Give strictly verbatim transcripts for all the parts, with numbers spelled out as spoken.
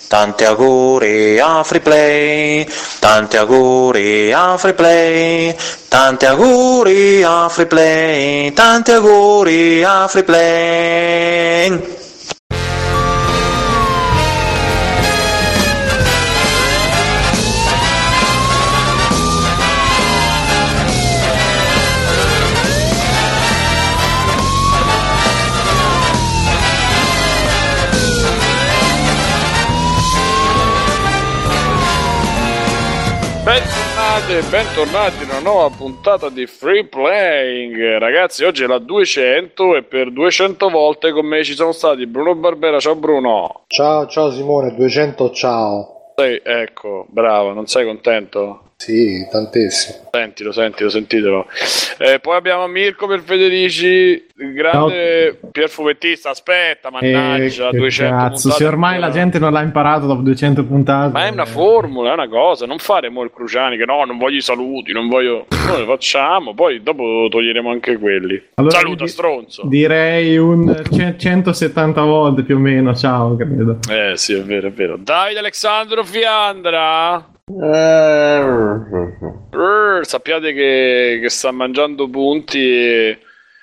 tanti auguri a Freeplay, tanti auguri a Freeplay, tanti auguri a Freeplay, tanti auguri a Freeplay. Bentornati e bentornati in una nuova puntata di Free Playing. Ragazzi, oggi è la duecento e per duecento volte con me ci sono stati Bruno Barbera. Ciao Bruno. Ciao, ciao Simone, duecento ciao. Sei, ecco, bravo, non sei contento? Sì, tantissimo. Sentilo, sentilo, sentitelo. Eh, poi abbiamo Mirko per Federici, il grande no. Pier Fumettista. Aspetta, mannaggia, eh, duecento cazzo, puntate. se ormai la gente non l'ha imparato dopo duecento puntate. Ma è una formula, è una cosa. Non fare mo il Cruciani che no, non voglio i saluti, non voglio. Noi lo facciamo, poi dopo toglieremo anche quelli. Allora, saluta, di- stronzo. Direi un centosettanta volte più o meno. Ciao, credo. Eh sì, è vero, è vero. Davide Alessandro Fiandra. Uh, sappiate che, che sta mangiando punti e,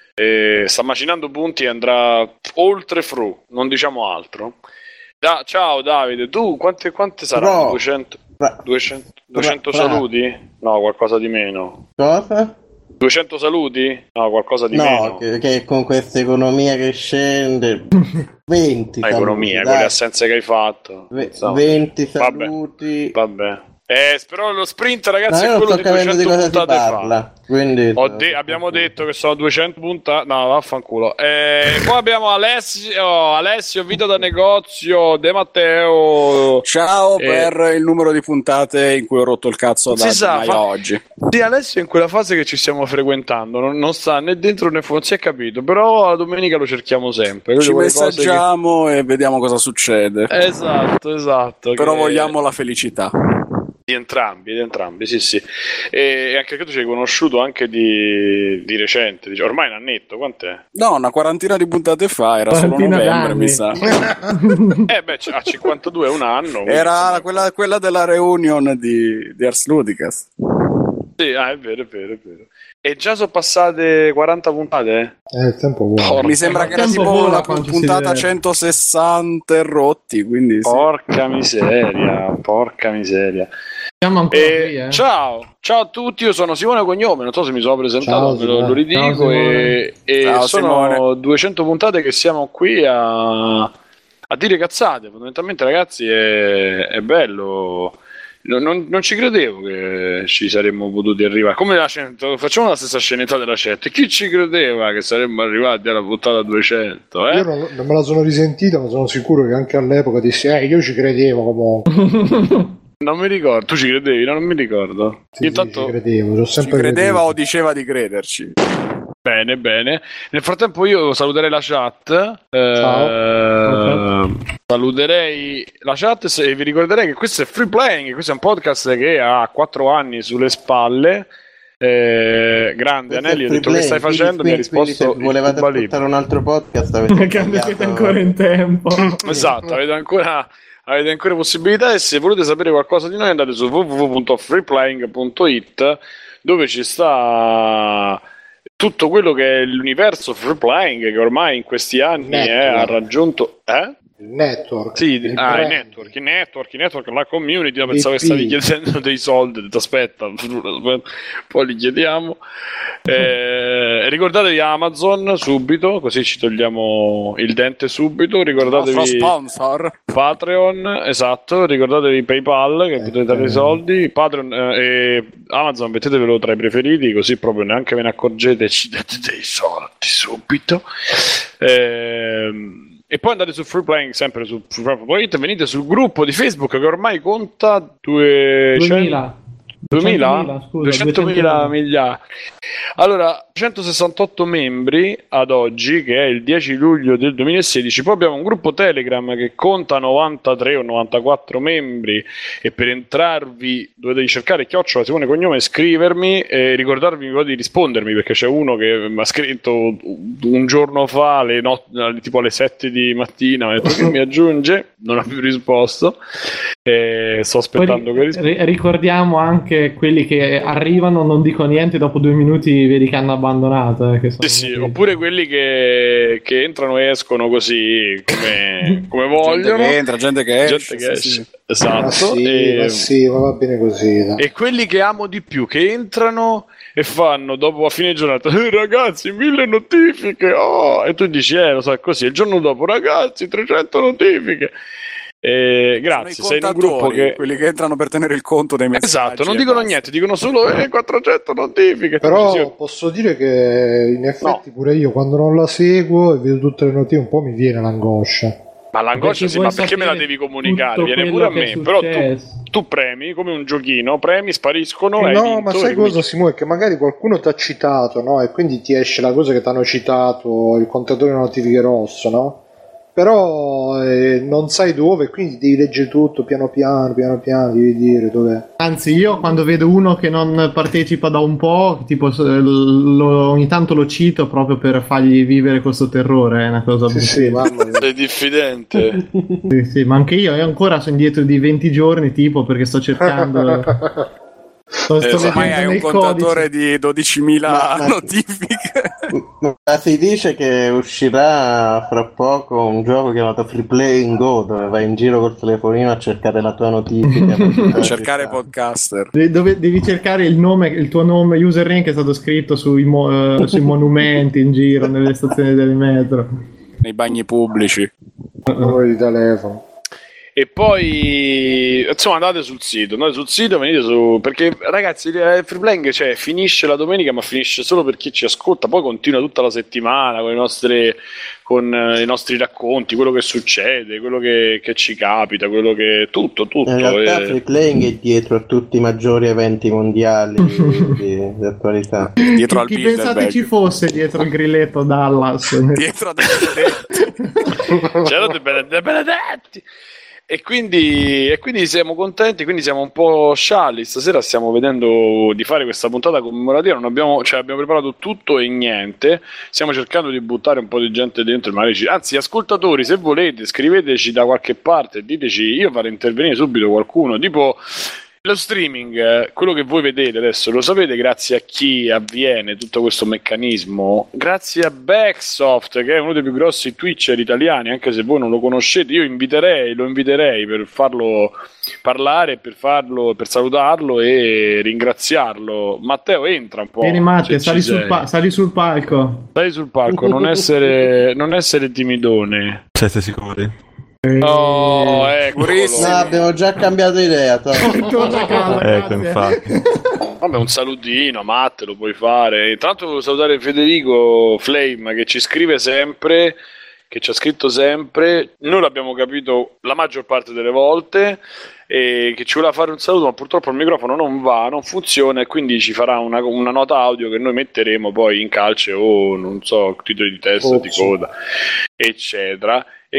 e sta macinando punti e andrà oltre Fru, non diciamo altro. Da, ciao Davide, tu quante, quante saranno? duecento, duecento, duecento saluti? No, qualcosa di meno. Cosa? duecento saluti? No, qualcosa di no, meno. No, che, che con questa economia che scende venti saluti, economia, con le assenze che hai fatto. V- venti saluti. Vabbè. vabbè. Eh, però lo sprint, ragazzi, no, è quello di duecento di puntate parla, fa. Quindi de- abbiamo detto che sono duecento puntate. No, vaffanculo. Eh, poi abbiamo Alessio, Alessio, Vito da negozio, De Matteo. Ciao eh, per il numero di puntate in cui ho rotto il cazzo da sa, fa... oggi. Sì, Alessio è in quella fase che ci stiamo frequentando, non, non sta né dentro né fuori, non si è capito, però la domenica lo cerchiamo sempre. Ci messaggiamo che... e vediamo cosa succede. Esatto, esatto. Però che... vogliamo la felicità. Di entrambi, di entrambi, sì, sì. E anche che tu ci hai conosciuto anche di, di recente, dice, ormai un annetto, quant'è? No, una quarantina di puntate fa, era solo novembre, mi sa. eh beh, a cinquantadue è un anno. Era quella, quella della reunion di, di Ars Ludicast. Sì, ah, è vero, è vero, è vero. E già sono passate quaranta puntate? Eh, il tempo buono. Oh, mi sembra che era tipo la puntata centosessanta rotti, quindi sì. Porca miseria, porca miseria. Siamo ancora e, qui, eh. Ciao, ciao a tutti, io sono Simone Cognome, non so se mi sono presentato, ciao, lo, lo ridico ciao, e, e ciao, sono Simone. duecento puntate che siamo qui a, a dire cazzate, fondamentalmente ragazzi è, è bello. Non, non, non ci credevo che ci saremmo potuti arrivare. Come la cento, facciamo la stessa scenetta della cento. Chi ci credeva che saremmo arrivati alla puntata duecento? Eh? Io non, non me la sono risentita, ma sono sicuro che anche all'epoca dissi, eh, io ci credevo comunque. Non mi ricordo, tu ci credevi? No, non mi ricordo. Sì, Intanto... sì, ci credevo, ci sempre ci credeva creduto. o diceva di crederci. Bene, bene. Nel frattempo io saluterei la chat. Eh, Ciao. Saluterei la chat e vi ricorderei che questo è Free Playing, questo è un podcast che ha quattro anni sulle spalle. Eh, grande, Anelli, ho detto che stai facendo, quindi, mi ha risposto quindi, se volevate ascoltare un altro podcast avete perché siete ancora in tempo. Esatto, avete ancora avete ancora possibilità e se volete sapere qualcosa di noi andate su w w w punto freeplaying punto it dove ci sta tutto quello che è l'universo Free Playing che ormai in questi anni è, ha raggiunto eh? Il network. Sì, il ah, i network, i network, i network, la community. Io pensavo che stavi chiedendo dei soldi. Detto, aspetta, poi li chiediamo. Eh, ricordatevi Amazon subito, così ci togliamo il dente subito. Ricordatevi sponsor Patreon, esatto. Ricordatevi PayPal che eh, potete dare i soldi. Patreon eh, e Amazon mettetevelo tra i preferiti, così proprio neanche ve ne accorgete e ci date dei soldi subito. Eh, E poi andate su Free Playing, sempre su Free Playing, venite sul gruppo di Facebook che ormai conta duecento, duemila? Scusa, duecentomila miliardi. Allora, centosessantotto membri ad oggi, che è il dieci luglio del duemilasedici. Poi abbiamo un gruppo Telegram che conta novantatré o novantaquattro membri, e per entrarvi dovete cercare chiocciola Simone Cognome e scrivermi, e ricordarvi poi di rispondermi, perché c'è uno che mi ha scritto un giorno fa alle not- tipo alle sette di mattina, mi ha detto che mi aggiunge, non ha più risposto, e sto aspettando Poi, che risponda. Ricordiamo anche quelli che arrivano, non dico niente, dopo due minuti vedi che hanno abbandonato. Eh, che sono Sì, sì, oppure quelli che, che entrano e escono così come, come vogliono. Gente che entra, gente che esce. Gente che sì, esce. sì. Esatto. Ma sì, e, ma sì, ma va bene così. Dai. e quelli che amo di più, che entrano e fanno dopo a fine giornata, eh, ragazzi, mille notifiche, oh! E tu dici, eh, lo so, è così. Il giorno dopo, ragazzi, trecento notifiche. Eh, grazie, Sono sei i in un gruppo contatori, che... quelli che entrano per tenere il conto dei messaggi. Esatto, non e dicono basta. niente, dicono solo eh, quattrocento notifiche. Però Tu dici, posso dire che in effetti pure io quando non la seguo e vedo tutte le notifiche un po' mi viene l'angoscia. ma l'angoscia Perché sì, vuoi ma perché me la sapere devi comunicare? tutto Viene quello pure a che è me, però tu, successo. tu premi come un giochino, premi, spariscono. hai No, vinto, ma sai e cosa cominci- Simone? Che magari qualcuno ti ha citato, no? E quindi ti esce la cosa che ti hanno citato, il contatore notifiche rosso, no? Però eh, non sai dove, quindi devi leggere tutto piano piano, piano piano, devi dire dov'è. Anzi, io quando vedo uno che non partecipa da un po', tipo lo- ogni tanto lo cito proprio per fargli vivere questo terrore. È una cosa Sì, sì, mamma mia. Sei diffidente. Sì, sì, ma anche io, io ancora sono indietro di venti giorni, tipo, perché sto cercando. Sto, sto Esatto. Ormai leggendo hai un nei contatore codici. di dodicimila Ma- ma- notifiche. Ma si dice che uscirà fra poco un gioco chiamato Free Playing Go, dove vai in giro col telefonino a cercare la tua notifica. A cercare podcaster. De- Dove devi cercare il nome, il tuo nome, username che è stato scritto sui, mo- eh, sui monumenti in giro, nelle stazioni del metro. Nei bagni pubblici. Numero di telefono. E poi insomma andate sul sito, andate sul sito, venite su, perché ragazzi il free playing, cioè, finisce la domenica, ma finisce solo per chi ci ascolta, poi continua tutta la settimana con le nostre, con eh, i nostri racconti, quello che succede, quello che, che ci capita, quello che tutto, tutto. In realtà eh. Free Playing è dietro a tutti i maggiori eventi mondiali di, di attualità. Dietro al Chi Bilderberg. pensate ci fosse dietro il grilletto Dallas? Dietro a dei C'erano dei bene- dei benedetti. E quindi, e quindi siamo contenti, quindi siamo un po' scialli. Stasera stiamo vedendo di fare questa puntata commemorativa. Non abbiamo, cioè abbiamo preparato tutto e niente. Stiamo cercando di buttare un po' di gente dentro. Magari ci, anzi, ascoltatori, se volete, scriveteci da qualche parte e diteci. Io farò intervenire subito qualcuno. Tipo lo streaming, eh, quello che voi vedete adesso, lo sapete grazie a chi avviene tutto questo meccanismo? Grazie a Backsoft, che è uno dei più grossi Twitcher italiani, anche se voi non lo conoscete. Io inviterei, lo inviterei per farlo parlare, per farlo, per salutarlo e ringraziarlo. Matteo, entra un po'. Vieni Matte, se sali ci sul, sei. pa- sali sul palco. Sali sul palco, non essere, non essere timidone. Siete sicuri? Oh, eccolo. Purissimo. No, abbiamo già cambiato idea. Tom. Torna a casa, Ecco, grazie. infatti. Vabbè, un salutino, Matte, lo puoi fare. Intanto volevo salutare Federico Flame che ci scrive sempre, che ci ha scritto sempre. Noi l'abbiamo capito la maggior parte delle volte, e che ci voleva fare un saluto, ma purtroppo il microfono non va, non funziona, e quindi ci farà una, una nota audio che noi metteremo poi in calce o non so, titoli di testa, di coda, eccetera. E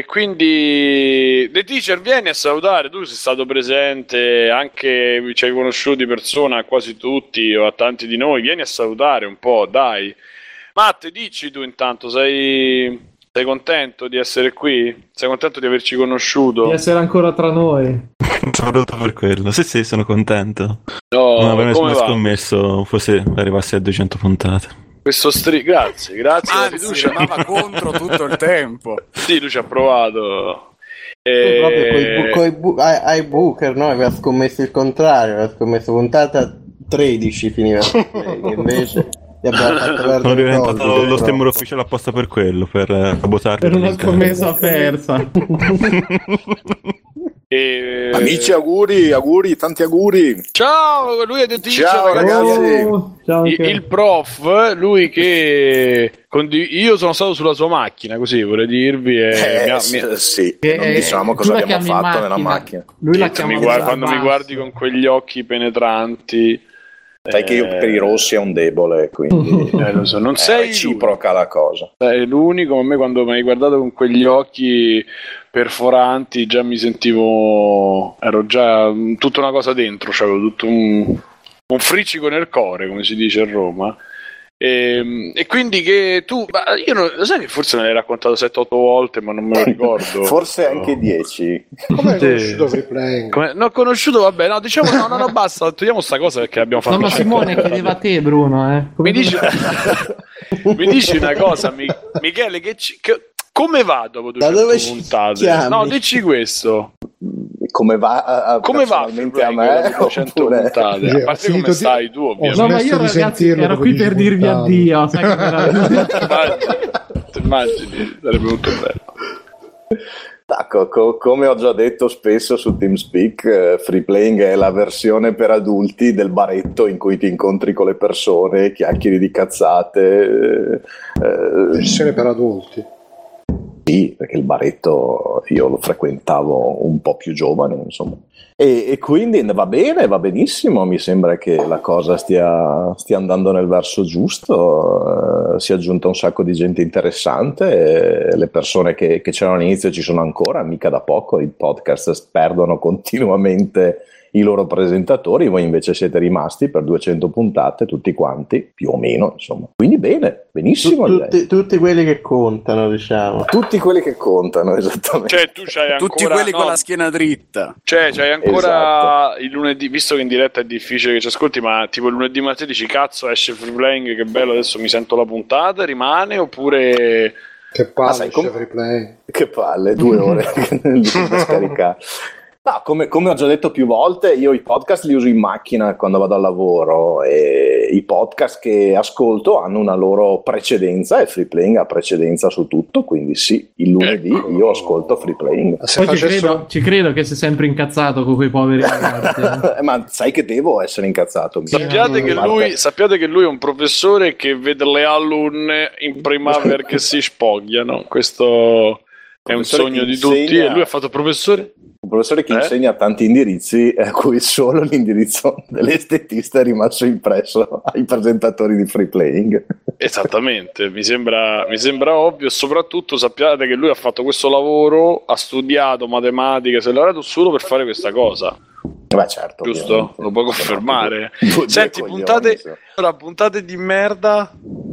quindi The Teacher, vieni a salutare, tu sei stato presente, anche ci hai conosciuto di persona a quasi tutti o a tanti di noi, vieni a salutare un po', dai. Matte, dici tu intanto, sei, sei contento di essere qui? Sei contento di averci conosciuto? Di essere ancora tra noi. Sono venuto per quello. Sì, sì, sono contento. No, non avrei come mai va? scommesso fosse arrivassi a duecento puntate. Questo stri... Grazie, grazie alla Anzi, fiducia. remava contro tutto il tempo. Sì, lui ci ha provato. Tu E... proprio coi, bu- coi bu- ai, ai Booker, no? Aveva scommesso il contrario, aveva scommesso puntata tredici finiva Free Playing, invece gli abbiamo fatto Sono perdere diventato soldi, lo però. stemmer ufficiale apposta per quello, per eh, sabotarlo. Per una scommessa persa. E... Amici, auguri, auguri, tanti auguri. Ciao, lui è detto ciao ragazzi. Oh, ciao il, il prof, lui che condiv- io sono stato sulla sua macchina, così vorrei dirvi. E eh, mi ha, sì, mi... sì. Che, non eh, diciamo cosa abbiamo fatto macchina. nella macchina. Lui la tu chiama mi guardi, da quando basso. mi guardi con quegli occhi penetranti. Sai che io per i rossi è un debole, quindi eh, lo so. Non è sei reciproca la cosa. Sei l'unico, ma a me quando mi hai guardato con quegli occhi perforanti già mi sentivo, ero già tutta una cosa dentro, c'avevo tutto un, un friccico nel cuore, come si dice a Roma. E, e quindi che tu, ma io non, lo sai che forse me l'hai raccontato sette otto volte, ma non me lo ricordo. Forse anche dieci. Come hai conosciuto Free Playing? Come, non ho conosciuto, vabbè, no, diciamo no, no, no, basta, togliamo sta cosa perché abbiamo fatto. No, ma Simone chiedeva a te, Bruno, eh. Come mi dici, mi dici una cosa, mi, Michele, che, ci, che come va dopo duecento puntate? No, dici questo. Come va a, a come va a me duecento oppure... puntate? A parte come stai tu, ovviamente. No, ma io ragazzi ero qui per dirvi addio, sai che era... Ti immagini, sarebbe molto bello. Ecco, co- come ho già detto spesso su TeamSpeak, eh, Free Playing è la versione per adulti del baretto in cui ti incontri con le persone, chiacchieri di cazzate. Eh, versione per adulti. Sì, perché il baretto io lo frequentavo un po' più giovane, insomma. E, e quindi va bene, va benissimo, mi sembra che la cosa stia, stia andando nel verso giusto, eh, si è aggiunta un sacco di gente interessante, e le persone che, che c'erano all'inizio ci sono ancora, mica da poco, i podcast perdono continuamente i loro presentatori, voi invece siete rimasti per duecento puntate tutti quanti, più o meno, insomma. Quindi bene, benissimo. Tu, tutti, tutti quelli che contano, diciamo. Tutti quelli che contano, esattamente. Cioè tu c'hai ancora, tutti quelli no, con la schiena dritta. Cioè c'hai ancora esatto. Il lunedì, visto che in diretta è difficile che ci ascolti, ma tipo il lunedì mattina dici cazzo esce Free Playing, che bello, adesso mi sento la puntata, rimane oppure... Che palle, ah, sai, com- Free Playing. Che palle, due ore da scaricare. No, come, come ho già detto più volte, io i podcast li uso in macchina quando vado al lavoro e i podcast che ascolto hanno una loro precedenza e Free Playing ha precedenza su tutto, quindi sì, il lunedì ecco. Io ascolto Free Playing. Poi facessero... ci, credo, ci credo che sei sempre incazzato con quei poveri ragazzi. Ma sai che devo essere incazzato. Sappiate che, lui, sappiate che lui è un professore che vede le alunne in primavera che si spogliano, questo è un sogno di insegna... tutti e lui ha fatto professore? Un professore che eh? insegna tanti indirizzi, a cui solo l'indirizzo dell'estetista è rimasto impresso ai presentatori di Free Playing. Esattamente, mi sembra, mi sembra ovvio. Soprattutto sappiate che lui ha fatto questo lavoro, ha studiato matematica, si è laureato solo per fare questa cosa. Beh, certo, giusto? Ovviamente. Lo puoi confermare. Due, Senti, due puntate, coglioni, allora, puntate di merda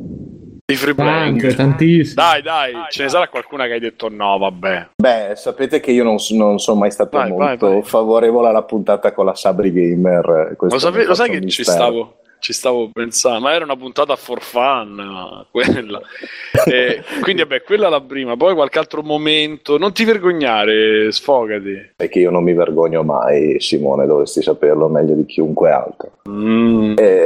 di Free Playing. Tante, tantissime. Dai, dai, dai, ce ne sarà qualcuna che hai detto no, vabbè. Beh, sapete che io non, non sono mai stato vai, molto vai, vai. favorevole alla puntata con la Sabri Gamer. Lo, sape- lo sai che ci stavo, ci stavo pensando, ma era una puntata for fun, quella. E, quindi vabbè, quella la prima, poi qualche altro momento. Non ti vergognare, sfogati. Perché io non mi vergogno mai, Simone, dovresti saperlo meglio di chiunque altro. Mm. E...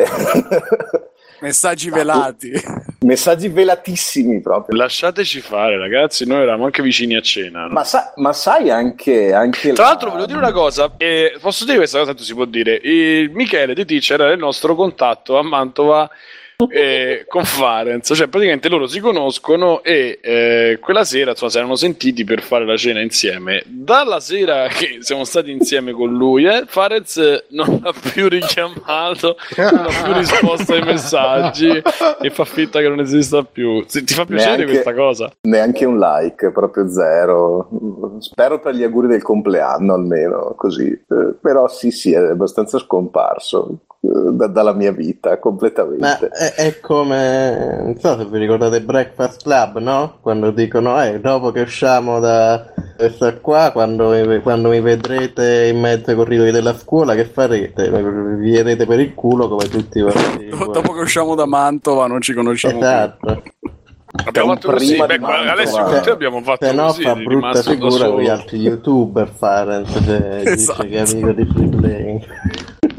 Messaggi velati. Messaggi velatissimi proprio. Lasciateci fare, ragazzi, noi eravamo anche vicini a cena. No? Ma, sa- ma sai anche, anche Tra la... l'altro volevo dire una cosa, eh, posso dire questa cosa, tanto si può dire. Il Michele De Teacher era il nostro contatto a Mantova eh, con Farenz, cioè praticamente loro si conoscono e eh, quella sera insomma si erano sentiti per fare la cena insieme. Dalla sera che siamo stati insieme con lui, eh, Farenz non ha più richiamato, non ha più risposto ai messaggi e fa finta che non esista più. Se, ti fa piacere neanche, questa cosa? Neanche un like, proprio zero. Spero per gli auguri del compleanno almeno, così. Eh, però sì sì, è abbastanza scomparso Da, dalla mia vita completamente. Ma è, è come, non so se vi ricordate Breakfast Club, no? Quando dicono eh, dopo che usciamo da questa qua, quando mi, quando mi vedrete in mezzo ai corridoi della scuola, che farete? Vi vedete per il culo come tutti quanti. Dopo che usciamo da Mantova non ci conosciamo esatto. più. Abbiamo fatto così, beh, Alessio, con te abbiamo fatto se no così, fa brutta figura con gli altri youtuber fare se esatto. Dice che è amico di Free Playing. Dai,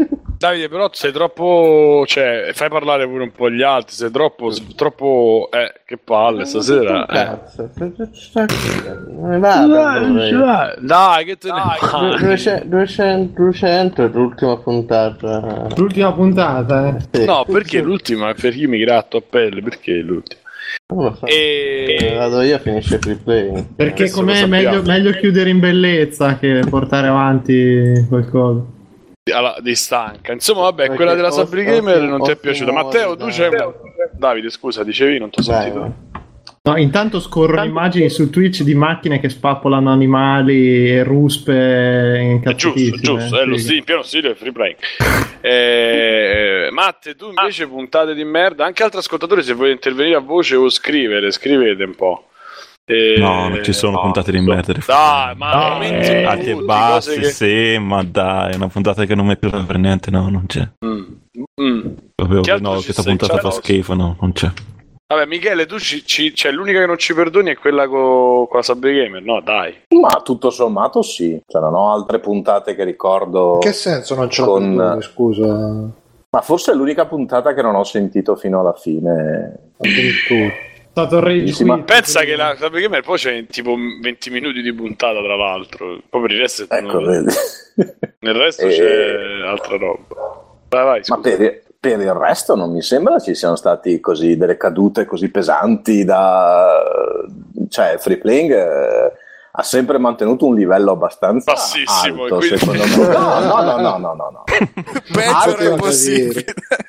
Davide, però sei troppo, cioè, fai parlare pure un po' gli altri, sei troppo, troppo, eh, che palle stasera. Eh. Cazzo, me vado. Dai, che te ne duecento, duecento è l'ultima puntata. L'ultima puntata, eh? Sì. No, perché l'ultima? Per chi mi gratto a pelle, perché l'ultima? Non lo so. E... Vado io, finisce free play. Perché Adesso com'è lo meglio, sappiamo. meglio chiudere in bellezza che portare avanti qualcosa. alla, di stanca. Insomma, vabbè, Perché quella della Oscar- Sabri Gamer non ti è Oscar piaciuta. Matteo, tu c'hai un... Davide, scusa, dicevi, non ti ho Vai, sentito. vai. No, intanto scorrono immagini su Twitch di macchine che spappolano animali e ruspe È incazzatissime. giusto, giusto, è lo Sì. stile, pieno stile free play. Eh, Matte, tu invece puntate di merda. Anche altri ascoltatori, se volete intervenire a voce o scrivere, scrivete un po'. Eh, No, non ci sono puntate di no. merda. Dai, ma No, commenti eh, Ah, tutti, che cose bassi, che- sì, ma dai, è una puntata che non mi piace per niente, no, non c'è. Mm. Mm. Proprio, Che altro no, ci questa sei? puntata Ciao. fa schifo, no, non c'è. Vabbè, Michele, tu ci, ci, cioè, l'unica che non ci perdoni è quella co- con la Sabri Gamer, no? Dai. Ma tutto sommato sì, cioè non ho altre puntate che ricordo. In che senso non ce la Con- perdoni, scusa? Ma forse è l'unica puntata che non ho sentito fino alla fine. Addirittura. È stato il rage Sì, ma quit, Pensa quindi- che la Sabri Gamer poi c'è tipo venti minuti di puntata, tra l'altro. Poi per il resto, Ecco, non- vedi. nel resto Eh, c'è altra roba. Vai, vai, Ma scusa. per, per il resto non mi sembra ci siano stati così delle cadute così pesanti da... cioè Free Playing eh, ha sempre mantenuto un livello abbastanza Bassissimo, alto, e quindi- secondo me. No, no, no, no, no, no, no. Peggio Altro è da possibile.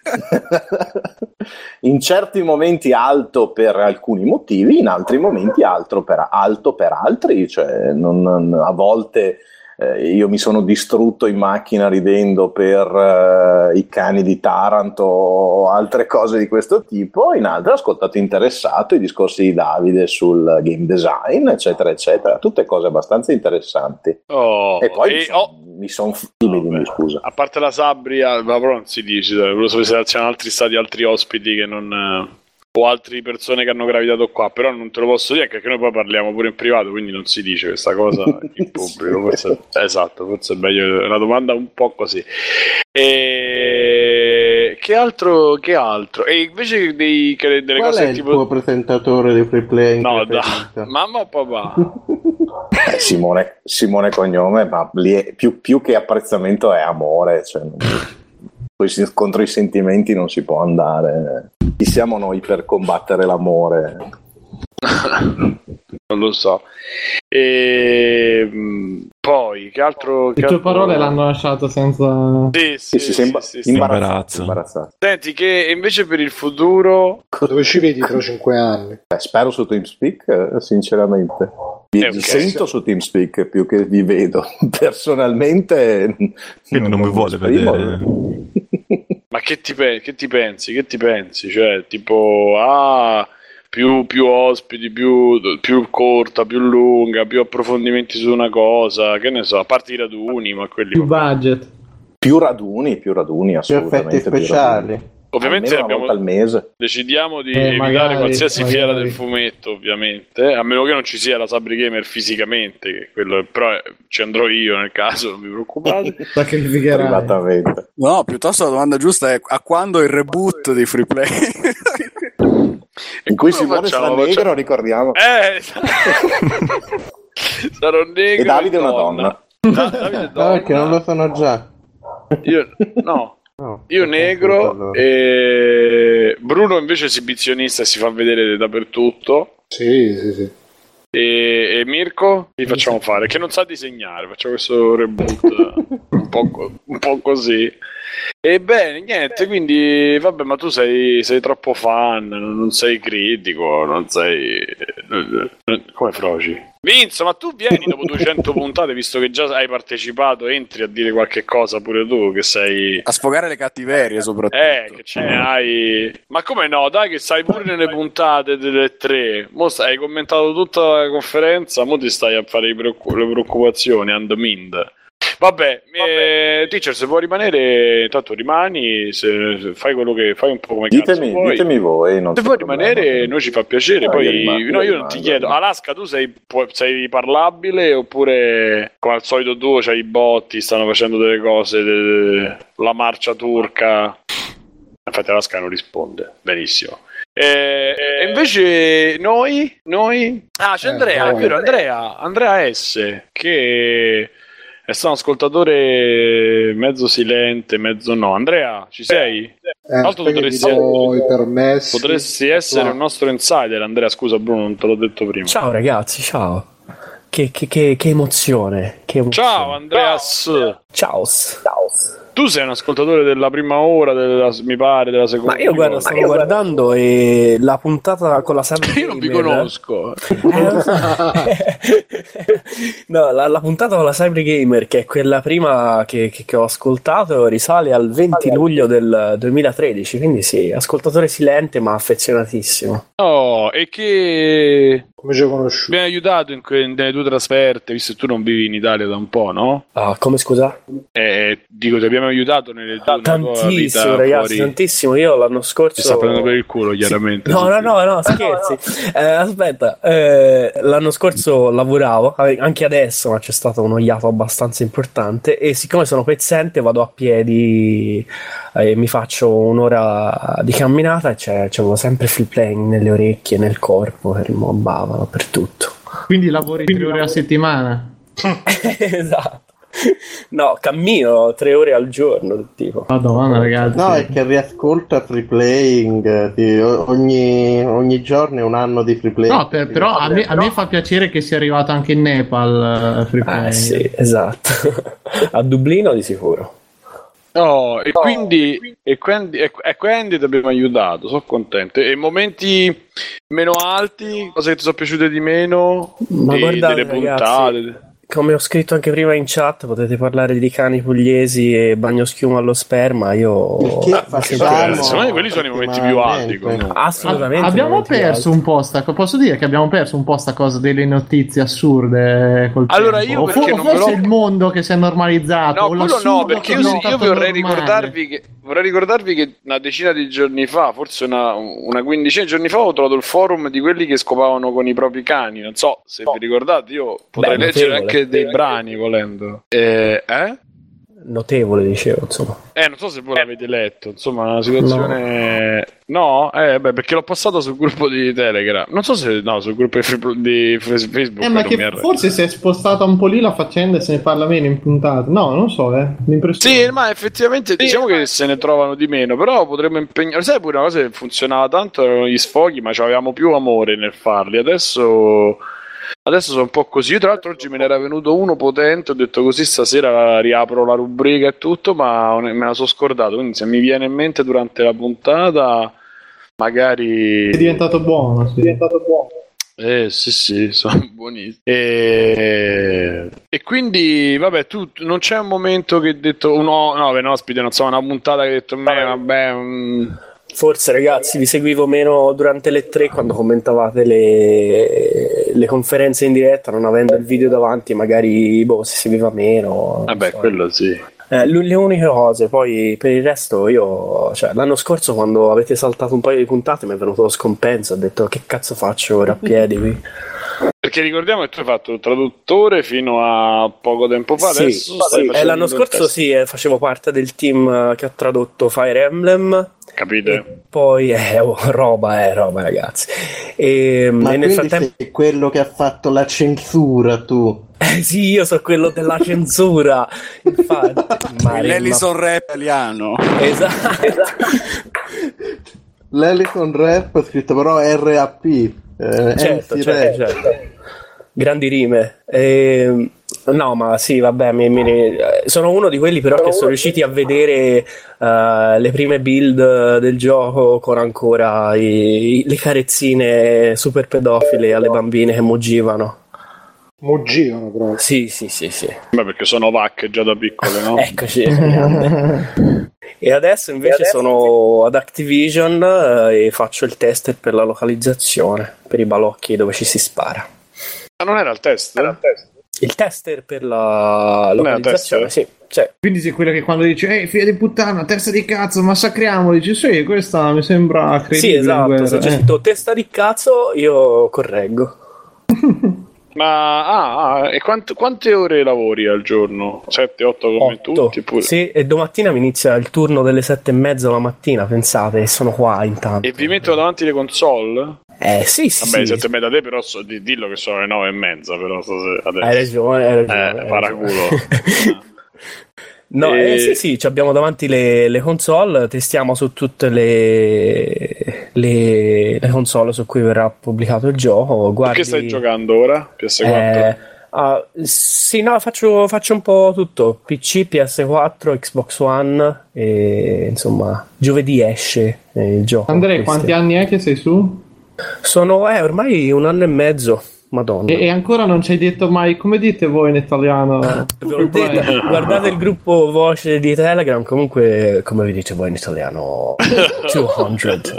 In certi momenti alto per alcuni motivi, in altri momenti alto per, alto per altri, cioè non- non- a volte eh, io mi sono distrutto in macchina ridendo per eh, i cani di Taranto o altre cose di questo tipo, in altre ho ascoltato interessato i discorsi di Davide sul game design, eccetera, eccetera, tutte cose abbastanza interessanti. Oh, E poi e- mi son- oh, mi sono timidi, mi scusa. a parte la Sabri, ah, ma però non si dice, dai, volevo sapere se c'erano altri stati, altri ospiti che non... eh, o altre persone che hanno gravitato qua, però non te lo posso dire perché noi poi parliamo pure in privato, quindi non si dice questa cosa in pubblico. Forse, esatto, forse è meglio, è una domanda un po' così. E... Che altro? Che altro? E invece dei, che- delle Qual cose è il tipo... tuo presentatore di free play No, dai, preferito? mamma o papà? Eh, Simone, Simone cognome, ma lì è- più, più che apprezzamento è amore, cioè, non- poi si- contro i sentimenti non si può andare. Chi siamo noi per combattere l'amore? Non lo so. E mh, poi che altro? Che Le tue altro- parole l'hanno lasciato senza... Sì, sì, Sì, si sì, sembra sì, sì. imbarazzato, Imbarazzo. imbarazzato. Senti, che invece per il futuro Dove ci vedi tra cinque anni? Beh, spero su TeamSpeak, eh, sinceramente. Vi, Eh, vi ok. sento su TeamSpeak più che vi vedo. Personalmente Quindi non mi vuole esprimo. vedere. ma che ti, pe- che ti pensi? Che ti pensi? Cioè, tipo, ah, più, più ospiti, più, più corta, più lunga, più approfondimenti su una cosa, che ne so, a parte i raduni, ma quelli... più budget. Più raduni, più raduni, Più assolutamente. effetti più speciali. raduni. Ovviamente Almeno una abbiamo... volta al mese. Decidiamo di Eh, evitare magari, qualsiasi magari. fiera del fumetto, ovviamente, a meno che non ci sia la Sabri Gamer fisicamente, che quello, però eh, ci andrò io nel caso, non vi preoccupate. Sacrificherai. Privatamente. No, piuttosto la domanda giusta è a quando il reboot di Free Play? In cui come Simone facciamo? sarà negro, Facciamo- ricordiamo. Eh, sarò negro E Davide e è una donna. Da- Davide è No, donna. perché non lo sono già. Io, no. No, Io ho negro confuso, allora. e Bruno invece esibizionista e si fa vedere dappertutto. Sì, sì, sì. E, e Mirko li facciamo fare che non sa disegnare, facciamo questo reboot un po', co- un po' così. E bene, niente, quindi vabbè, ma tu sei, sei troppo fan, non sei critico, non sei come Froci. Vinzo, ma tu vieni dopo duecento puntate, visto che già hai partecipato, entri a dire qualche cosa pure tu, che sei... A sfogare le cattiverie, soprattutto. Eh, che ce ne hai... Ma come no, dai, che stai pure nelle puntate delle tre. Mo stai- hai commentato tutta la conferenza, mo ti stai a fare i preoccu- le preoccupazioni, and mind. Vabbè, eh, teacher, se vuoi rimanere, tanto rimani, se, se fai quello che fai un po' come ditemi, cazzo vuoi. ditemi voi. Non se vuoi rimanere, noi ci fa piacere. No, poi io rimango, no, io io non ti rimango, chiedo, rimango. Alaska, tu sei, sei parlabile oppure come al solito tu c'hai i botti, stanno facendo delle cose, de, la marcia turca. Infatti Alaska non risponde benissimo. E, e invece noi, noi... Ah, c'è Andrea, Eh, è vero, Andrea, Andrea S, che è stato un ascoltatore mezzo silente, mezzo no. Andrea, ci sei? Eh, Tra l'altro aspetta che potresti, vi do i permessi. potresti essere No. un nostro insider, Andrea. Scusa Bruno, non te l'ho detto prima. Ciao ragazzi, ciao. Che, che, che, che emozione, che emozione. Ciao Andreas. Ciao. Tu sei un ascoltatore della prima ora, della, mi pare, della seconda. Ma io guarda, stavo guardando e la puntata con la Cyber Io non vi Gamer- conosco. Eh, lo so. No, la, la puntata con la Cyber Gamer, che è quella prima che, che, che ho ascoltato, risale al venti luglio del duemilatredici, quindi sì, ascoltatore silente ma affezionatissimo. Oh, e che Come ci ho conosciuto? mi hai aiutato in que- nelle tue trasferte, visto che tu non vivi in Italia da un po', no? Ah, come scusa? Eh, dico, ti abbiamo aiutato nelle tue nella tua Tantissimo, vita ragazzi, fuori. tantissimo. Io l'anno scorso Ti sta prendendo per il culo, chiaramente. No, no, no, no, scherzi. Eh, aspetta, eh, l'anno scorso lavoravo, eh, anche adesso, ma c'è stato un iato abbastanza importante e siccome sono pezzente vado a piedi e mi faccio un'ora di camminata e c'è, c'avevo sempre free playing nelle orecchie, nel corpo, che rimbombavano per tutto. Quindi lavori tre ore a settimana. Esatto. No, cammino tre ore al giorno, tipo. Madonna, ragazzi. No, è che riascolta free playing, sì, ogni, ogni giorno è un anno di free playing. No, per- però a me, a me fa piacere che sia arrivato anche in Nepal. uh, free Ah, play. sì, esatto. A Dublino di sicuro. No, e quindi, e quindi, e, e quindi ti abbiamo aiutato, sono contento. E momenti meno alti, cose che ti sono piaciute di meno, Ma di- guardate, delle ragazzi, puntate. come ho scritto anche prima in chat, potete parlare di cani pugliesi e bagno schiuma allo sperma. Io Che Eh, facciamo? secondo me quelli sono i momenti più alti. comunque. assolutamente Ah, abbiamo momenti perso alti. un po' sta, posso dire che abbiamo perso un po' sta cosa delle notizie assurde col Allora, tempo. io o, perché fo- o non forse ve l'ho- è il mondo che si è normalizzato No, o quello no, l'assurdo perché che io, è io diventato vorrei normale. ricordarvi che vorrei ricordarvi che una decina di giorni fa, forse una, una quindicina di giorni fa, ho trovato il forum di quelli che scopavano con i propri cani. Non so se vi ricordate, io potrei Beh, leggere notevole. anche dei brani volendo. Eh? eh? Notevole, dicevo, insomma. Eh, non so se voi l'avete letto, insomma, una situazione... No? Eh, beh, perché l'ho passato sul gruppo di Telegram. Non so se... No, sul gruppo di, Free- di Facebook. Eh, ma non che mi arre- forse si è spostata un po' lì la faccenda e se ne parla meno in puntata. No, non so, eh. L'impressione. Sì, ma effettivamente diciamo che se ne trovano di meno, però potremmo impegnare. Sai, pure una cosa che funzionava tanto erano gli sfoghi, ma avevamo più amore nel farli. Adesso... Adesso sono un po' così. Io, tra l'altro, oggi me ne era venuto uno potente. Ho detto così stasera riapro la rubrica e tutto, ma me la sono scordato. Quindi, se mi viene in mente durante la puntata, magari. È diventato buono, sì. È diventato buono. Eh sì, sì, sono buonissimi. E... e quindi, vabbè, tu non c'è un momento che hai detto, no, no, per ospite, non so, una puntata che hai detto, me, vabbè. mm, Forse, ragazzi, vi seguivo meno durante le tre quando commentavate le, le conferenze in diretta, non avendo il video davanti, magari boh, si seguiva meno. non Vabbè, so. quello sì. Eh, l- le uniche cose, poi per il resto io, cioè l'anno scorso quando avete saltato un paio di puntate mi è venuto lo scompenso, ho detto che cazzo faccio ora a piedi qui? Perché ricordiamo che tu hai fatto il traduttore fino a poco tempo fa, Sì, adesso sì, stai eh, facendo l'anno il scorso test. sì, eh, facevo parte del team eh, che ha tradotto Fire Emblem. Capite? E poi eh, oh, roba, eh, roba ragazzi. E, Ma e nel quindi frattempo sei quello che ha fatto la censura, tu? eh, sì, io sono quello della censura. Infatti, ma- L'Ellison Rap italiano. Esatto. L'Ellison Rap scritto però R A P. Eh, certo, M C certo, Rap. certo. Grandi rime. Ehm, no, ma sì, vabbè, mi- mi- sono uno di quelli però che sono riusciti a vedere eh, le prime build del gioco con ancora i- le carezzine super pedofile alle bambine che muggivano. Muggivano proprio. Sì, sì, sì, sì. Beh, perché sono vacche già da piccole, no? Eccoci. grande. E adesso invece sono ad Activision eh, e faccio il test per la localizzazione per i balocchi dove ci si spara. Ma non era il test? il tester per la localizzazione, tester? sì. Cioè, Quindi sei quello che quando dice ehi figlio di puttana, testa di cazzo, massacriamo, dici sì, questa mi sembra credibile. sì, esatto, se c'è eh. scritto testa di cazzo io correggo. Ma ah, ah, e quant- quante ore lavori al giorno? sette otto come Otto. tutti? Pure. Sì, e domattina mi inizia il turno delle sette e mezza la mattina, pensate, e sono qua intanto. E vi mettono davanti le console? Eh sì, sì. Vabbè, sì. sette e mezza te, però so, di- dillo che sono le nove e mezza, però so se adesso. Hai ragione, hai ragione. Eh, hai paraculo. ragione. No, E- eh, sì, sì, ci abbiamo davanti le, le console, testiamo su tutte le, le, le console su cui verrà pubblicato il gioco. Guardi, Che stai giocando ora? P S quattro? Eh, ah, sì, no, faccio, faccio un po' tutto: P C, P S quattro, Xbox One, e insomma, giovedì esce eh, il gioco. Andrea, Questi- quanti anni è che sei su? Sono eh, ormai un anno e mezzo, madonna. E, e ancora non ci hai detto mai, come dite voi in italiano? Ve l'ho detto, guardate il gruppo voce di Telegram, comunque come vi dice voi in italiano duecento.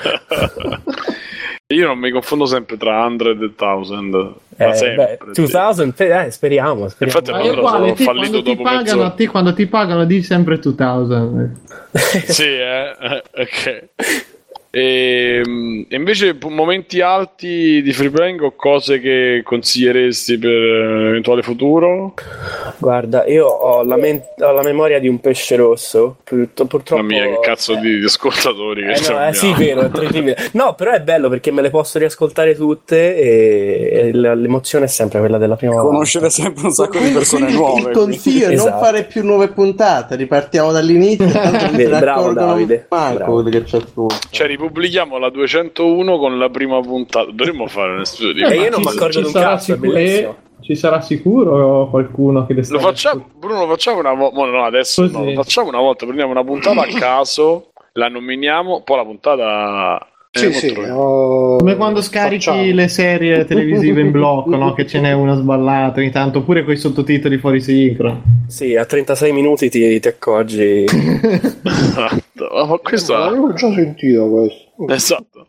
Io non mi confondo sempre tra hundred e thousand. Eh, Ma sempre. beh, duecento, eh, speriamo, speriamo. Infatti, Ma non è lo so, uguale, ho te fallito quando ti dopo pagano, mezz'ora. te quando ti pagano di sempre duemila. Sì, eh, eh, ok. E mm, invece pu- momenti alti di free playing o cose che consiglieresti per eh, eventuale futuro? Guarda, io ho la, men- ho la memoria di un pesce rosso, pur- purtroppo. Mamma mia, che cazzo di, di ascoltatori che Eh no, eh, sì, abbiamo. vero, è terribile. No, però è bello perché me le posso riascoltare tutte e, e l- l'emozione è sempre quella della prima volta. Conoscere sempre un sacco di Quindi- persone quindi nuove. Il quindi. consiglio è Esatto. non fare più nuove puntate, ripartiamo dall'inizio, tanto non se ne Bravo, accorgono Davide, manco bravo. quelli che ci ascoltano. Cioè, ripubblichiamo la duecentouno con la prima puntata. Dovremmo fare un studio. Eh, di io non ci- mi accorgo ci di un sarà cazzo, è sicuro- bellissimo. eh, ci sarà sicuro qualcuno che le sta Lo facciamo, Bruno, lo facciamo una volta. No, adesso Così. no, lo facciamo una volta. Prendiamo una puntata a caso, la nominiamo, poi la puntata. Sì, eh, sì, molto- oh, Come quando scarichi facciamo. le serie televisive in blocco, no? Che ce n'è una sballata ogni tanto, pure con i sottotitoli fuori sincro. Sì, a trentasei minuti ti, ti accorgi. Esatto. Ma questo Ma l'avevo già sentito questo. esatto.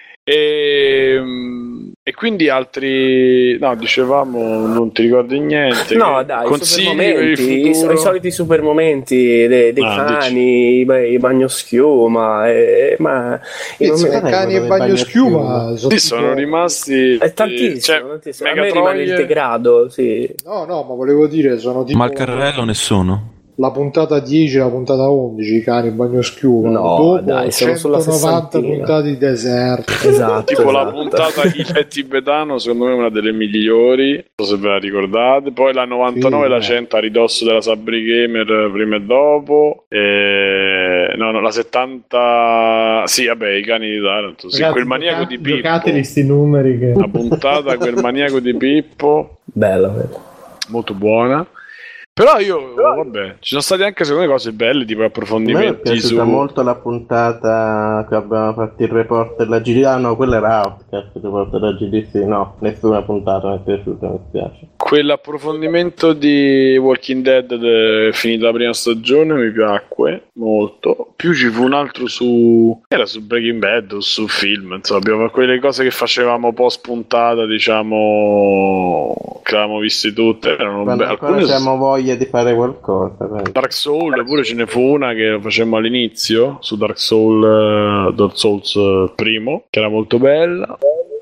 E, e quindi altri no, dicevamo, non ti ricordi niente. No, Che- dai, i super consigli per il momenti, i, futuro? i soliti super momenti dei, dei Ah, cani, i, ba- i bagnoschiuma, e, ma i Sì, momenti- sì, è cani e quello del bagnoschiuma bagnoschiuma? sono Sì, tipo- sono rimasti è tantissimo, cioè, tantissimo. A me rimane il Megatroid degrado, sì. No, no, ma volevo dire, sono tipo Ma il carrello nessuno. la puntata dieci e la puntata undici, i cani e bagnoschiuma. No, Dopo dai, siamo sulla centonovanta sessantina. puntate di deserto. Esatto, tipo la esatto. puntata di Fett tibetano, secondo me è una delle migliori, non so se ve la ricordate. Poi la novantanove e Sì, la eh. cento a ridosso della Sabri Gamer prima e dopo. E... no, no, la settanta, sì, vabbè, i cani di Taranto, sì, Ragazzi, quel maniaco gioca- di Pippo. giocateli sti numeri che... La puntata quel maniaco di Pippo, Bello, bello. molto buona. Però io, vabbè, ci sono state anche secondo me cose belle, tipo A me è approfondimenti piaciuta su... molto la puntata che abbiamo fatto il report della G D. Ah no, quella era Outcast, il report della G D. Sì, no, nessuna puntata mi è piaciuta, mi spiace. Quell'approfondimento di Walking Dead de- finita la prima stagione mi piacque molto. Più ci fu un altro su... era su Breaking Bad o su film, insomma, abbiamo quelle cose che facevamo post puntata, diciamo, che avevamo viste tutte. Erano Quando be- ancora alcune... abbiamo voglia di fare qualcosa. penso. Dark Soul, pure ce ne fu una che lo facemmo all'inizio su Dark Soul, eh, Dark Souls eh, primo, che era molto bella.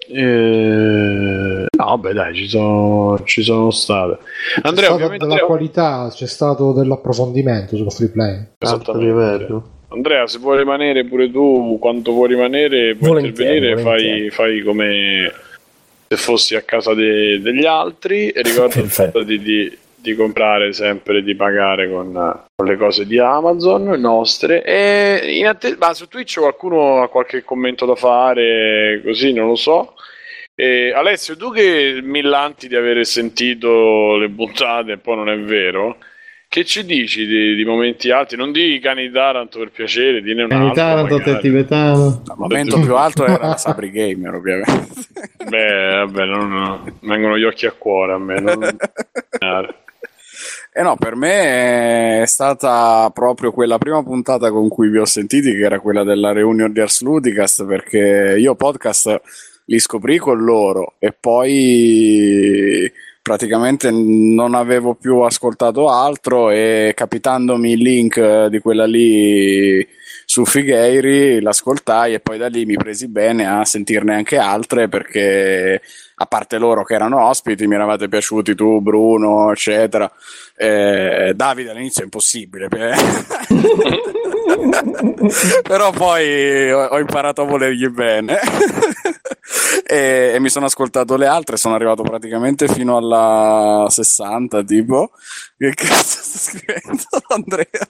E... no, beh, dai, ci sono, ci sono state. C'è Andrea, stata ovviamente, della qualità, c'è stato dell'approfondimento sullo free play. Alto esattamente. livello. Andrea, se vuoi rimanere pure tu, quanto vuoi rimanere, puoi Volentieri, intervenire, fai, volentieri. fai come se fossi a casa de- degli altri e Perfetto. ricordati di, di comprare sempre, di pagare con, con le cose di Amazon nostre. E in atte- ma su Twitch qualcuno ha qualche commento da fare, così non lo so. E Alessio, tu che millanti di avere sentito le puntate e poi non è vero, che ci dici di, di momenti alti? Non di Cani di Taranto, per piacere, dine un Cani altro Taranto, magari. te tibetano. Il momento più alto era la Sabri Gamer, ovviamente. Beh, vabbè, non, non- vengono gli occhi a cuore a me. Non... E no, per me è stata proprio quella prima puntata con cui vi ho sentiti, che era quella della reunion di Ars Ludicast, perché io podcast li scoprì con loro e poi praticamente non avevo più ascoltato altro e capitandomi il link di quella lì su Figheiri l'ascoltai e poi da lì mi presi bene a sentirne anche altre, perché a parte loro che erano ospiti mi eravate piaciuti tu, Bruno, eccetera. eh, Davide all'inizio è impossibile però poi ho, ho imparato a volergli bene e, e mi sono ascoltato le altre, sono arrivato praticamente fino alla sessanta tipo. Che cazzo sto scrivendo, Andrea?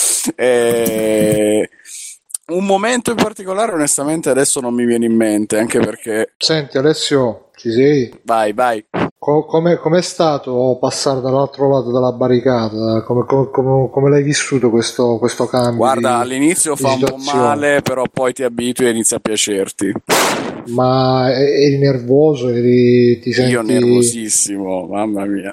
E un momento in particolare onestamente adesso non mi viene in mente, anche perché... Senti Alessio, ci sei? Vai, vai. Co- come com'è stato passare dall'altro lato della barricata? Come, come, come, come l'hai vissuto questo, questo cambio? Guarda, di, all'inizio di fa un po' situazione? male, però poi ti abitui e inizia a piacerti. Ma eri nervoso? Eri, ti senti... Io nervosissimo, mamma mia.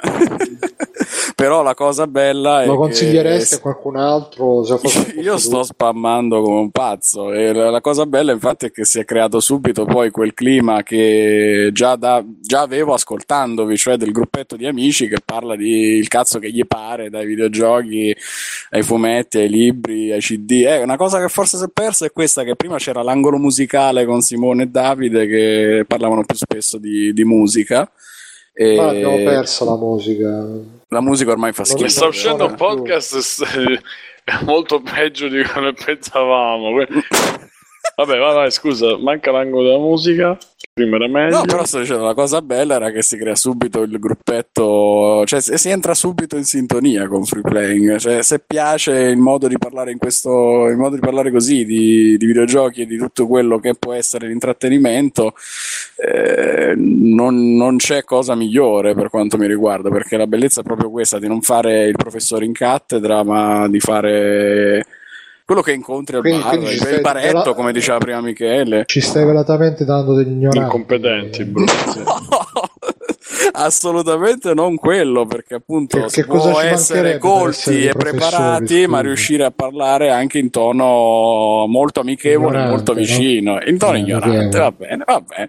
Però la cosa bella è Lo consiglieresti che a qualcun altro? Se fosse io sto spammando come un pazzo e la, la cosa bella infatti è che si è creato subito poi quel clima che già, da, già avevo ascoltandovi, cioè del gruppetto di amici che parla di il cazzo che gli pare, dai videogiochi ai fumetti, ai libri, ai C D. Eh, una cosa che forse si è persa è questa, che prima c'era l'angolo musicale con Simone e Davide che parlavano più spesso di, di musica. E... Ma abbiamo perso la musica. La musica ormai fa schifo. Mi sta uscendo un podcast è molto peggio di come pensavamo. Vabbè, vai, vai, scusa, manca l'angolo della musica. Prima era meglio. No, però sto dicendo, la cosa bella era che si crea subito il gruppetto, cioè si entra subito in sintonia con Free Playing, cioè se piace il modo di parlare in questo, il modo di parlare così di, di videogiochi e di tutto quello che può essere l'intrattenimento, eh, non, non c'è cosa migliore per quanto mi riguarda, perché la bellezza è proprio questa, di non fare il professore in cattedra, ma di fare quello che incontri al Quindi- bar, quindi ci il stai- baretto, vela- come diceva prima Michele. Ci stai velatamente dando degli ignoranti. Incompetenti, Bruno. Assolutamente non quello, perché appunto Che- si che cosa può ci essere mancherebbe per essere colti dei e preparati, professori, ma scusa. riuscire a parlare anche in tono molto amichevole, Ignorante, molto no? vicino, in tono Eh, ignorante, amichevole. va bene, va bene.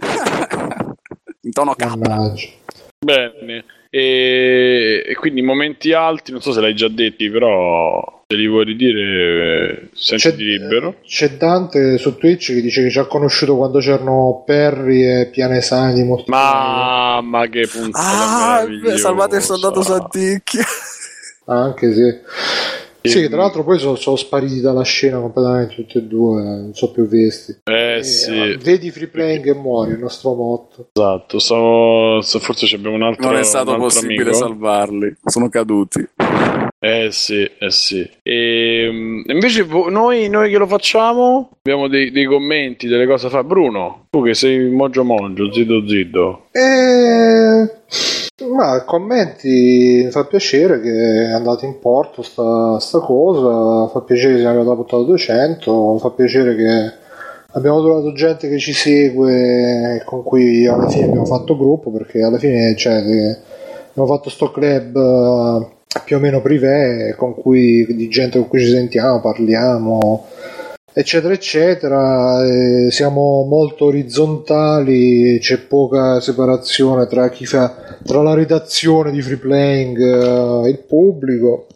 In tono capra. Mannaggia. Bene. E, e quindi momenti alti, non so se l'hai già detti, però se li vuoi ridire, sentiti libero. C'è Dante su Twitch che dice che ci ha conosciuto quando c'erano Perry e Pianesani di molto. Mamma che puntata Ah, meravigliosa. salvate il soldato Santicchia. Anche sì. Sì, tra l'altro poi sono, sono spariti dalla scena completamente tutti e due, non so più visti. Eh Eh, sì, vedi Free Playing e muori, il nostro motto. esatto. Stavo, se forse ci abbiamo un altro, Non è stato un altro possibile amico. salvarli, sono caduti. Eh sì, eh sì. E mm, invece vo- noi, noi che lo facciamo abbiamo dei, dei commenti, delle cose da fare. Bruno, tu che sei mogio mogio, zitto zitto. E... Ma commenti, mi fa piacere che è andato in porto sta, sta cosa, fa piacere che sia arrivato alla puntata duecento, mi fa piacere che abbiamo trovato gente che ci segue e con cui alla fine abbiamo fatto gruppo, perché alla fine cioè, che abbiamo fatto sto club eh, più o meno privé con cui, di gente con cui ci sentiamo, parliamo eccetera eccetera, e siamo molto orizzontali, c'è poca separazione tra chi fa tra la redazione di Free Playing e il pubblico,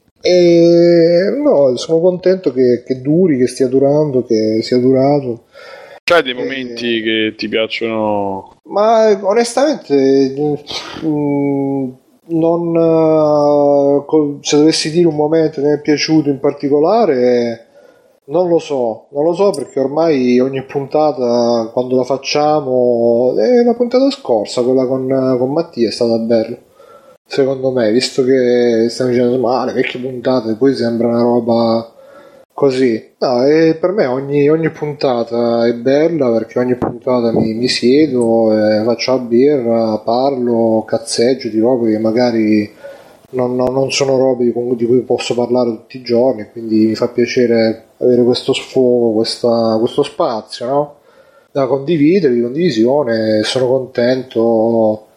e no, sono contento che, che duri, che stia durando, che sia durato. C'hai dei momenti che ti piacciono? Ma onestamente mh, non eh, co- se dovessi dire un momento che mi è piaciuto in particolare, non lo so, non lo so perché ormai ogni puntata quando la facciamo, è la puntata scorsa, quella con, con Mattia, è stata bella, secondo me, visto che stiamo dicendo ma le vecchie puntate poi sembra una roba così. No, e per me ogni, ogni puntata è bella perché ogni puntata mi, mi siedo, eh, faccio la birra, parlo, cazzeggio di robe che magari non, non, non sono robe di, di cui posso parlare tutti i giorni, quindi mi fa piacere avere questo sfogo, questa, questo spazio, no? Da condividere, di condivisione. Sono contento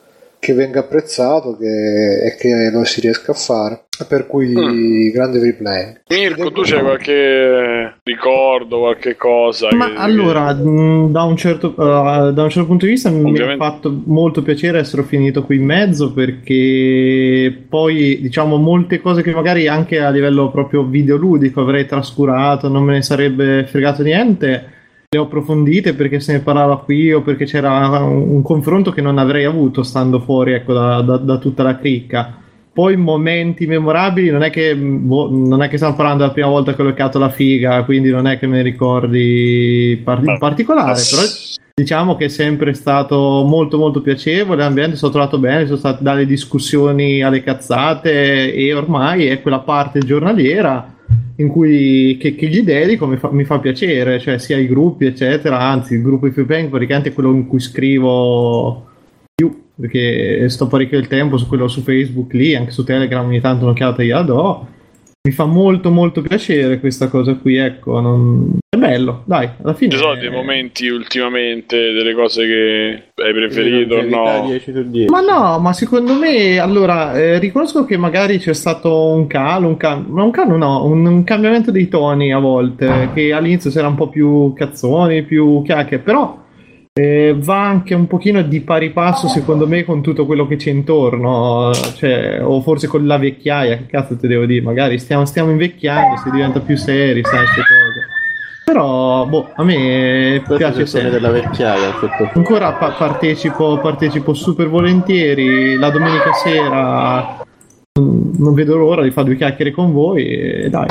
che venga apprezzato che, e che lo si riesca a fare, per cui mm. grande free playing. Mirko, tu c'hai qualche ricordo, qualche cosa? Ma che, allora, che... mh, da, un certo, uh, da un certo punto di vista Ovviamente... mi ha fatto molto piacere essere finito qui in mezzo, perché poi diciamo molte cose che magari anche a livello proprio videoludico avrei trascurato, non me ne sarebbe fregato niente, le ho approfondite perché se ne parlava qui o perché c'era un, un confronto che non avrei avuto stando fuori, ecco, da, da, da tutta la cricca. Poi momenti memorabili, non è che boh, non è che stiamo parlando della prima volta che ho leccato la figa, quindi non è che me ne ricordi par- in particolare, però diciamo che è sempre stato molto molto piacevole, l'ambiente sono trovato bene, sono state dalle discussioni alle cazzate e ormai è quella parte giornaliera in cui che, che gli dedico mi fa, mi fa piacere, cioè sia i gruppi eccetera, anzi il gruppo di Freeplaying praticamente è quello in cui scrivo più, perché sto parecchio il tempo su quello su Facebook lì, anche su Telegram ogni tanto un'occhiata io la do. Mi fa molto molto piacere questa cosa qui, ecco, non... è bello, dai, alla fine... Ci sono dei momenti ultimamente, delle cose che hai preferito o no? dieci su dieci. Ma no, ma secondo me, allora, eh, riconosco che magari c'è stato un calo, un calo, un calo no, un, un cambiamento dei toni a volte, che all'inizio si era un po' più cazzoni, più chiacchiere, però... Eh, va anche un pochino di pari passo secondo me con tutto quello che c'è intorno, cioè, o forse con la vecchiaia, che cazzo ti devo dire, magari stiamo, stiamo invecchiando, si diventa più seri, sai, queste cose. Però boh, a me Queste piace sempre sempre. della vecchiaia, Ancora pa- partecipo, partecipo super volentieri, la domenica sera non vedo l'ora di fare due chiacchiere con voi e dai,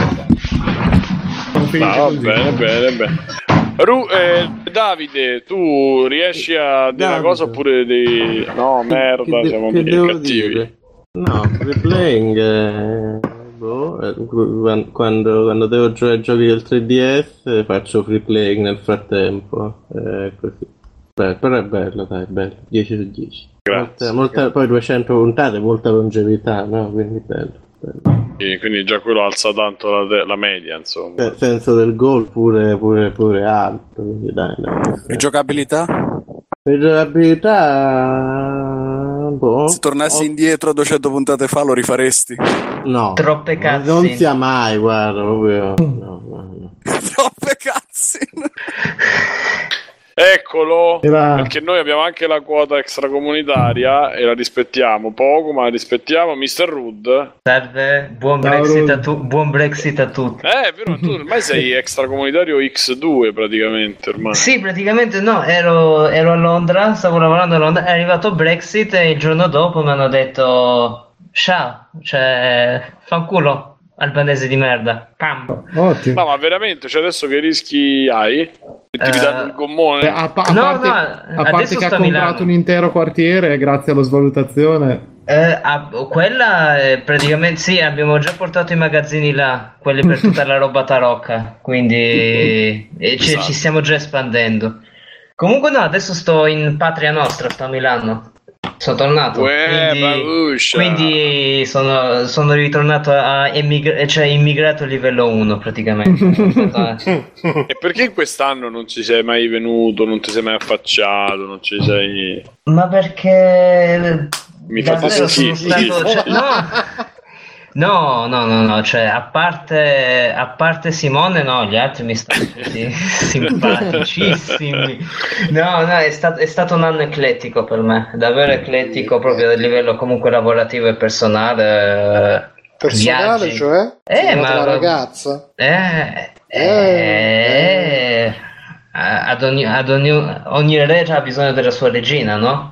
sono felice No, così. bene, bene, bene. Ru, eh, Davide, tu riesci a dire Davide. una cosa oppure devi... No, merda, Che de- siamo che devo cattivi. dire? No, Freeplaying eh, boh, eh, quando, quando devo giocare ai giochi del tre D S faccio Freeplaying nel frattempo, eh, così. Beh, però è bello, dai, è bello, dieci su dieci. Grazie. Molta, molta, poi duecento puntate, molta longevità, no? Quindi bello, bello. E quindi già quello alza tanto la, te- la media, insomma. Se- senso del gol pure, pure, pure alto, quindi dai, dai. E giocabilità? Per giocabilità, boh. Se tornassi ho- indietro duecento puntate fa lo rifaresti? No, Troppe non- cutscene. non sia mai, guarda, proprio. No, no, no. Troppe cutscene. Eccolo, Era- perché noi abbiamo anche la quota extracomunitaria e la rispettiamo poco, ma la rispettiamo. mister Rudd. Salve, buon Ciao, Brexit, a Rudy. tu- buon Brexit a tutti. Eh, è vero, tu ormai sei extracomunitario X due praticamente ormai. Sì, praticamente no, ero, ero a Londra, stavo lavorando a Londra, è arrivato Brexit e il giorno dopo mi hanno detto ciao, cioè fanculo, albanese di merda. Pam. Ottimo. No, ma veramente, cioè adesso che rischi hai? Che ti Eh, danno il gommone? Eh, a, pa- a No, parte, no, a parte adesso che ha sto a comprato Milano. un intero quartiere grazie alla svalutazione. Eh, ah, quella è praticamente sì, abbiamo già portato i magazzini là, quelli per tutta la roba tarocca, quindi e ci, Esatto. ci stiamo già espandendo. Comunque no, adesso sto in patria nostra, sto a Milano. Sono tornato, Uè, quindi, Maruscia. quindi sono, sono ritornato a emigra- cioè immigrato livello uno praticamente. Sono stato- E perché quest'anno non ci sei mai venuto, non ti sei mai affacciato, non ci sei... Ma perché Mi fate davvero schifo. sono stato, cioè, no, no, no, no, no, cioè a parte, a parte Simone, no, gli altri mi stanno tutti simpaticissimi. No, no, è stato, è stato un anno eclettico per me, davvero eclettico proprio a livello comunque lavorativo e personale. Personale, Viaggi. cioè? Eh, Sei ma- la ragazza? Eh, Eh, eh, ad ogni, ad ogni, ogni regia ha bisogno della sua regina, no?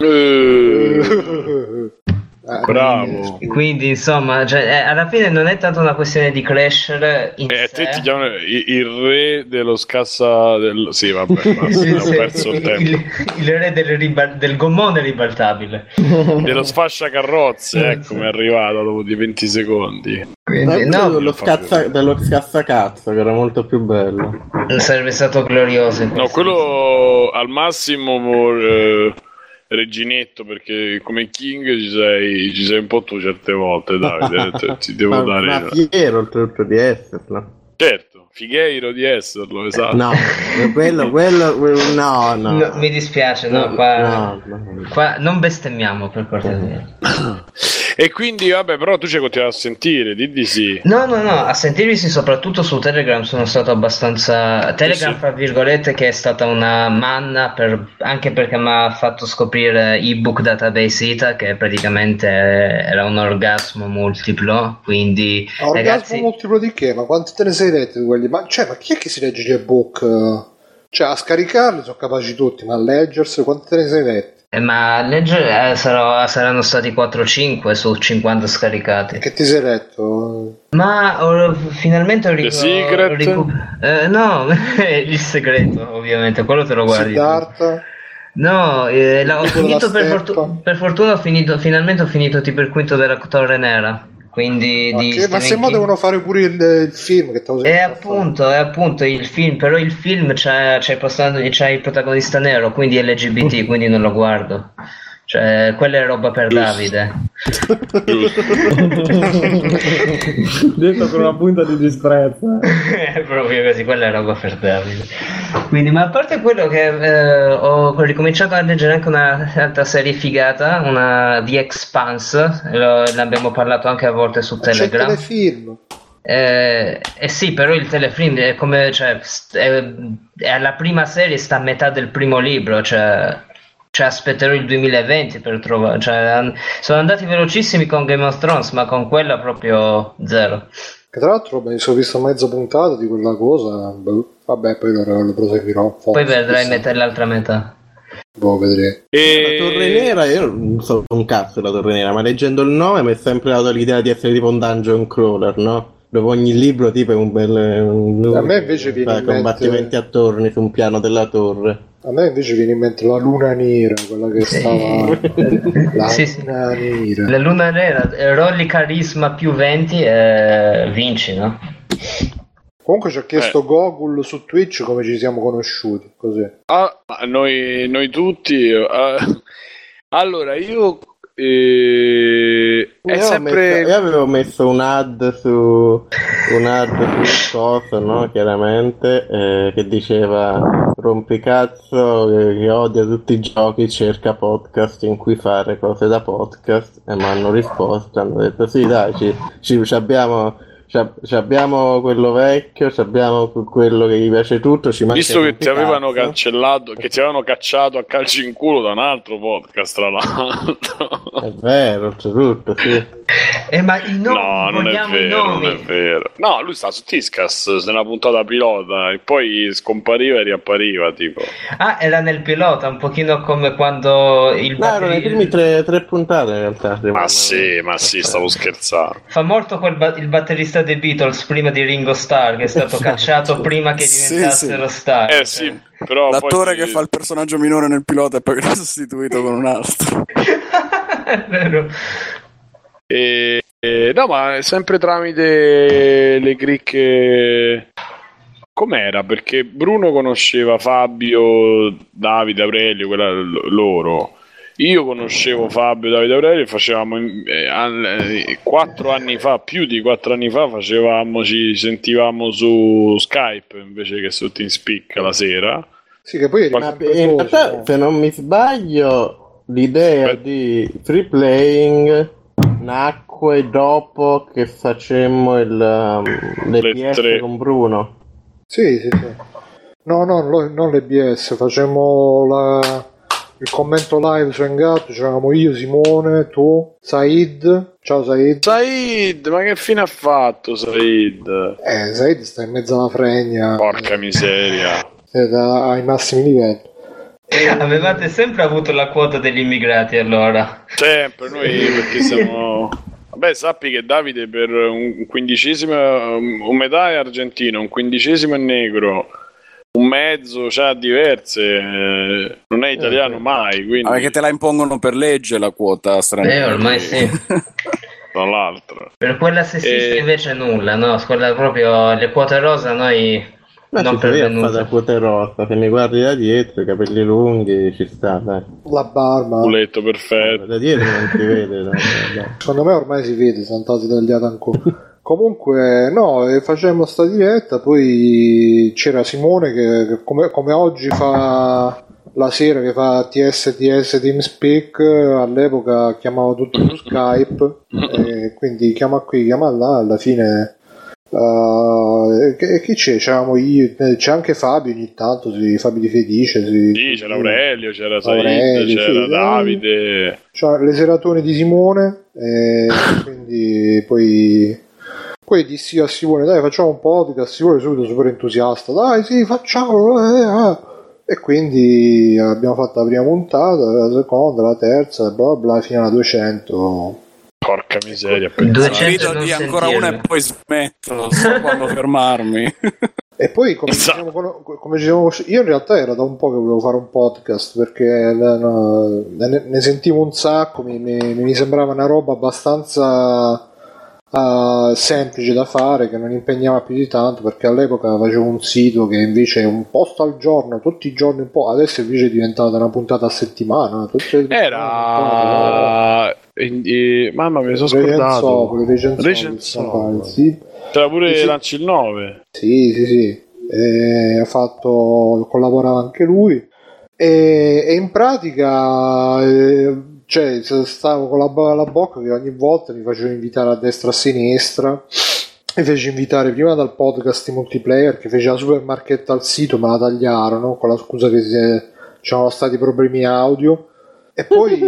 Eh, Ah, bravo. Quindi insomma, cioè, eh, alla fine non è tanto una questione di crescere in E a sé. te ti chiamano il, il re dello scassa del... Sì, vabbè, basta, Sì, ho sì, perso il tempo. il, il re del, riba- del gommone ribaltabile. Dello sfasciacarrozze, ecco, mi è arrivato dopo di venti secondi. Quindi, No, no, dello, scazza, dello scazzacazzo, che era molto più bello. sarebbe stato glorioso. in No, questo quello al massimo eh, reginetto, perché come King ci sei, ci sei un po' tu certe volte, Davide, te- ti devo ma, dare... ma fiero oltretutto di esserlo. Certo, figheiro di esserlo, esatto. No, quello, quello, quello no, no. No, mi dispiace, no, qua, no, no. qua non bestemmiamo per cortesia. E quindi, vabbè, però tu ci hai continuato a sentire, di di sì. No, no, no, a sentirvi sì, soprattutto su Telegram sono stato abbastanza... Telegram, sì. fra virgolette, che è stata una manna, per... anche perché mi ha fatto scoprire ebook database Ita, che praticamente era un orgasmo multiplo, quindi... Orgasmo ragazzi... multiplo di che? Ma quanti te ne sei letti di quelli? Ma, cioè, ma chi è che si legge gli ebook? Cioè, a scaricarli sono capaci tutti, ma a leggerseli quanti te ne sei letti? Eh, ma a leggere eh, sarò, saranno stati quattro cinque su cinquanta scaricati. Che ti sei letto? Ma ho, finalmente ho, ric- The Secret? ho ricu- eh, no, il segreto ovviamente, quello te lo guardi. Siddhartha? No, eh, la- ho Quello finito della per, steppa? fortu- per fortuna ho finito, finalmente ho finito tipo il quinto della Torre Nera. Quindi Ma, di che, ma Stephen se mo King. devono fare pure il, il film che t'avevo È sentito appunto, è appunto il film, però il film c'è, c'è, il postando- c'è il protagonista nero, quindi L G B T, quindi non lo guardo. Cioè, quella è roba per Davide. Detto con una punta di disprezzo. È proprio così, quella è roba per Davide. Quindi, ma a parte quello che eh, ho ricominciato a leggere anche un'altra serie figata, una The Expanse, lo, ne abbiamo parlato anche a volte su C'è il Telegram. telefilm. Eh, eh sì, però il telefilm è come, cioè, è, è la prima serie, sta a metà del primo libro, cioè... Cioè, aspetterò il duemilaventi per trovare. Cioè, sono andati velocissimi con Game of Thrones, ma con quella proprio zero. Che tra l'altro mi sono visto mezza puntata di quella cosa. Vabbè, poi lo, lo proseguirò. Forse, Poi vedrai chissà. metà l'altra metà. Boh, vedremo. E... La Torre Nera, io non so un cazzo della Torre Nera, ma leggendo il nome mi è sempre dato l'idea di essere tipo un dungeon crawler, no? Dove ogni libro tipo è un bel... Un, A me invece viene fa in mente- combattimenti a torni su un piano della torre. A me invece viene in mente la luna nera, quella che stava. La Sì, sì. luna nera. La luna nera, eh, rolli carisma più venti e vinci, no? Comunque ci ha chiesto Eh. Gogol su Twitch come ci siamo conosciuti. Così. Ah, noi, noi tutti. eh, allora, io. Eh, è Io, sempre. ho messo- io avevo messo un ad su un ad su cosa, no? Chiaramente, eh, che diceva rompicazzo che, che odia tutti i giochi, cerca podcast in cui fare cose da podcast, e mi hanno risposto, hanno detto sì dai, ci, ci, ci abbiamo ci ab- ci abbiamo quello vecchio, ci abbiamo quello che gli piace tutto, ci manca Visto il che ti avevano rompicazzo. cancellato, che ti avevano cacciato a calci in culo da un altro podcast, tra l'altro. È vero, oltretutto, sì. Eh, ma i nomi, No, non è vogliamo i vero, nomi. non è vero. No, lui sta su Tiscas, nella puntata pilota, e poi scompariva e riappariva, tipo. Ah, era nel pilota, un pochino come quando il No, erano i batteri- primi tre, tre puntate in realtà. Ma sì, ma sì, stavo scherzando. Fa molto quel ba- il batterista dei Beatles prima di Ringo Starr, che è stato cacciato prima che Sì, diventassero sì. star. Eh sì, però L'attore poi... che fa il personaggio minore nel pilota e poi viene sostituito con un altro. È vero. E, e- no, ma è sempre tramite le cricche. Com'era? Perché Bruno conosceva Fabio, Davide, Aurelio, quella, l- loro. Io conoscevo Fabio, Davide, Aurelio e facevamo eh, an- eh, quattro anni fa, più di quattro anni fa, facevamo, ci sentivamo su Skype invece che su TeamSpeak la sera. Sì, che poi eri Ma sempre In tu, realtà, no? se non mi sbaglio, l'idea Aspetta. di free playing nacque dopo che facemmo il, um, le Le P S tre. con Bruno. Sì, sì, sì. No, no, lo- non le B S, facemmo la- il commento live su Hangout, c'eravamo io, Simone, tu, Said. Ciao Said. Said, ma che fine ha fatto Said? Eh, Said sta in mezzo alla fregna. Porca miseria. eh, da- ai massimi livelli. Avevate sempre avuto la quota degli immigrati allora. Sempre noi perché siamo... Vabbè, sappi che Davide per un quindicesimo, un metà è argentino, un quindicesimo è negro, un mezzo c'ha diverse, eh, non è italiano mai, quindi Ma perché te la impongono per legge la quota straniera? Eh, ormai sì. tra l'altro. Per quella sessista Eh. invece nulla, no? Quella proprio le quote rosa noi Ma non ci provi a fare da pervenute. quote rosa, se mi guardi da dietro, i capelli lunghi, ci sta, dai. La barba. Culetto perfetto. Da dietro non si vede, dai, dai, dai. Secondo me ormai si vede, sono stati tagliati ancora. Comunque, no, eh, facemmo sta diretta, poi c'era Simone che, che come, come oggi fa la sera, che fa T S T S TeamSpeak, all'epoca chiamavo tutto su Skype, e quindi chiama qui, chiama là, alla fine uh, che, chi c'è? C'eravamo io, c'è anche Fabio ogni tanto, sì, Fabio di Felice, sì, sì, c'era Aurelio, c'era Aurelio, Said, c'era sì, Davide, c'era le seratone di Simone, e quindi poi Poi dissi a Simone, dai, facciamo un podcast. Simone subito super entusiasta, dai, sì, facciamo. Eh, eh. E quindi abbiamo fatto la prima puntata, la seconda, la terza, bla bla, fino alla duecento. Porca miseria, duecento di ancora una e poi smetto, non so quando fermarmi. E poi come, esatto. ci siamo, come ci siamo, io in realtà era da un po' che volevo fare un podcast, perché no, ne, ne sentivo un sacco, mi, mi, mi sembrava una roba abbastanza Uh, semplice da fare, che non impegnava più di tanto, perché all'epoca facevo un sito che invece è un post al giorno, tutti i giorni un po', adesso invece è diventata una puntata a settimana, tutte le era eh, mamma mi sono scordato Recensopoli, sì. c'era pure sì. Lanci il nove, sì sì sì e ha fatto, collaborava anche lui, e, e in pratica eh, cioè stavo con la, bo- la bocca che ogni volta mi facevo invitare a destra a sinistra, mi fece invitare prima dal podcast di multiplayer che fece la supermarchetta al sito, ma la tagliarono con la scusa che c'erano stati problemi audio, e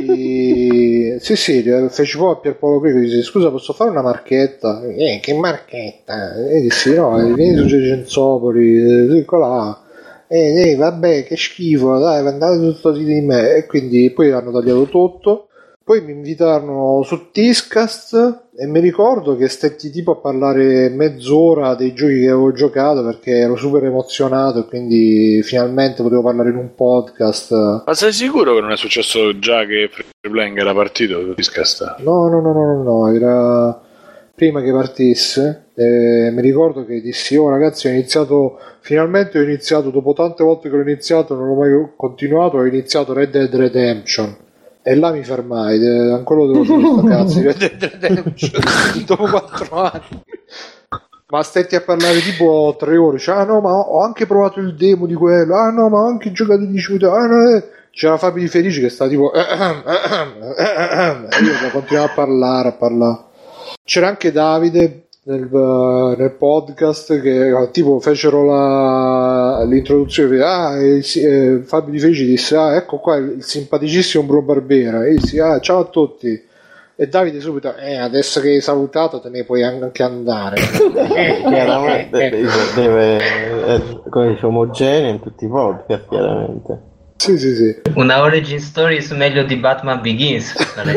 poi sì sì feci poi a Pierpaolo Greco, disse scusa posso fare una marchetta, eh, che marchetta, e dissi no, vieni su Recensopoli, sì, là. Eh, eh, vabbè, che schifo, dai, andate su sto sito di me. E quindi poi hanno tagliato tutto. Poi mi invitarono su Tiscast e mi ricordo che stetti tipo a parlare mezz'ora dei giochi che avevo giocato, perché ero super emozionato e quindi finalmente potevo parlare in un podcast. Ma sei sicuro che non è successo già che Freeplaying era partito su Tiscast? No, no, no, no, no, no, era prima che partisse. Eh, mi ricordo che dissi oh ragazzi, ho iniziato finalmente ho iniziato dopo tante volte che ho iniziato, non ho mai continuato, ho iniziato Red Dead Redemption, e là mi fermai, eh, ancora lo devo dire sto cazzo di Red Dead Redemption dopo quattro anni, ma stetti a parlare tipo tre ore, cioè, ah no ma ho anche provato il demo di quello, ah no ma ho anche giocato dieci minuti, ah no eh. C'era Fabio di Felice che sta tipo eh, eh, eh, eh, eh. Io continuavo a parlare a parlare c'era anche Davide Nel, uh, nel podcast che tipo fecero la, l'introduzione, ah, eh, eh, Fabio Di Felici disse ah ecco qua il, il simpaticissimo Bruno Barbera, e disse ah ciao a tutti, e Davide subito eh adesso che hai salutato te ne puoi anche andare. Chiaramente deve, deve essere omogeneo in tutti i podcast, chiaramente. Sì sì sì, una origin story su meglio di Batman Begins.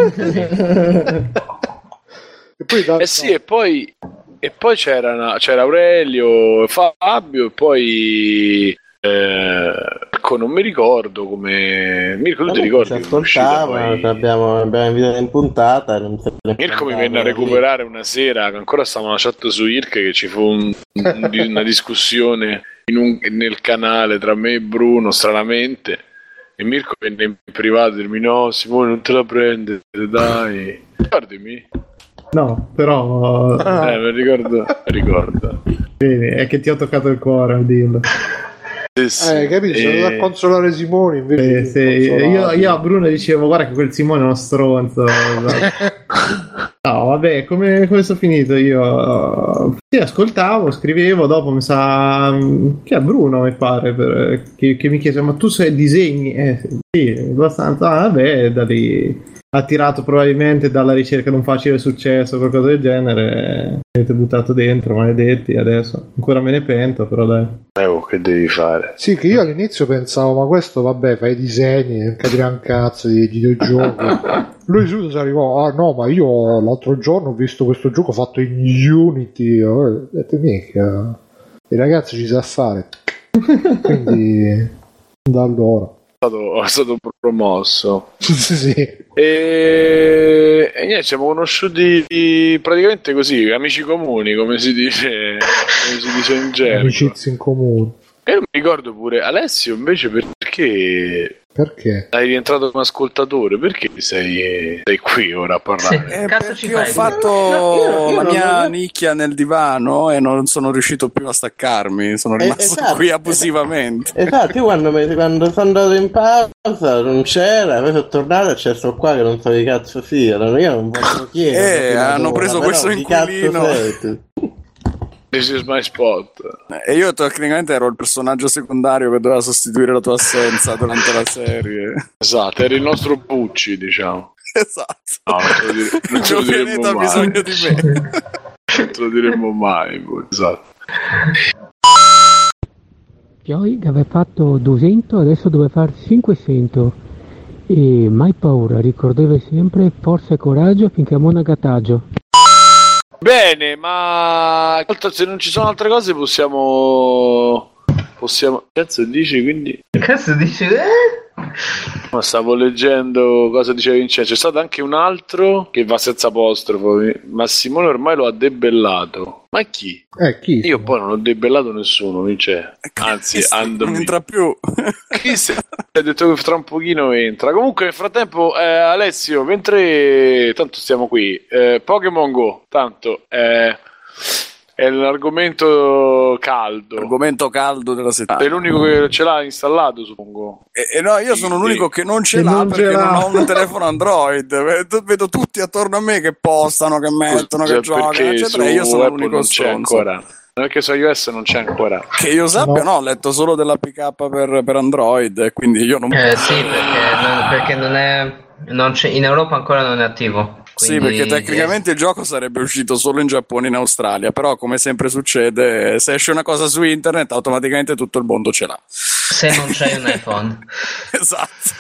E poi da... eh sì, no. e poi e poi c'era, una, c'era Aurelio, Fabio, e poi eh, ecco, non mi ricordo come Mirko, tu ti ricordi? Ci ascoltava, poi... abbiamo, abbiamo invitato in puntata. Non Mirko mi venne a recuperare una sera che ancora stavamo alla chat su I R C, che ci fu un, un, una discussione in un, nel canale tra me e Bruno, stranamente, e Mirko venne in privato e dirmi no Simone non te la prendere, dai, guardami. No, però... Eh, mi ricordo, ricordo. Bene, è che ti ho toccato il cuore a dirlo. Eh, sì. eh capito, sono andato a consolare Simone invece. Eh, sì. io, io a Bruno dicevo guarda che quel Simone è uno stronzo. No, vabbè, come, come sono finito io? Sì, ascoltavo, scrivevo, dopo mi sa... Che è Bruno, mi pare, per, che, che mi chiese ma tu sei disegni? Eh, sì, abbastanza. Ah, vabbè, da lì... attirato probabilmente dalla ricerca di un facile successo o qualcosa del genere, avete buttato dentro, maledetti, adesso ancora me ne pento, però dai. Eh, oh, che devi fare? Sì, che io all'inizio pensavo ma questo vabbè fa i disegni, non capirà un cazzo di videogiochi. Lui subito si arrivò, ah no ma io l'altro giorno ho visto questo gioco fatto in Unity, ho detto mica i ragazzi ci sa fare. Quindi da allora È stato, è stato promosso. sì. E, e niente, siamo conosciuti praticamente così, amici comuni, come si dice, come si dice in gergo. Amicizie in comune. E non mi ricordo pure Alessio invece perché Perché? Sei rientrato come ascoltatore, perché sei, sei qui ora a parlare? Sì. Eh, perché ho fatto no, io, io la mia non... nicchia nel divano e non sono riuscito più a staccarmi, sono rimasto eh, esatto, qui abusivamente. Esatto, io quando, mi, quando sono andato in pausa non c'era, poi sono tornato e c'è sto qua che non so che cazzo sia, io non posso chiedere. Eh, hanno preso questo inquilino. This is my spot. E io tecnicamente ero il personaggio secondario che doveva sostituire la tua assenza durante la serie. Esatto, eri il nostro Pucci, diciamo. Esatto. No, non te lo, dire, non te lo diremmo mai. Bisogno di me. Non te lo diremmo mai. Esatto. Poi aveva fatto duecento, adesso deve fare cinquecento. E mai paura, ricordava sempre forza e coraggio finché a monagataggio. Bene, ma se non ci sono altre cose possiamo possiamo cazzo dici quindi cazzo dici eh? Ma stavo leggendo cosa diceva Vincenzo, c'è stato anche un altro che va senza apostrofo, ma Simone ormai lo ha debellato. Ma chi? Eh, chi? Io poi non ho debellato nessuno, Vincenzo. Anzi, ando non entra più. Chi si ha detto che tra un pochino entra. Comunque nel frattempo eh, Alessio, mentre tanto stiamo qui, eh, Pokémon Go, tanto eh, è l'argomento caldo. Argomento caldo della settimana. È l'unico che ce l'ha installato, suppongo. E, e no, io sono l'unico che non ce che l'ha non perché ce l'ha. non ho un telefono Android. Vedo tutti attorno a me che postano, che mettono, cioè, che giocano, eccetera. E io sono Apple l'unico non c'è ancora. Perché su iOS non c'è ancora. Che io sappia, no, no ho letto solo della P K per, per Android, quindi io non eh, sì, perché non, perché non è non c'è, in Europa ancora non è attivo. Quindi... Sì, perché tecnicamente il gioco sarebbe uscito solo in Giappone e in Australia, però come sempre succede, se esce una cosa su internet automaticamente tutto il mondo ce l'ha. Se non c'hai un iPhone. Esatto.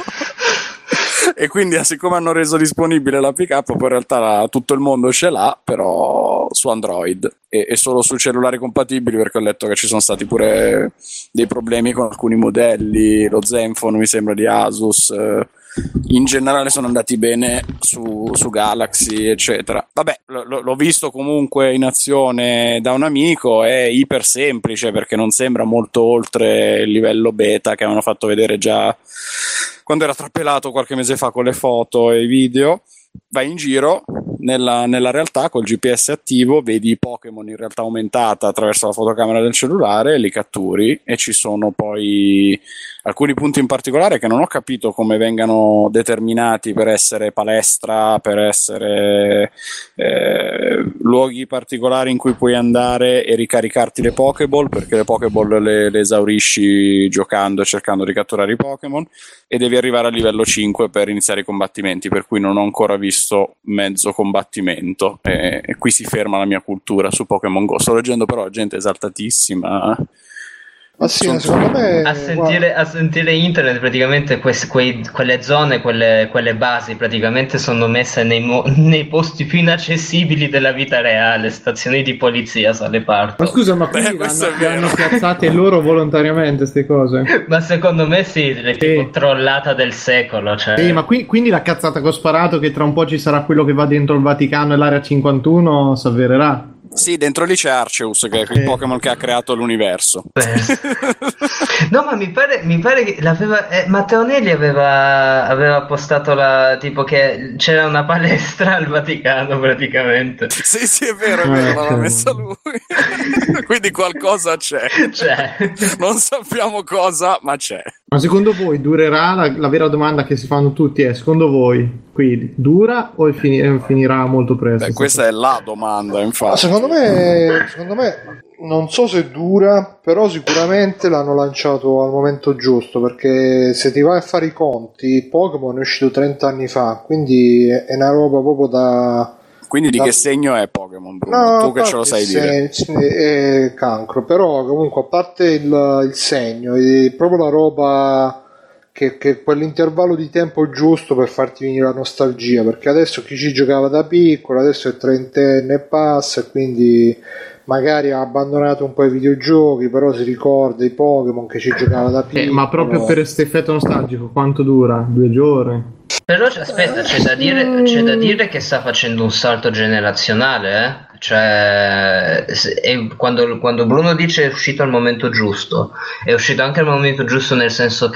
E quindi siccome hanno reso disponibile la P K, poi in realtà la, tutto il mondo ce l'ha, però su Android e, e solo su cellulari compatibili, perché ho letto che ci sono stati pure dei problemi con alcuni modelli, lo Zenfone mi sembra di Asus, eh, in generale sono andati bene su, su Galaxy eccetera. Vabbè, l- l'ho visto comunque in azione da un amico, è iper semplice perché non sembra molto oltre il livello beta che avevano fatto vedere già quando era trappelato qualche mese fa con le foto e i video. Vai in giro nella, nella realtà col G P S attivo, vedi i Pokémon in realtà aumentata attraverso la fotocamera del cellulare, li catturi e ci sono poi alcuni punti in particolare che non ho capito come vengano determinati per essere palestra, per essere eh, luoghi particolari in cui puoi andare e ricaricarti le Pokéball, perché le Pokéball le, le esaurisci giocando e cercando di catturare i Pokémon, e devi arrivare a livello cinque per iniziare i combattimenti, per cui non ho ancora visto mezzo combattimento e, e qui si ferma la mia cultura su Pokémon Go. Sto leggendo però gente esaltatissima. Ma sì, secondo me a sentire, a sentire internet praticamente questi, quei, quelle zone, quelle, quelle basi praticamente sono messe nei, mo, nei posti più inaccessibili della vita reale, stazioni di polizia sale parto. Ma scusa, ma quindi le hanno piazzate loro volontariamente queste cose? Ma secondo me sì, è sì. tipo trollata del secolo, cioè. Sì, ma qui, quindi la cazzata che ho sparato che tra un po' ci sarà quello che va dentro il Vaticano e l'area cinquantuno si avvererà? Sì, dentro lì c'è Arceus, che è il Pokémon che ha creato l'universo. No, ma mi pare, mi pare che l'aveva, eh, Matteo Nelli aveva, aveva postato la, tipo che c'era una palestra al Vaticano praticamente. Sì, sì, è vero, è vero, l'aveva messa lui. Quindi qualcosa c'è. C'è. Non sappiamo cosa, ma c'è. Ma secondo voi durerà? La, la vera domanda che si fanno tutti è: secondo voi qui dura o fini, finirà molto presto? Beh, questa è la domanda, infatti. Secondo me, secondo me non so se dura, però sicuramente l'hanno lanciato al momento giusto, perché se ti vai a fare i conti, Pokémon è uscito trenta anni fa, quindi è una roba proprio da... Quindi di da... che segno è Pokémon, Bruno? No, tu che ce lo sai dire? È cancro, però comunque a parte il, il segno, è proprio la roba che, che quell'intervallo di tempo giusto per farti venire la nostalgia, perché adesso chi ci giocava da piccolo adesso è trentenne e passa, e quindi magari ha abbandonato un po' i videogiochi, però si ricorda i Pokémon che ci giocava da piccolo. Eh, ma proprio per questo effetto nostalgico quanto dura? Due giorni? Però aspetta, c'è da dire, c'è da dire che sta facendo un salto generazionale, eh? Cioè, è, quando, quando Bruno dice è uscito al momento giusto, è uscito anche al momento giusto nel senso che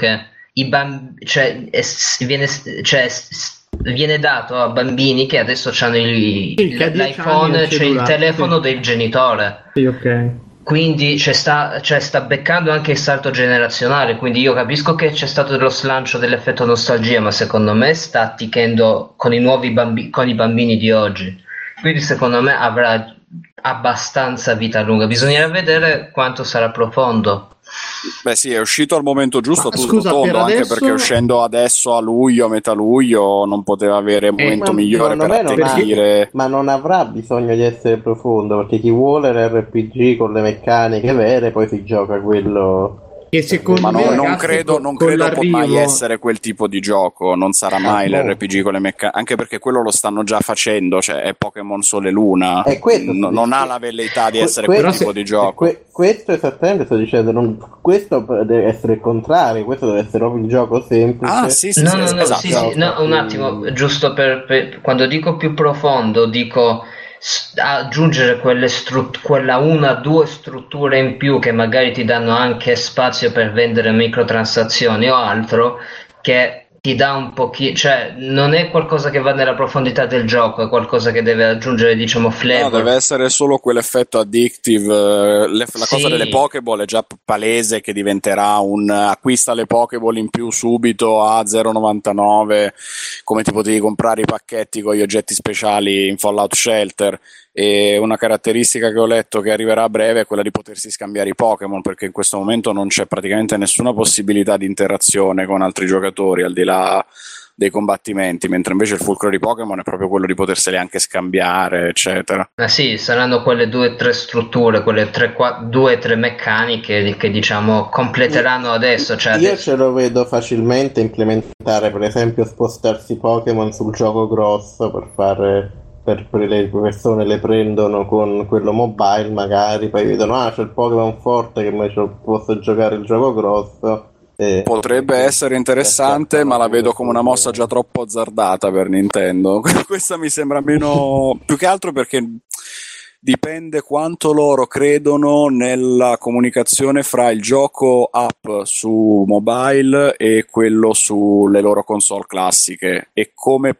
i bamb- cioè, è, viene, cioè, viene dato a bambini che adesso hanno il, Sì, che a dieci l'iPhone, anni il c'è il cellulare, telefono sì. del genitore. Sì, ok. Quindi cioè, sta, cioè, sta beccando anche il salto generazionale. Quindi io capisco che c'è stato lo slancio dell'effetto nostalgia, ma secondo me sta attichendo con i nuovi bambi- con i bambini di oggi. Quindi secondo me avrà abbastanza vita lunga. Bisognerà vedere quanto sarà profondo. Beh sì, è uscito al momento giusto, Ma tutto scusa, tondo, per anche adesso- perché uscendo adesso a luglio, a metà luglio, non poteva avere Eh, momento Ma migliore secondo per me non ha- attecchire. ma non avrà bisogno di essere profondo, perché chi vuole l'R P G con le meccaniche vere poi si gioca quello. Che secondo Ma me, non, non ragazzi, credo, con- non con credo può mai l'arrivo- essere quel tipo di gioco, non sarà mai boh. l'R P G con le meccaniche, anche perché quello lo stanno già facendo, cioè è Pokémon Sole Luna, È questo, no- sto non ha dicendo. la velleità di Que- essere que- quel però tipo se- di gioco. Que- questo esattamente sto dicendo, non- questo deve essere il contrario, questo deve essere proprio il gioco semplice. Ah sì sì, No, sì, no, no, esatto. sì, sì, no, un attimo, giusto per, per- quando dico più profondo, dico s- aggiungere quelle strut- quella una, due strutture in più che magari ti danno anche spazio per vendere microtransazioni o altro, che ti dà un pochino, cioè non è qualcosa che va nella profondità del gioco, è qualcosa che deve aggiungere, diciamo, No, flavor. deve essere solo quell'effetto addictive. eh, le- la Sì. cosa delle Pokéball è già p- palese che diventerà un eh, acquista le Pokéball in più subito a zero virgola novantanove, come ti potevi comprare i pacchetti con gli oggetti speciali in Fallout Shelter. E una caratteristica che ho letto che arriverà a breve è quella di potersi scambiare i Pokémon, perché in questo momento non c'è praticamente nessuna possibilità di interazione con altri giocatori al di là dei combattimenti, mentre invece il fulcro di Pokémon è proprio quello di poterseli anche scambiare, eccetera. Ah sì, saranno quelle due o tre strutture, quelle tre, qua- due o tre meccaniche di- che diciamo completeranno adesso. Cioè Io adesso- ce lo vedo facilmente implementare, per esempio spostarsi Pokémon sul gioco grosso per fare, per, per le persone le prendono con quello mobile magari, poi vedono ah c'è il Pokémon forte che invece posso giocare il gioco grosso. e- Potrebbe essere interessante, ma la vedo come una mossa già troppo azzardata per Nintendo. Questa mi sembra meno, più che altro perché dipende quanto loro credono nella comunicazione fra il gioco app su mobile e quello sulle loro console classiche, e come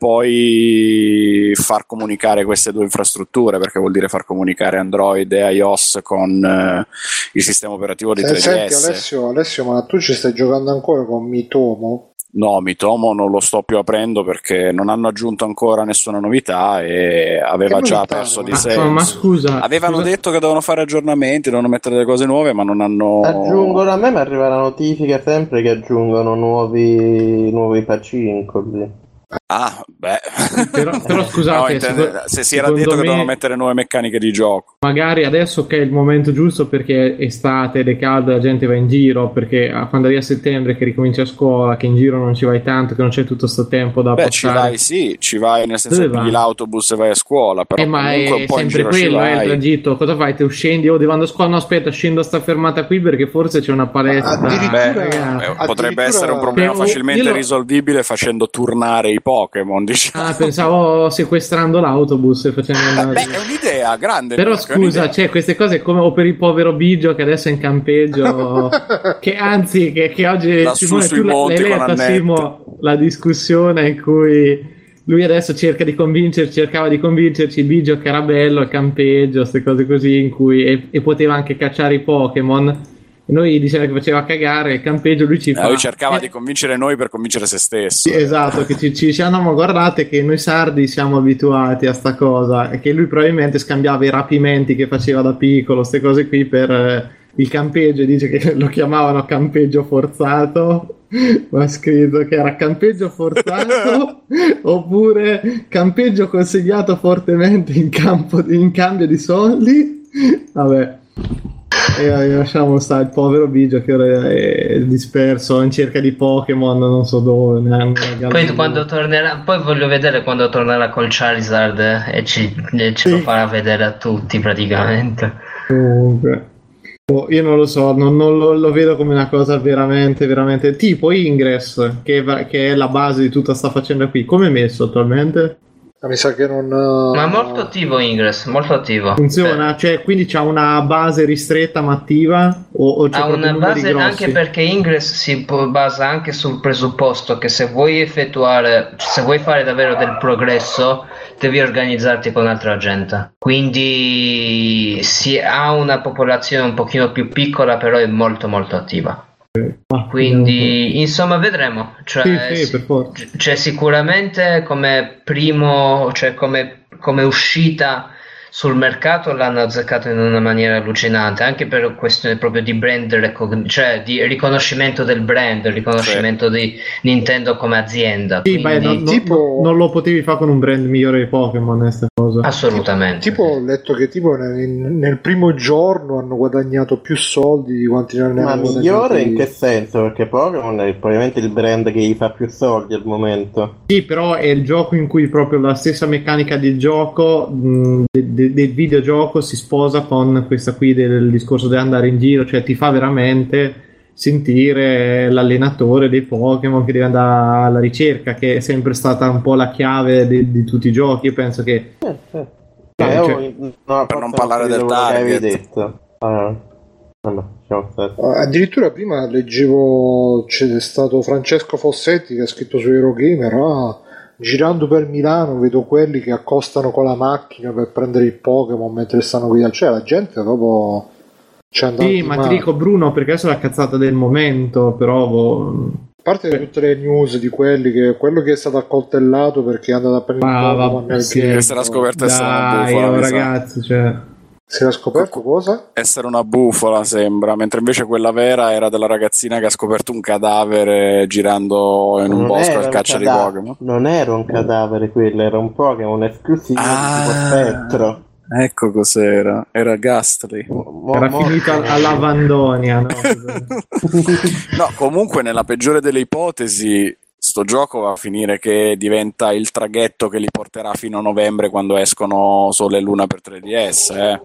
poi far comunicare queste due infrastrutture, perché vuol dire far comunicare Android e iOS con eh, il sistema operativo di Eh, tre D S. senti Alessio, Alessio, ma tu ci stai giocando ancora con Mitomo? No, Mitomo non lo sto più aprendo perché non hanno aggiunto ancora nessuna novità e aveva Che già novità, perso di ma- senso. Ma, ma scusa, Avevano scusa- detto che dovevano fare aggiornamenti, dovevano mettere delle cose nuove, ma non hanno. Aggiungono, a me mi arriva la notifica sempre che aggiungono nuovi, nuovi pacincoli. Ah, beh. Però, però scusate, No, intende- seco- se si era secondo detto che me- dovevano mettere nuove meccaniche di gioco. magari adesso che è il momento giusto perché è estate ed è caldo, la gente va in giro, perché a- quando arriva settembre che ricomincia a scuola, che in giro non ci vai tanto, che non c'è tutto sto tempo da Beh, ci passare. vai, sì, ci vai nel senso Dove che pigli vai? l'autobus e vai a scuola, però Eh, ma comunque è un po' in sempre giro ci quello, è il vai. tragitto. Cosa fai? Te scendi? Oh, devo andare a scuola? No, aspetta, scendo a sta fermata qui perché forse c'è una palestra. Addirittura- Beh, ragazzi. eh, potrebbe addirittura- essere un problema Beh, facilmente io lo- risolvibile facendo turnare i Pokémon, diciamo. Ah, pensavo sequestrando l'autobus e facendo andare. Beh, è un'idea grande. Però Mirko, è scusa, un'idea. cioè, queste cose come o per il povero Bigio che adesso è in campeggio, che anzi, che, che oggi Lassù Simone, sui tu l'hai monti con letta, Annette. Simo, la discussione in cui lui adesso cerca di convincerci, cercava di convincerci Bigio che era bello, il campeggio, queste cose così, in cui e, e poteva anche cacciare i Pokémon. E noi diceva che faceva cagare il campeggio, lui ci Eh, fa. lui cercava eh, di convincere noi per convincere se stesso. Sì, esatto, che ci, ci diceva no ma guardate che noi sardi siamo abituati a sta cosa, e che lui probabilmente scambiava i rapimenti che faceva da piccolo, queste cose qui per eh, il campeggio, e dice che lo chiamavano campeggio forzato, ma ha scritto che era campeggio forzato oppure campeggio consigliato fortemente in, campo, in cambio di soldi. Vabbè. E lasciamo stare il povero Bigio che ora è disperso in cerca di Pokémon, non so dove. neanche- Poi quando tornerà, poi voglio vedere quando tornerà col Charizard eh, e ci, e ce lo Sì. farà vedere a tutti praticamente. Comunque, boh, io non lo so, non, non lo, lo vedo come una cosa veramente, veramente tipo Ingress, che, va- che è la base di tutta sta faccenda qui. Come è messo attualmente? Mi sa che non... Ma molto attivo Ingress, molto attivo. Funziona? Cioè, quindi c'ha una base ristretta ma attiva? O, o c'è ha una base grossi? Anche perché Ingress si basa anche sul presupposto che se vuoi effettuare, se vuoi fare davvero del progresso, devi organizzarti con altra gente. Quindi si ha una popolazione un pochino più piccola, però è molto molto attiva. Quindi insomma vedremo, cioè, sì, sì, per forza. Cioè sicuramente come primo, cioè come, come uscita sul mercato l'hanno azzeccato in una maniera allucinante, anche per questione proprio di brand recogn- cioè di riconoscimento del brand, riconoscimento sì. di Nintendo come azienda. Sì, Quindi... beh, non, tipo... non lo potevi fare con un brand migliore di Pokémon, questa cosa. Assolutamente. Tipo, tipo ho letto che tipo nel, nel primo giorno hanno guadagnato più soldi di quanti ne hanno Ma guadagnati. migliore in che senso? Perché Pokémon è probabilmente il brand che gli fa più soldi al momento. Sì, però è il gioco in cui proprio la stessa meccanica di gioco mh, de, de, del videogioco si sposa con questa qui del discorso di andare in giro, cioè ti fa veramente sentire l'allenatore dei Pokémon che deve andare alla ricerca, che è sempre stata un po' la chiave di, di tutti i giochi. Io penso che eh, eh. Eh, eh, cioè... no, per non parlare del target target detto. Ah, vabbè, addirittura prima leggevo, c'è stato Francesco Fossetti che ha scritto su Eurogamer, ah, girando per Milano vedo quelli che accostano con la macchina per prendere il Pokémon mentre stanno guidando, cioè la gente dopo c'è andato. Sì, ma ti dico Bruno, perché adesso è la cazzata del momento, però vo... a parte tutte le news di quelli che quello che è stato accoltellato perché è andato a prendere ah, il Pokémon nel sì, game, essere scoperto essere una dai, bufola, oh, ragazzi, cioè si era scoperto cosa? Essere una bufola sembra, mentre invece quella vera era della ragazzina che ha scoperto un cadavere girando in un non bosco al un caccia cada- di Pokémon. Non era un cadavere quello, era un Pokémon esclusivo ah, tipo spettro. Ecco cos'era, era Ghastly. Mo- era mo- finito all'Avandonia, no? No, comunque nella peggiore delle ipotesi sto gioco va a finire che diventa il traghetto che li porterà fino a novembre quando escono Sole e Luna per tre D S, eh.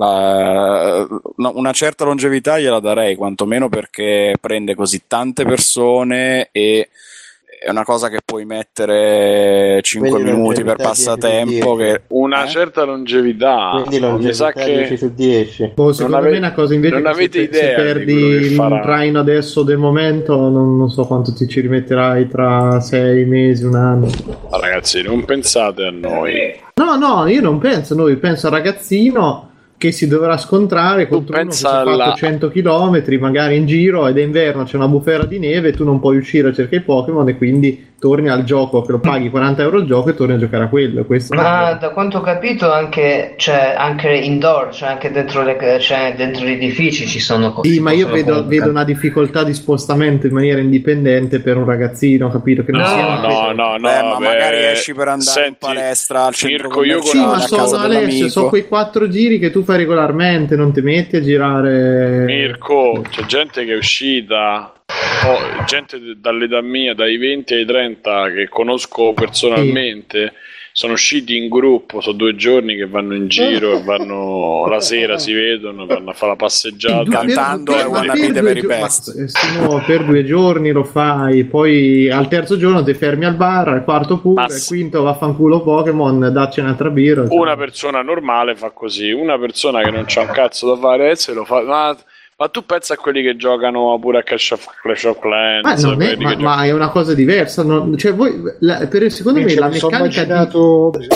La, una certa longevità gliela darei, quantomeno perché prende così tante persone e è una cosa che puoi mettere cinque Quindi minuti per passatempo che... una eh? certa longevità. Quindi longevità mi sa che dieci su dieci. Boh, secondo ave- me è una cosa invece non che avete se, idea se di perdi quello che il farà. traino adesso del momento non, non so quanto ti ci rimetterai tra sei mesi, un anno. Ma ragazzi, non pensate a noi. No, no, io non penso a noi, penso al ragazzino che si dovrà scontrare contro uno che si è alla... fatto cento chilometri magari in giro ed è inverno, c'è una bufera di neve e tu non puoi uscire a cercare i Pokémon e quindi torni al gioco che lo paghi quaranta euro il gioco e torni a giocare a quello. Questo ma è... da quanto ho capito anche, cioè, anche indoor, cioè anche dentro, le, cioè dentro gli edifici ci sono cose. Sì, ma io vedo, vedo una difficoltà di spostamento in maniera indipendente per un ragazzino, capito? Che non No, sia no, no, no, Beh, ma beh, magari esci per andare senti, in palestra al centro Mirko, io sì, commerciale, ma a sono casa Alessio, dell'amico. sono quei quattro giri che tu fai regolarmente, non ti metti a girare. Mirko, c'è gente che è uscita, oh, gente dall'età mia, dai venti ai trenta che conosco personalmente, sì. Sono usciti in gruppo, sono due giorni che vanno in giro e vanno la sera, si vedono, vanno a fare la passeggiata cantando e Wanna Be the Very Best. Ma, per due giorni lo fai, poi al terzo giorno ti fermi al bar, al quarto pure, al quinto vaffanculo Pokémon, dacci un'altra birra. Una persona normale fa così, una persona che non c'ha un cazzo da fare se lo fa. Ma, ma tu pensa a quelli che giocano pure a Clash of, Clash of Clans? Ma, non è, ma, ma è una cosa diversa. Non, cioè voi, la, per, secondo me la meccanica immaginato... di...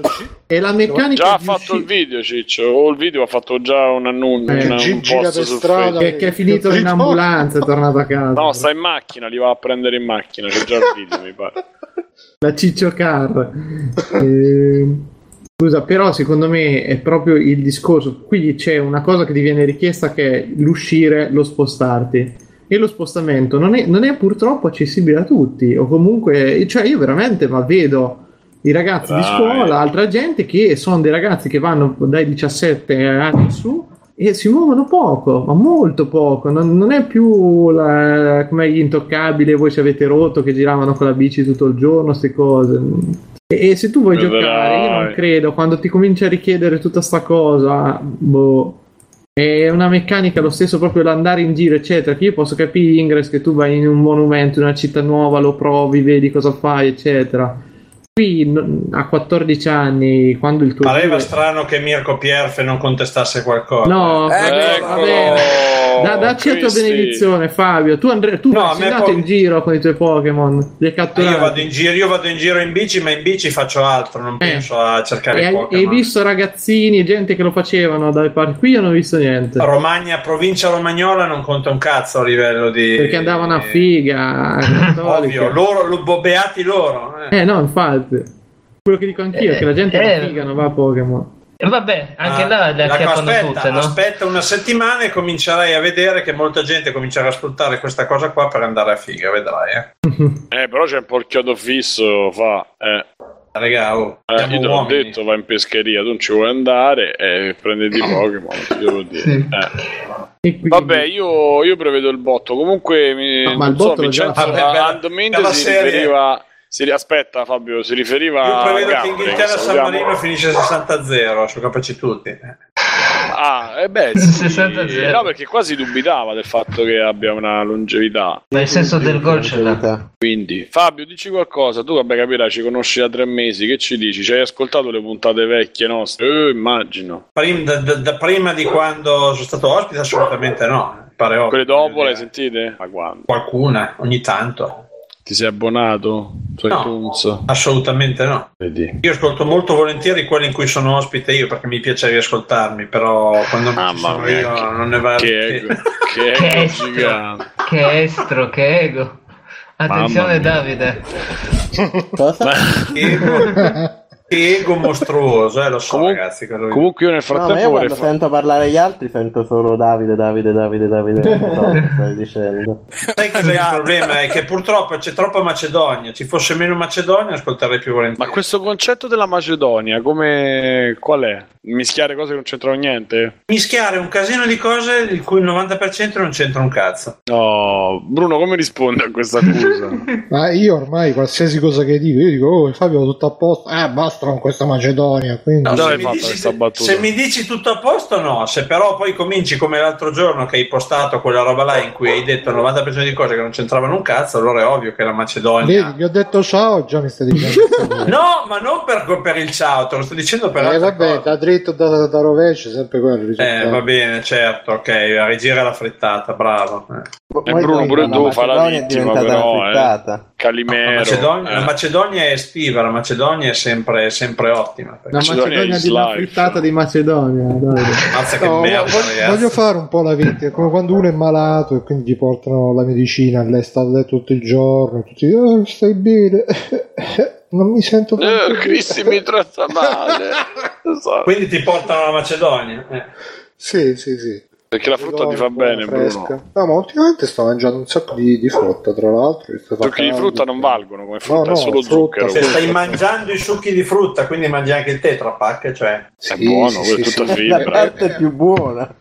è la meccanica già ha di fatto uscire... il video, Ciccio, o il video ha fatto già un annuncio, eh, una, un post su strada che, che è finito in ambulanza, è tornato a casa. No, sta in macchina, li va a prendere in macchina, c'è già il video, mi pare. La Ciccio Car. eh... Scusa, però secondo me è proprio il discorso. Quindi c'è una cosa che ti viene richiesta che è l'uscire, lo spostarti. E lo spostamento non è, non è purtroppo accessibile a tutti. O comunque, cioè io veramente ma vedo i ragazzi Dai. di scuola, altra gente che sono dei ragazzi che vanno dai diciassette anni su e si muovono poco, ma molto poco. Non, non è più la, come gli intoccabili, voi ci avete rotto, che giravano con la bici tutto il giorno, queste cose. E se tu vuoi Dai. giocare, io non credo, quando ti comincia a richiedere tutta sta cosa, boh, è una meccanica lo stesso, proprio l'andare in giro, eccetera, che io posso capire, Ingress, che tu vai in un monumento, in una città nuova, lo provi, vedi cosa fai, eccetera. qui n- a quattordici anni, quando il tuo Pareva figlio- strano che Mirko Pierfe non contestasse qualcosa. No, vabbè, Ecco, vabbè. Da, dacci la tua Cristi. benedizione, Fabio. Tu, Andre- tu No, a sei me andato po- in giro con i tuoi Pokémon, li hai catturati. Io vado in giro, io vado in giro in bici, ma in bici faccio altro, non Eh. penso a cercare E i hai, Pokémon. hai visto ragazzini, gente che lo facevano dalle parti. Qui io non ho visto niente. Romagna, provincia romagnola non conta un cazzo a livello di... Perché andavano a figa. Ovvio, loro, lo, bo- beati loro. Eh. Eh no, infatti. Quello che dico anch'io, Eh, che la gente eh. alla figa non va a Pokémon. E vabbè, anche Ah, là le la- acchiappano aspetta, tutte, no? aspetta una settimana e comincerai a vedere che molta gente comincerà a sfruttare questa cosa qua per andare a figa, vedrai. Eh. Eh, però c'è un po' il chiodo fisso, fa. Eh. Raga, oh, Eh, siamo io te l'ho uomini. detto, vai in pescheria, tu non ci vuoi andare e prenditi i Pokémon, ti devo dire. Sì. Eh. E quindi- Vabbè, io, io prevedo il botto. Comunque, mi, No, ma non il so, botto l'ho già Vincenzo fatto. Vabbè, per- Andamente per la si serie- riferiva. Si, aspetta, Fabio, si riferiva Io a prevedo che Gabri, Inghilterra che San salutiamo. Marino finisce sessanta a zero, sono capaci tutti. Eh. Ah, eh beh, sì. sessanta a zero. No, perché qua si dubitava del fatto che abbia una longevità. Ma il senso del gol ce l'ha. Quindi, Fabio, dici qualcosa. Tu, vabbè, capirai, ci conosci da tre mesi. Che ci dici? Ci hai ascoltato le puntate vecchie nostre? Eh, immagino. Prim- da, da- da prima di quando sono stato ospite assolutamente no. eh. Pare ovvio, Quelle dopo voglio le hai dire. sentite? Ma quando? Qualcuna, ogni tanto. Ti sei abbonato? Su No. iTunes? Assolutamente no. Vedi. Io ascolto molto volentieri quelli in cui sono ospite io perché mi piace riascoltarmi, però quando non ci Mamma sono mia, io che- non ne vale. Che ego, che Che ego estro. gigante. Che estro, che ego. Attenzione Mamma mia. Davide. Cosa? Che ego, che ego mostruoso, eh, lo so Comun- ragazzi. quello che- Comunque io nel No, ma frattempo io vorrei quando fa- sento parlare gli altri sento solo Davide, Davide, Davide, Davide. Non so che stai dicendo. Sai cos'è il problema? È che purtroppo c'è troppa Macedonia. Ci fosse meno Macedonia, ascolterei più volentieri. Ma questo concetto della Macedonia, come qual è? Mischiare cose che non c'entrano niente? Mischiare un casino di cose il cui il novanta per cento non c'entra un cazzo. No, Bruno, come risponde a questa accusa? Ma io ormai qualsiasi cosa che dico, io dico, oh Fabio, tutto a posto. Eh, basta con questa Macedonia. Quindi... No, Già se, l'hai mi fatta dici, questa battuta. se mi dici tutto a posto, no. Se però poi cominci come l'altro giorno che hai postato quella roba là in cui hai detto il novanta per cento di cose che non c'entravano un cazzo, allora è ovvio che la Macedonia. Vedi, gli ho detto ciao, già mi stai dicendo. No, ma non per, per il ciao, te lo sto dicendo per Eh altre vabbè, cose. da dritto da, da rovescio è sempre quello il risultato. Eh, va bene, certo, ok, rigira la frittata, bravo. Eh. Eh, Bruno, pure tu fa la Macedonia è vittima, diventata però, una eh. frittata. Calimero. La Macedonia, eh. la Macedonia è estiva, la Macedonia è sempre, è sempre ottima. La Macedonia Macedonia is di una life. frittata di Macedonia. Dai. Mazza che No, merda, voglio, ragazzi. voglio fare un po' la vittima, è come quando uno è malato e quindi gli portano la medicina, lei sta a letto tutto il giorno, e tutti oh, stai bene, non mi sento tanto Eh, Cristi mi tratta male. Lo so. Quindi ti portano alla Macedonia. Eh. Sì, sì, sì. Perché la frutta ti fa bene, fresca. Bruno. No, ma ultimamente sto mangiando un sacco di, di frutta, tra l'altro. Succhi di frutta non valgono come frutta, no, è solo frutta, zucchero. Se stai mangiando i succhi di frutta, quindi mangi anche il Tetra Pak, cioè. È buono, quello è tutta La fibra. parte più buona.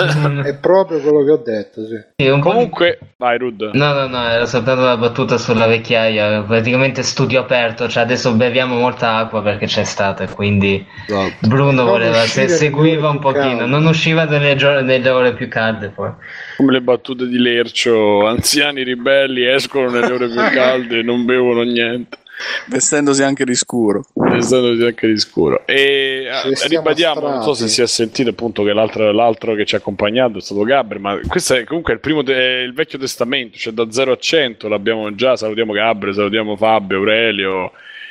È proprio quello che ho detto, sì. Sì, un po' di- Comunque, vai Rud. No, no, no, era soltanto una battuta sulla vecchiaia, praticamente studio aperto, cioè adesso beviamo molta acqua perché c'è estate, quindi Bruno Non voleva, uscire se seguiva nelle un ore più pochino, calde. non usciva nelle, gio- nelle ore più calde poi. Come le battute di Lercio, anziani ribelli escono nelle ore più calde e non bevono niente. Vestendosi anche di scuro. Restandosi anche di scuro. E Ci eh, stiamo ribadiamo, non so se strati. si è sentito appunto che l'altro, l'altro che ci ha accompagnato è stato Gabri, ma questo è comunque il primo te- il vecchio testamento, cioè da zero a cento l'abbiamo già, salutiamo Gabri, salutiamo Fabio, Aurelio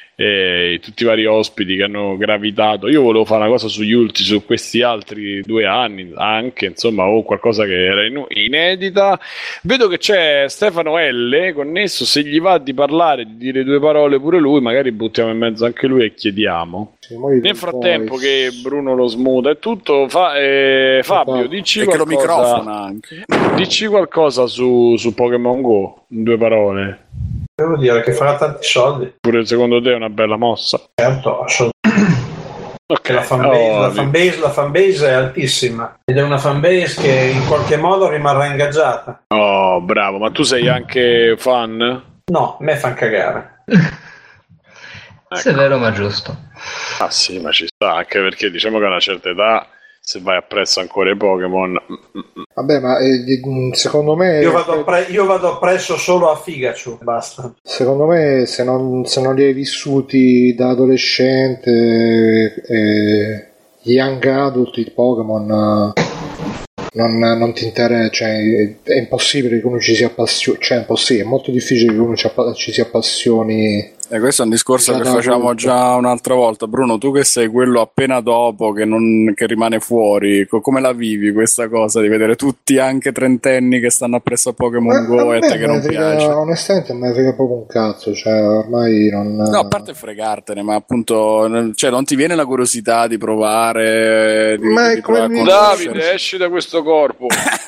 e tutti i vari ospiti che hanno gravitato. Io volevo fare una cosa sugli ultimi, su questi altri due anni anche, insomma, o qualcosa che era inu- inedita. Vedo che c'è Stefano L connesso, se gli va di parlare, di dire due parole pure lui, magari buttiamo in mezzo anche lui e chiediamo. Sì, mo gli Nel do frattempo poi. che Bruno lo smuta e tutto, fa, eh, Fabio, dici E che lo qualcosa, microfona anche. dici qualcosa su, su Pokémon Go, in due parole. Devo dire che farà tanti soldi. Pure secondo te è una bella mossa? Certo, assolutamente. Ok, La fanbase, oh, la, fanbase, la fanbase è altissima ed è una fanbase che in qualche modo rimarrà ingaggiata. oh, bravo, ma tu sei anche fan? No, a me fan cagare. Severo ma giusto. Ah sì, ma ci sta, anche perché diciamo che a una certa età se vai appresso ancora i Pokémon. Vabbè, ma eh, secondo me io vado, appre- io vado appresso solo a Pikachu, basta. Secondo me se non, se non li hai vissuti da adolescente, eh, young adult, i Pokémon non, non ti interessa, cioè è impossibile che uno ci si appassioni, cioè è impossibile, è molto difficile che uno ci, app- ci si appassioni. E questo è un discorso che facciamo già un'altra volta. Bruno, tu che sei quello appena dopo che, non, che rimane fuori, come la vivi questa cosa di vedere tutti anche trentenni che stanno appresso a Pokémon ma, Go e te che non frega, piace? Onestamente me ne frega proprio un cazzo, cioè ormai non... No, a parte fregartene, ma appunto cioè, non ti viene la curiosità di provare di, ma di è come provare Davide, esci da questo corpo.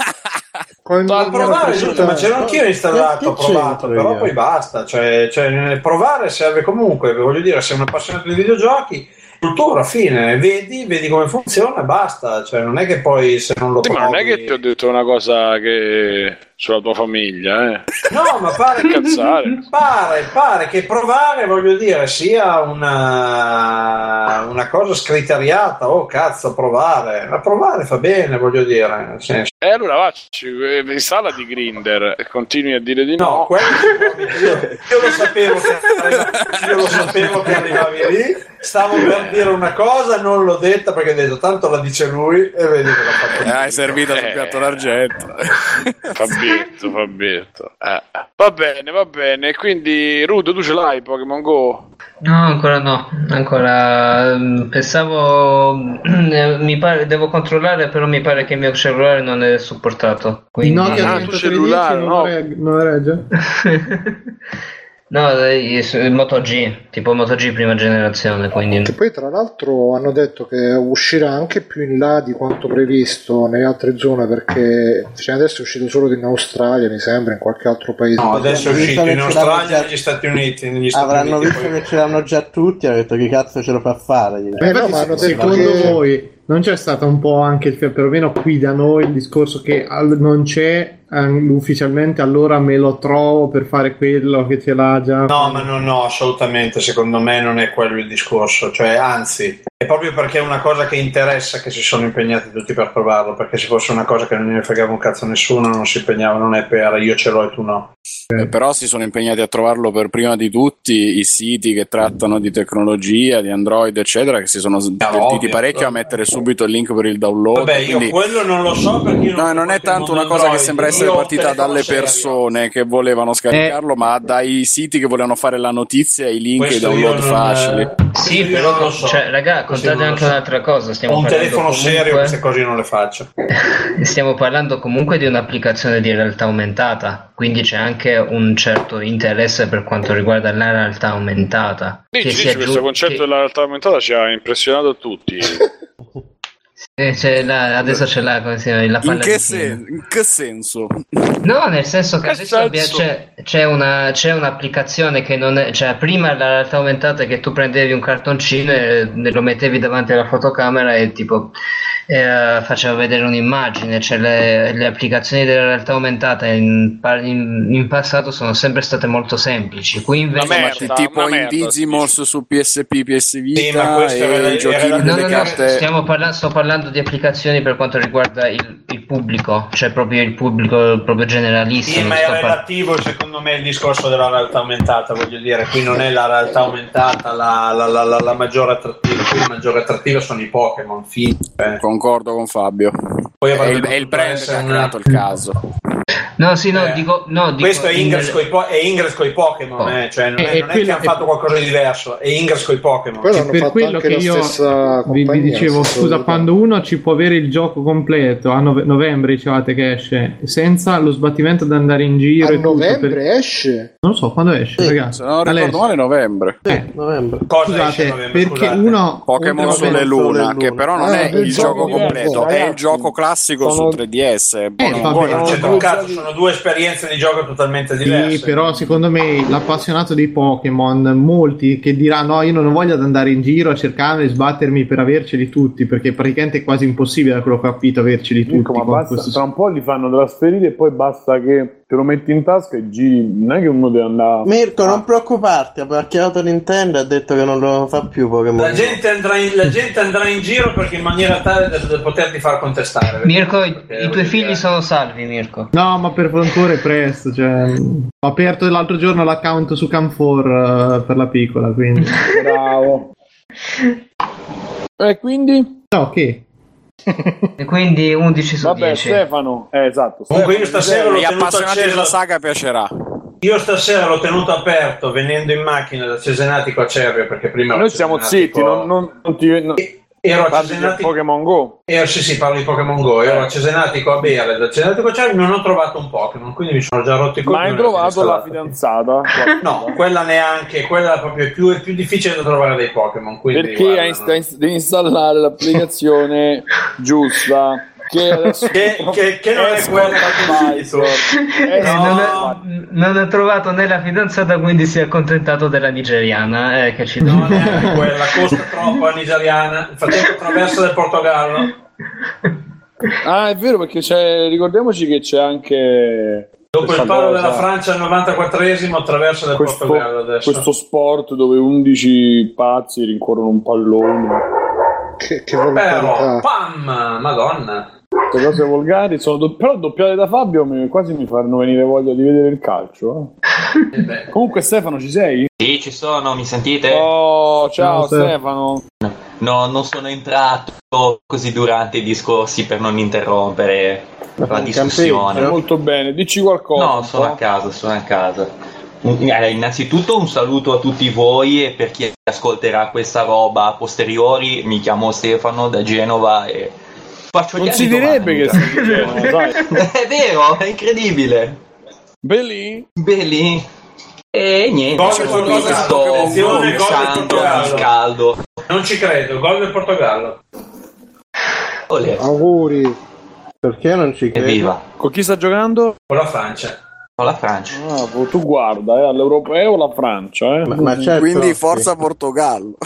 A provare giusto, ma ce l'ho anch'io installato, ho provato, però io. Poi basta, cioè, cioè provare serve comunque, voglio dire, sei un appassionato di videogiochi, cultura, fine, vedi, vedi come funziona e basta, cioè non è che poi se non lo sì, provi... ma non è che ti ho detto una cosa che sulla tua famiglia, eh. No, ma pare che pare, pare che provare, voglio dire, sia una una cosa scriteriata, oh cazzo, provare, ma provare fa bene, voglio dire, nel senso. E eh, allora vacci, installa di Grindr e continui a dire di no. No, quello io, io lo sapevo che io lo sapevo che arrivavi lì, stavo per dire una cosa, non l'ho detta perché ho detto tanto la dice lui e vedi che l'ha fatto. Eh, hai servito sul eh, piatto d'argento. Fabietto, Fabietto. Eh. Va bene, va bene. Quindi, Rudo, tu ce l'hai Pokémon Go? No, ancora no. Ancora pensavo. Mi pare, devo controllare, però mi pare che il mio cellulare non è supportato. Quindi... No, che ah, tu cellulare, non, no. Reg- non regge. No, il Moto G, tipo Moto G prima generazione, quindi... Che poi tra l'altro hanno detto che uscirà anche più in là di quanto previsto nelle altre zone, perché fino adesso è uscito solo in Australia, mi sembra, in qualche altro paese. No, adesso è uscito in Australia e negli Stati Uniti. Negli Stati Avranno Uniti, visto poi... che ce l'hanno già tutti, hanno detto che cazzo ce lo fa fare. Eh, no, ma hanno detto secondo che... voi non c'è stato un po' anche il perlomeno qui da noi il discorso che al- non c'è um, ufficialmente, allora me lo trovo per fare quello che ce l'ha già? No, ma no, no, assolutamente, secondo me non è quello il discorso, cioè anzi è proprio perché è una cosa che interessa che si sono impegnati tutti per provarlo, perché se fosse una cosa che non ne fregava un cazzo a nessuno non si impegnava, non è per io ce l'ho e tu no. Eh, però si sono impegnati a trovarlo per prima di tutti i siti che trattano di tecnologia, di Android eccetera, che si sono divertiti parecchio a mettere subito il link per il download. Vabbè, io quindi... quello non lo so perché io no, non è tanto una cosa che sembra essere partita dalle persone che volevano scaricarlo, eh. ma dai siti che volevano fare la notizia e i link e i download non... facili. Sì, però non so. Cioè, raga, contate anche so. un'altra cosa. Stiamo Ho un telefono comunque... serio, queste cose non le faccio. Stiamo parlando comunque di un'applicazione di realtà aumentata, quindi c'è anche un certo interesse per quanto riguarda la realtà aumentata. Dici, che dici, aggiung- questo concetto che... della realtà aumentata ci ha impressionato tutti. Eh, c'è la, adesso c'è la, come si chiama, la in, che sen- in che senso? No, nel senso che, che adesso senso? Abbia, c'è, c'è, una, c'è un'applicazione che non è, cioè prima la realtà aumentata è che tu prendevi un cartoncino e lo mettevi davanti alla fotocamera e tipo eh, faceva vedere un'immagine, cioè le, le applicazioni della realtà aumentata in, in, in passato sono sempre state molto semplici. Qui invece merda, tipo Invisimals su P S P, P S Vita, sì, ma questo e i giochini no, delle no, carte. Stiamo parlando, sto parlando di applicazioni per quanto riguarda il, il pubblico, cioè proprio il pubblico proprio generalissimo. Sì, ma è relativo secondo me il discorso della realtà aumentata, voglio dire, qui non è la realtà aumentata la, la, la, la, la maggiore attrattiva, qui la maggiore attrattiva sono i Pokémon, fine. Concordo con Fabio. Poi è il, è il brand che ha creato il caso. No, sì, no, eh, dico, no, dico questo è Ingress coi po- po- Pokémon, oh. eh, cioè non è, non è che hanno fatto qualcosa di diverso, è Ingress coi Pokémon. Però hanno per fatto quello anche che la io stessa vi, vi dicevo, scusa, quando uno ci può avere il gioco completo a nove- novembre dicevate che esce, senza lo sbattimento di andare in giro. A e novembre tutto per... esce? Non lo so quando esce, sì, ragazzi. Se non ricordo male novembre. Eh. Sì, novembre. Cosa Scusate, esce novembre, perché scusate. uno Pokémon Sole e Luna, che però non ah, è il gioco completo, ragazzi, è il gioco classico sono... su tre D S. Eh, Poi non c'è un cazzo, sono due esperienze di gioco totalmente diverse. Sì, però secondo me l'appassionato di Pokémon, molti che diranno no, io non voglio andare in giro a cercarne e sbattermi per averceli tutti, perché praticamente è quasi impossibile da quello che ho capito averceli tutti. Dico, ma basta, tra un po' li fanno trasferire e poi basta che te lo metti in tasca e giri, non è che uno deve andare. Mirko, non preoccuparti, ha hackeato Nintendo e ha detto che non lo fa più Pokémon. La gente andrà in, la gente andrà in giro perché in maniera tale da, da poterti far contestare. Mirko, i tuoi figli dire. sono salvi, Mirko. No, ma per ancora è presto, cioè, ho aperto l'altro giorno l'account su Camfor uh, per la piccola, quindi. Bravo. E quindi? No, che? E quindi undici su Vabbè, dieci. Stefano, eh, esatto. Comunque io stasera l'ho Gli tenuto appassionati acceso. della saga piacerà. Io stasera l'ho tenuto aperto venendo in macchina da Cesenatico a Cervio perché prima noi siamo zitti, non, non, non ti non... ero a Cesenatico Pokémon Go. Ero, sì, sì, parlo di Pokémon Go. Ero a Cesenatico a bere da Cesenatico a Cervio, non ho trovato un Pokémon, quindi mi sono già rotto i coglioni. Ma hai trovato la fidanzata? No, quella neanche, quella è proprio più, è più difficile da trovare dei Pokémon. Perché guarda, hai non... inst- devi installare l'applicazione giusta. Che, adesso che, che, che non è quella eh, no. non, ha, non ha trovato né la fidanzata, quindi si è accontentato della nigeriana, eh, che ci no, neanche quella, costa troppo la nigeriana. Facendo traverso del Portogallo. Ah, è vero, perché c'è, ricordiamoci che c'è anche dopo il palo della Francia al novantaquattresimo attraverso del questo, Portogallo adesso. Questo sport dove undici pazzi rincorrono un pallone. Che, che volgarità. Pam, madonna. Queste cose volgari sono do- però doppiate da Fabio mi, quasi mi fanno venire voglia di vedere il calcio. Eh. Eh Comunque Stefano, ci sei? Sì, ci sono, mi sentite? Oh, ciao, ciao Stefano. No, non sono entrato così durante i discorsi per non interrompere la discussione. Molto bene, dici qualcosa. No, sono a casa, sono a casa. Innanzitutto un saluto a tutti voi e per chi ascolterà questa roba a posteriori. Mi chiamo Stefano da Genova e faccio non si direbbe che sei di Genova, dai. È vero, è incredibile. Belli? Belli. E niente, gol del Portogallo, sto bruciando il caldo. Non ci credo, gol del Portogallo. Olè. Auguri. Perché non ci credo? Evviva. Con chi sta giocando? Con la Francia. Con la Francia. Ah, tu guarda, eh, all'Europeo la Francia, eh. Ma, ma certo, quindi sì. forza Portogallo.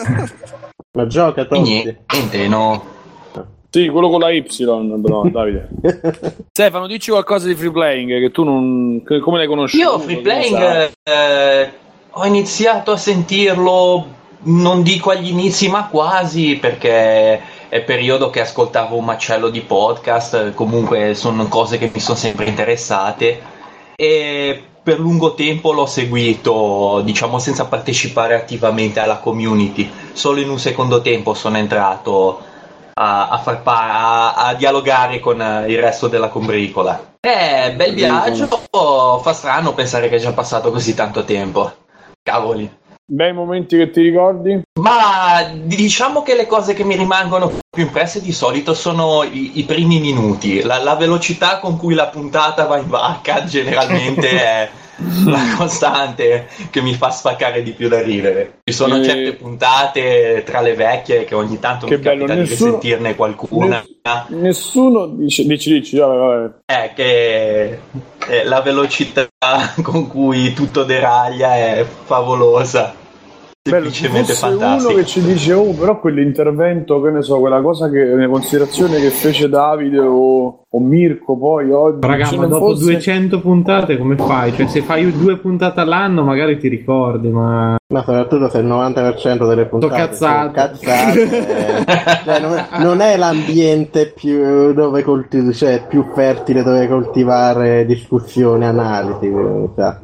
Ma gioca Totti. Niente, niente, no. Sì, quello con la Y, però, Davide. Stefano, dici qualcosa di free playing che tu non che, come l'hai conosciuto? Io free playing eh, ho iniziato a sentirlo, non dico agli inizi, ma quasi, perché è periodo che ascoltavo un macello di podcast, comunque sono cose che mi sono sempre interessate e per lungo tempo l'ho seguito, diciamo, senza partecipare attivamente alla community. Solo in un secondo tempo sono entrato a, a far pa- a, a dialogare con il resto della combricola. Eh, bel viaggio, fa strano pensare che è già passato così tanto tempo. Cavoli. Bei momenti che ti ricordi? Ma diciamo che le cose che mi rimangono più impresse di solito sono i, i primi minuti. La, la velocità con cui la puntata va in vacca generalmente è la costante che mi fa spaccare di più da ridere. Ci sono e... certe puntate tra le vecchie che ogni tanto che mi bello, capita nessuno, di risentirne qualcuna. Nessuno dice, dici, dici, vabbè, vabbè. È che eh, la velocità con cui tutto deraglia è favolosa. Semplicemente fantastico. Uno che ci dice, oh, però quell'intervento, che ne so, quella cosa che nelle considerazioni che fece Davide o, o Mirko poi oggi. Raga, ma dopo fosse... duecento puntate come fai? Cioè, se fai due puntate all'anno magari ti ricordi, ma. Ma soprattutto se il novanta per cento delle puntate cazzate, cazzate eh. Cioè, non, è, non è l'ambiente più dove coltiv- cioè più fertile dove coltivare discussione, analisi, cioè.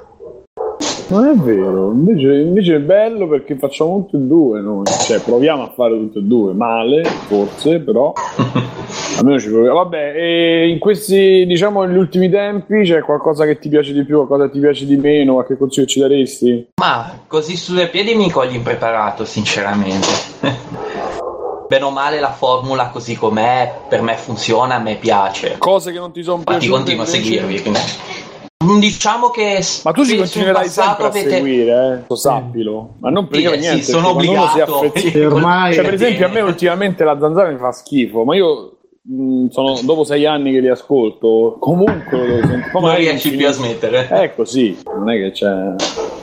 Non è vero, invece, invece è bello perché facciamo tutti e due noi, cioè proviamo a fare tutti e due, male forse, però almeno ci proviamo. Vabbè, e in questi, diciamo, negli ultimi tempi c'è qualcosa che ti piace di più, qualcosa che ti piace di meno, qualche consiglio ci daresti? Ma così sulle piedi mi cogli impreparato, sinceramente. Bene o male la formula così com'è per me funziona, a me piace. Cose che non ti sono piaciute. Ma ti continuo a seguirvi, quindi. Diciamo che ma tu ci continuerai sempre a avete... seguire, eh? Lo sappilo, ma non perché sì, niente, sì, sono obbligato. Ormai, cioè, per esempio, a me ultimamente la zanzara mi fa schifo, ma io mh, sono dopo sei anni che li ascolto, comunque lo devo sentire. Non riesci più a smettere. È così, non è che c'è.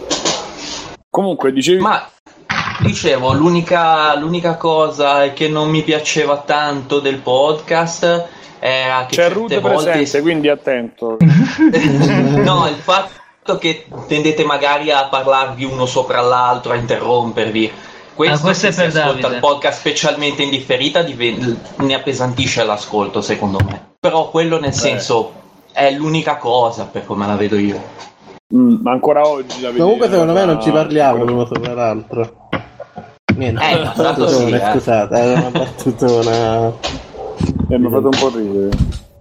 Comunque dicevi. Ma dicevo, l'unica, l'unica cosa che non mi piaceva tanto del podcast era che c'è certe Rude volte... presente, quindi attento. No, il fatto che tendete magari a parlarvi uno sopra l'altro, a interrompervi. Questo, Ah, questo se è si per ascolta Davide. il podcast specialmente in differita diven- ne appesantisce l'ascolto, secondo me. Però quello nel senso è l'unica cosa per come la vedo io. Mm, ma ancora oggi la Comunque vedevo, secondo me non ma- ci parliamo uno sopra l'altro. Niente, Eh, ma tanto sì, battutone, eh. scusate, era una battutona. Eh, mi ha fatto un po' ridere.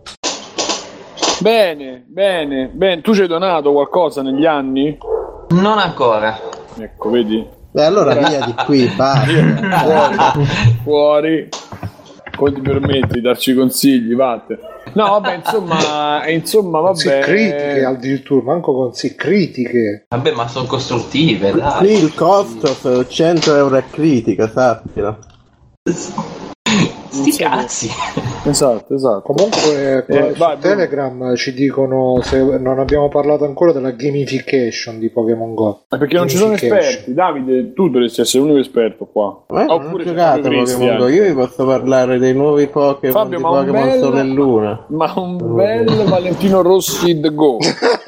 Bene, bene, bene. Tu ci hai donato qualcosa negli anni? Non ancora. Ecco, vedi? Beh, allora via di qui, basta. Fuori, fuori. Come ti permetti di darci consigli, vatte. No, vabbè, insomma, eh, insomma, vabbè. Sì, critiche addirittura, manco con sì, critiche. Vabbè, ma sono costruttive, dai. Qui il costo sono cento euro a critica, sappilo. Sti cazzi. Esatto, esatto. Comunque Eh, su vai, Bruno. Telegram ci dicono se non abbiamo parlato ancora della gamification di Pokémon Go. Ma perché non ci sono Gamification. esperti? Davide, tu dovresti essere l'unico esperto qua. Eh, non ho Oppure c'è giocato proprio Pokémon Cristian. Go, io vi posso parlare dei nuovi Pokémon, Fabio, di ma un Pokémon bel- Sole e Luna. Ma un bel Valentino Rossi the Go.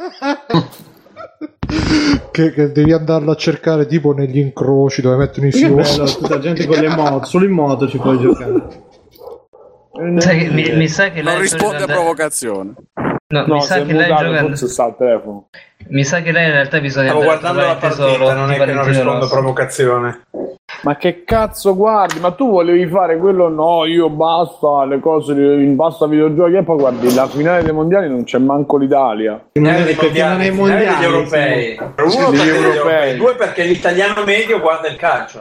Che, che devi andarlo a cercare tipo negli incroci dove mettono i Che fiori. bello, tutta gente con le moto, solo in moto ci puoi giocare. Sai che- mi, mi sa che Non lei risponde a giocando- provocazione. No, No, mi si sa è che lei mutato, giocando. forse sta al telefono. Mi sa che lei in realtà bisogna Stavo andare a guardando la trovare il tesoro partita, non di è che non Valentino rispondo a Rossi. provocazione. Ma che cazzo guardi? Ma tu volevi fare quello? No, io basta le cose, basta videogiochi e poi guardi la finale dei mondiali non c'è manco l'Italia. Finale dei perché non mondiali, hai finale mondiali, degli europei. siamo- Per uno Sì, perché degli degli europei. europei. Due perché l'italiano medio guarda il calcio.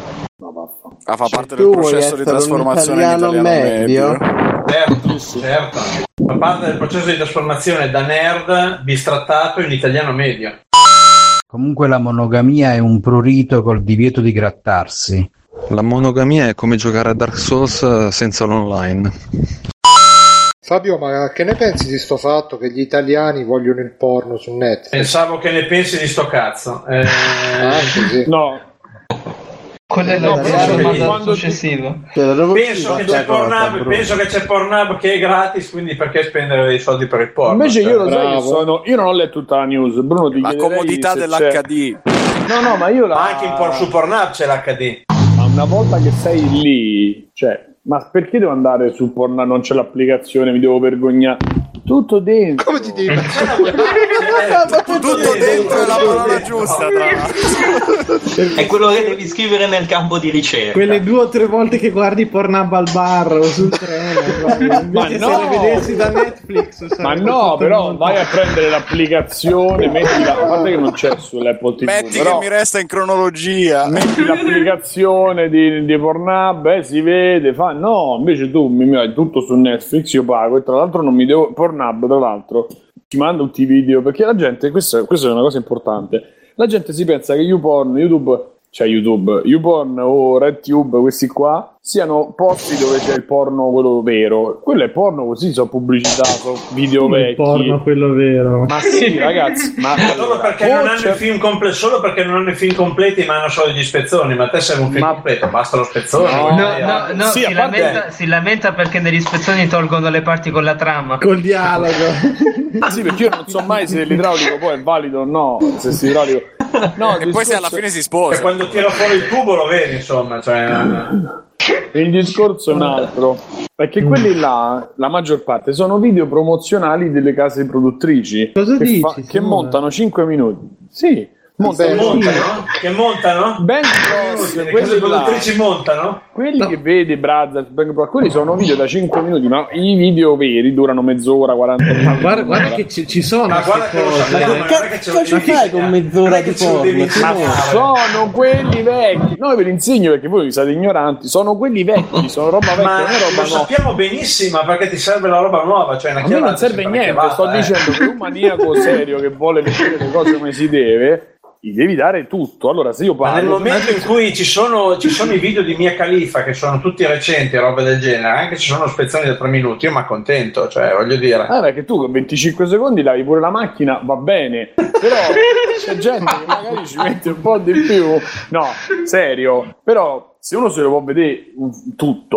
Ah, fa parte tu del vuoi processo di essere un trasformazione in italiano italiano medio? medio. Certo, certo. Fa parte del processo di trasformazione da nerd bistrattato in italiano medio. Comunque la monogamia è un prurito col divieto di grattarsi. La monogamia è come giocare a Dark Souls senza l'online. Fabio, ma che ne pensi di sto fatto che gli italiani vogliono il porno su Netflix? Pensavo che ne pensi di sto cazzo. Eh, Anche sì. No, Quello è No, la però prossima quando mandato ti- successivo. penso, che c'è Pornhub, penso che c'è Pornhub che è gratis, quindi perché spendere dei soldi per il porno? invece io lo sai Bravo. che sono. Io non ho letto tutta la news. Bruno, ti La chiederei comodità se dell'H c'è- D. No, no, ma io la. Ma anche in por- su Pornhub c'è l'H D. Ma una volta che sei lì, cioè, ma perché devo andare su Pornhub? Non c'è l'applicazione, mi devo vergognare. Tutto dentro. Come ti devi Tutto dentro è la parola giusta, tra l'altro. È quello che devi scrivere nel campo di ricerca. Quelle due o tre volte che guardi Pornhub al bar o sul treno, proprio. Invece no! se le vedessi da Netflix Ma sarebbe no, tutto però molto- vai a prendere l'applicazione, mettila, a parte che non c'è sull'Apple ti vu, Metti però che mi resta in cronologia. metti l'applicazione di, di Pornhub, eh, si vede, fa no, invece tu mi metti tutto su Netflix, io pago e tra l'altro non mi devo, Pornhub tra l'altro ci manda tutti i video, perché la gente, questa, questa è una cosa importante, la gente si pensa che YouPorn, YouTube, cioè YouTube, YouPorn o RedTube, questi qua, siano posti dove c'è il porno quello vero. Quello è porno così, sono pubblicità, sono video il vecchi. porno quello vero. Ma sì, ragazzi, ma Solo perché, o non hanno c'è- i film comple- solo perché non hanno i film completi ma hanno solo gli spezzoni, ma te sei un film Ma- completo, basta lo spezzone. No, voglio No, dire. no, no, Sì, si, a parte- lamenta, si lamenta perché negli spezzoni tolgono le parti con la trama. Col dialogo. Ah, sì, perché io non so mai se l'idraulico poi è valido o no. Se si idraulico. No, E poi se alla fine si sposa. E quando tira fuori il tubo lo vedi, insomma. Cioè... il discorso è un altro. Perché quelli là, la maggior parte, sono video promozionali delle case produttrici. Cosa che, dici, che Simone? montano cinque minuti. Sì, montano. Beh, montano? Che montano? Ben Bros, Le case quelli là. produttrici montano? Quelli che vedi, Brothers, Bang Bros, quelli sono video da cinque minuti, ma i video veri durano mezz'ora, quaranta minuti. Ma guarda, guarda che ci, ci sono Ma guarda queste che lo cose. sappiamo, Ma non che è che ce lo cazzo devi ci fai insegnare. con mezz'ora Non è che di ce lo porno, devi Simone? insegnare. Sono quelli vecchi, no, ve li insegno perché voi siete ignoranti, sono quelli vecchi, sono roba vecchia, Ma non è lo roba nuova. sappiamo benissimo, perché ti serve la roba nuova, cioè una A me non chiavata serve sempre una niente, chiavata, sto eh. dicendo che un maniaco serio che vuole vedere le cose come si deve, gli devi dare tutto. Allora se io Ma nel parlo momento in cui ci sono, ci sono i video di Mia Khalifa che sono tutti recenti e robe del genere, anche ci sono spezzoni da tre minuti, io mi accontento, cioè voglio dire. Ah, perché tu con venticinque secondi lavi pure la macchina, va bene, però c'è gente che magari ci mette un po' di più. No, serio, però se uno se lo può vedere un- tutto,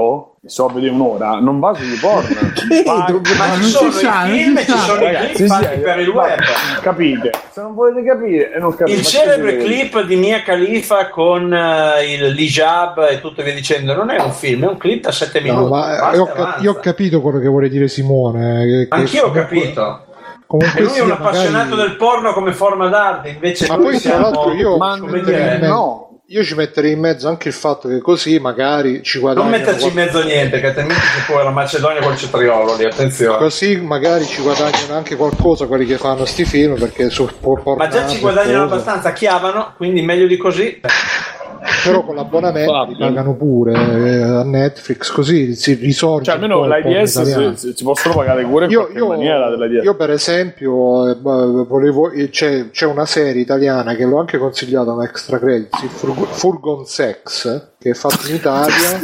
so a vedere un'ora, non va su YouPorn. Ma ci sono i film e ci sono i clip fatti per il web. Capite? Se non volete capire, non capite. Il celebre clip di Mia Khalifa con uh, il hijab e tutto via dicendo non è un film, è un clip da sette minuti. No, ma io, ho cap- io ho capito quello che vuole dire Simone. Che, Anch'io che ho capito. Comunque e lui è un magari... appassionato del porno come forma d'arte, invece ma noi poi siamo... tra l'altro io Ma ci metterei in mezzo, no. io ci metterei in mezzo anche il fatto che così magari ci guadagnano. Non metterci in mezzo niente, che altrimenti si può la Macedonia col cetriolo lì, attenzione. Così magari ci guadagnano anche qualcosa quelli che fanno sti film, perché su por- ma già ci guadagnano abbastanza, chiavano, quindi meglio di così. Però con l'abbonamento li pagano pure eh, a Netflix, così si risorge. Cioè almeno l'A I S si, si, si possono pagare pure in io, qualche io, maniera dell'A I S. Io per esempio eh, volevo, c'è, c'è una serie italiana che l'ho anche consigliata a Extra Credits, Furg- Furgon Sex, che è fatto in Italia.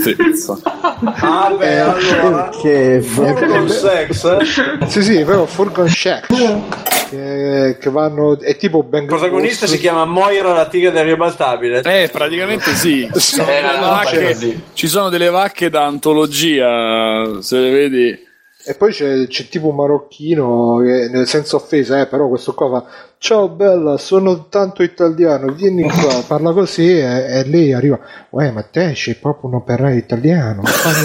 Ah beh, eh, allora che Furgon Sex? Sì sì, però Furgon Shack che, che vanno, è tipo ben. Il protagonista si chiama Moira, la tigre del ribaltabile. Eh, praticamente sì. Ci sono, eh, delle no, vacche, sì. ci sono delle vacche da antologia, se le vedi. E poi c'è, c'è tipo un marocchino che, nel senso offesa, eh, però questo qua fa: ciao bella, sono tanto italiano, vieni qua, parla così e, e lei arriva: uè, ma te sei proprio un operaio italiano.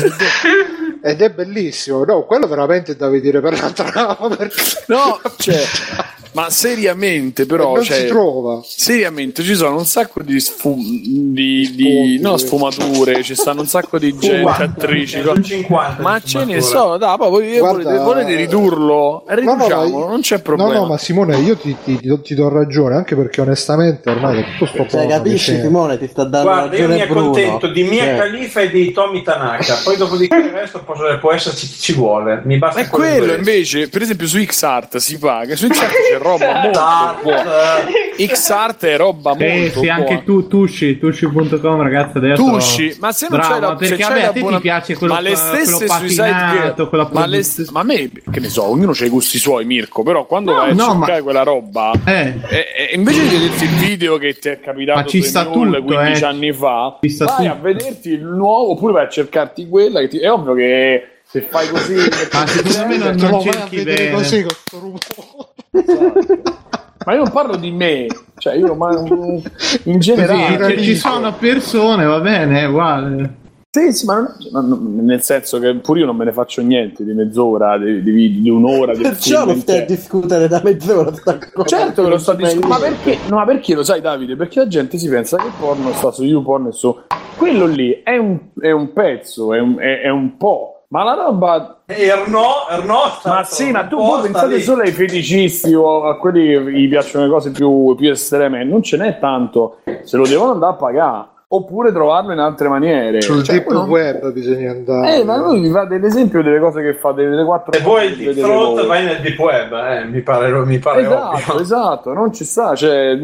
Ed è bellissimo, no, quello veramente da vedere per la trama, perché... no, cioè, ma seriamente però non cioè, si trova, seriamente ci sono un sacco di, sfum- di, di no, sfumature, ci stanno un sacco di gente, attrici, ma ce ne sono, dai, poi volete, volete, volete ridurlo, riduciamolo, no, no, non c'è problema. No, no, ma Simone, io ti, ti, ti, do, ti do ragione, anche perché onestamente ormai è tutto sto cioè, capisci Simone, ti sta dando guarda, ragione. Io mi accontento Bruno. di Mia cioè. Khalifa e di Tommy Tanaka, poi dopodiché il resto può, può esserci chi ci vuole, mi basta. Ma è quello invece, per esempio su X-Art si paga, su X-Art c'è roba molto buona. X-Art è roba sì, molto sì, anche buona. tu, Tushi, Tushi punto com ragazzi adesso. Tushi, ma se non bravo, c'è la perché se vabbè, c'è a te buona... ti piace quello, ma le stesse patinato, Suicide ma, le st- ma a me, che ne so, ognuno c'ha i gusti suoi, Mirko, però quando no, vai a no, cercare ma... quella roba eh. e, e invece di vederti il video che ti è capitato ma ci sta tutto, quindici eh. anni fa, ci sta vai tutto. a vederti il nuovo oppure vai a cercarti quella che ti... è ovvio che se fai così ma secondo me non, non cerchi bene così con sto rumore. Ma io non parlo di me, cioè io ma in generale sì, ci sono persone, va bene, è uguale. Sì, sì, ma non, non, nel senso che pure io non me ne faccio niente di mezz'ora, di, di, di un'ora. Perciò lo stai a discutere da mezz'ora. Sta cosa certo che lo sto a discutere, ma perché? No, ma perché lo sai, Davide? Perché la gente si pensa che il porno sta su YouPorn e su quello lì è un, è un pezzo, è un, è, è un po'. Ma la roba Erno, Erno ma sì, ma tu voi pensate solo ai feticisti o a quelli che gli piacciono le cose più, più estreme, non ce n'è tanto, se lo devono andare a pagare oppure trovarlo in altre maniere. Sul cioè, deep non... web bisogna andare. Eh, ma lui vi fa dell'esempio delle cose che fa delle quattro. E poi il deep throat vai nel deep web, eh, mi pare, mi pare esatto, ovvio. Esatto, non ci sta, cioè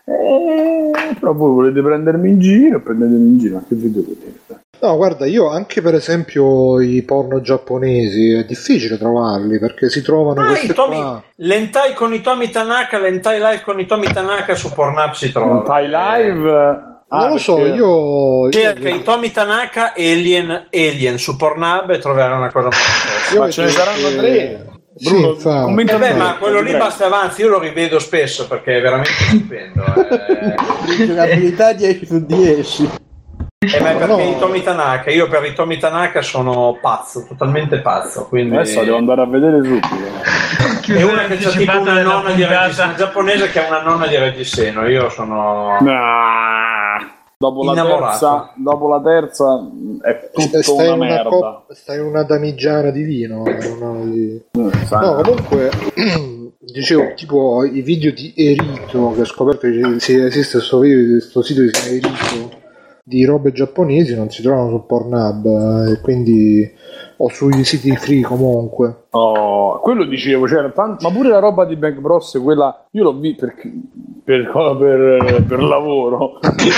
eh, però voi volete prendermi in giro, prendetemi in giro, ma che video vedete? No, guarda, io anche per esempio i porno giapponesi è difficile trovarli perché si trovano ah, queste Tommy, qua. L'hentai con i Tommy Tanaka, l'hentai live con i Tommy Tanaka su Pornhub si trova. L'hentai live? Ah, non lo so, perché... io cerca i Tommy Tanaka Alien Alien su Pornhub e troverai una cosa molto ma ce ne saranno tre. Bruno, sì, eh beh, ma quello lì basta avanti, io lo rivedo spesso perché è veramente stupendo. Eh. Giocabilità dieci su dieci. Eh, ma perché no. i Tommy Tanaka, io per i Tommy Tanaka sono pazzo, totalmente pazzo. Quindi... adesso devo andare a vedere subito. È una che c'ha tipo una nonna di reggiseno, giapponese che ha una nonna di reggiseno. Io sono nah. dopo, la terza, dopo la terza è tutto stai una, una merda. Cop- stai una damigiana di vino. Una di... Mm, no, comunque. Dicevo, tipo i video di Erito, che ho scoperto che esiste questo sito che si chiama Erito di robe giapponesi, non si trovano su Pornhub e quindi o sui siti free comunque. Oh, quello dicevo, c'era tanto, ma pure la roba di Bang Bros, quella io l'ho vista per, per, per, per lavoro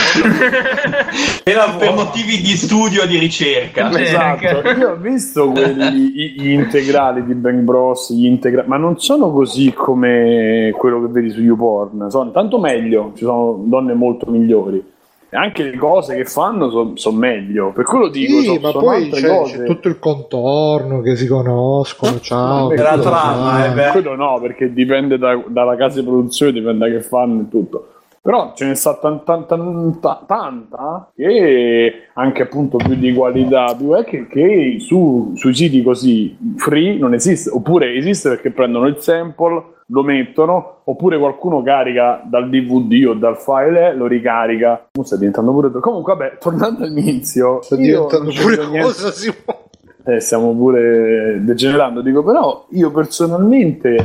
per motivi di studio e di ricerca. Esatto, io ho visto quelli, gli integrali di Bang Bros, gli integra- ma non sono così come quello che vedi su YouPorn, sono tanto meglio, ci sono donne molto migliori. anche le cose che fanno sono son meglio, per quello dico. Sì, son, ma son poi altre c'è, cose. c'è tutto il contorno che si conoscono, ciao. Beh, che quello, trama, no, quello no, perché dipende da, dalla casa di produzione, dipende da che fanno e tutto. Però ce ne sta tanta, tanta, tanta che anche appunto più di qualità, più è che, che su, sui siti così free non esiste, oppure esiste perché prendono il sample, lo mettono, oppure qualcuno carica dal D V D o dal file, lo ricarica. Non sta diventando pure. Comunque, vabbè, tornando all'inizio, sta diventando pure cosa si può. Eh, stiamo pure degenerando, dico, però io personalmente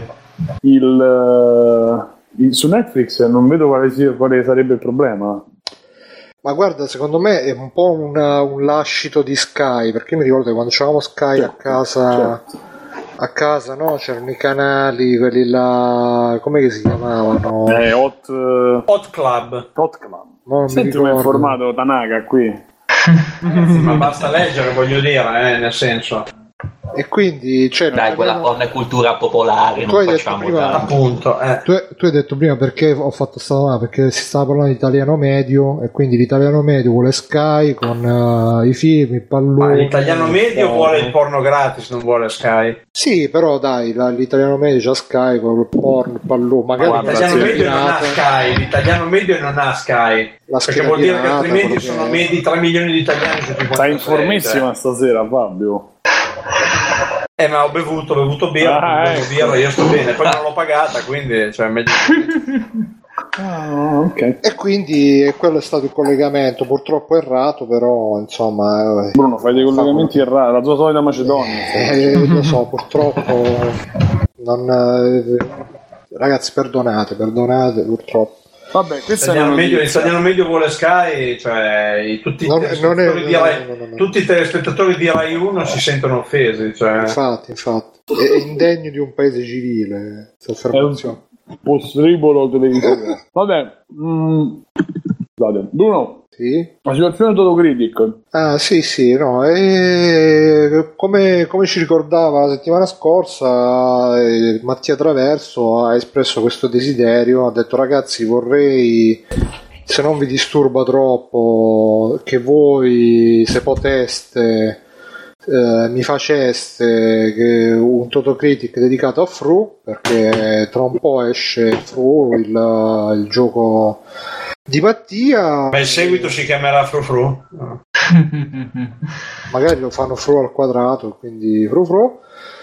il. Su Netflix non vedo quale, sia, quale sarebbe il problema. Ma guarda, secondo me è un po' una, un lascito di Sky, perché mi ricordo che quando c'avevamo Sky certo, a casa certo. a casa, no? C'erano i canali, quelli là, come si chiamavano? Eh, Hot, Hot Club. Hot Club. Non Senti come è informato Tanaka qui. Ma basta leggere, voglio dire, eh, nel senso. E quindi cioè, dai, quella abbiamo... non è cultura popolare, tu non facciamo prima, appunto eh. tu, tu hai detto prima perché ho fatto sta domanda, perché si stava parlando di italiano medio e quindi l'italiano medio vuole Sky con uh, i film, i palloni. Ma l'italiano medio porno. Vuole il porno gratis, non vuole Sky. Sì, però dai, la, l'italiano medio c'ha Sky con il porno, il pallone, magari ma l'italiano medio non ha Sky, l'italiano medio non ha Sky. La perché vuol dire che altrimenti sono che... medi tre milioni di italiani su stai informissima stasera, Fabio. Eh, ma ho bevuto, ho bevuto birra, ah, ecco. birra, io sto bene, poi non l'ho pagata, quindi cioè meglio. Ah, okay. E quindi quello è stato il collegamento, purtroppo errato, però insomma. Eh, Bruno, fai dei collegamenti errati, la tua solita Macedonia. Eh, lo so, purtroppo non. Eh, ragazzi, perdonate, perdonate, purtroppo. Vabbè, questo l'italiano medio, l'italiano medio vuole Sky, cioè tutti i non, non è, di Rai, no, no, no, tutti i telespettatori di Rai uno si sentono offesi. Cioè. Infatti, infatti, è indegno di un paese civile. È un postribolo televisivo. Vabbè, mm, scusate, Bruno. Sì? La situazione Totocritic. Ah sì sì no e come, come ci ricordava la settimana scorsa eh, Mattia Traverso ha espresso questo desiderio, ha detto ragazzi vorrei, se non vi disturba troppo, che voi se poteste eh, mi faceste che un Totocritic dedicato a Fru, perché tra un po' esce Fru, il, il gioco di Mattia. Ma il seguito si chiamerà Fru Fru? No. Magari lo fanno Fru al quadrato, quindi Fru Fru.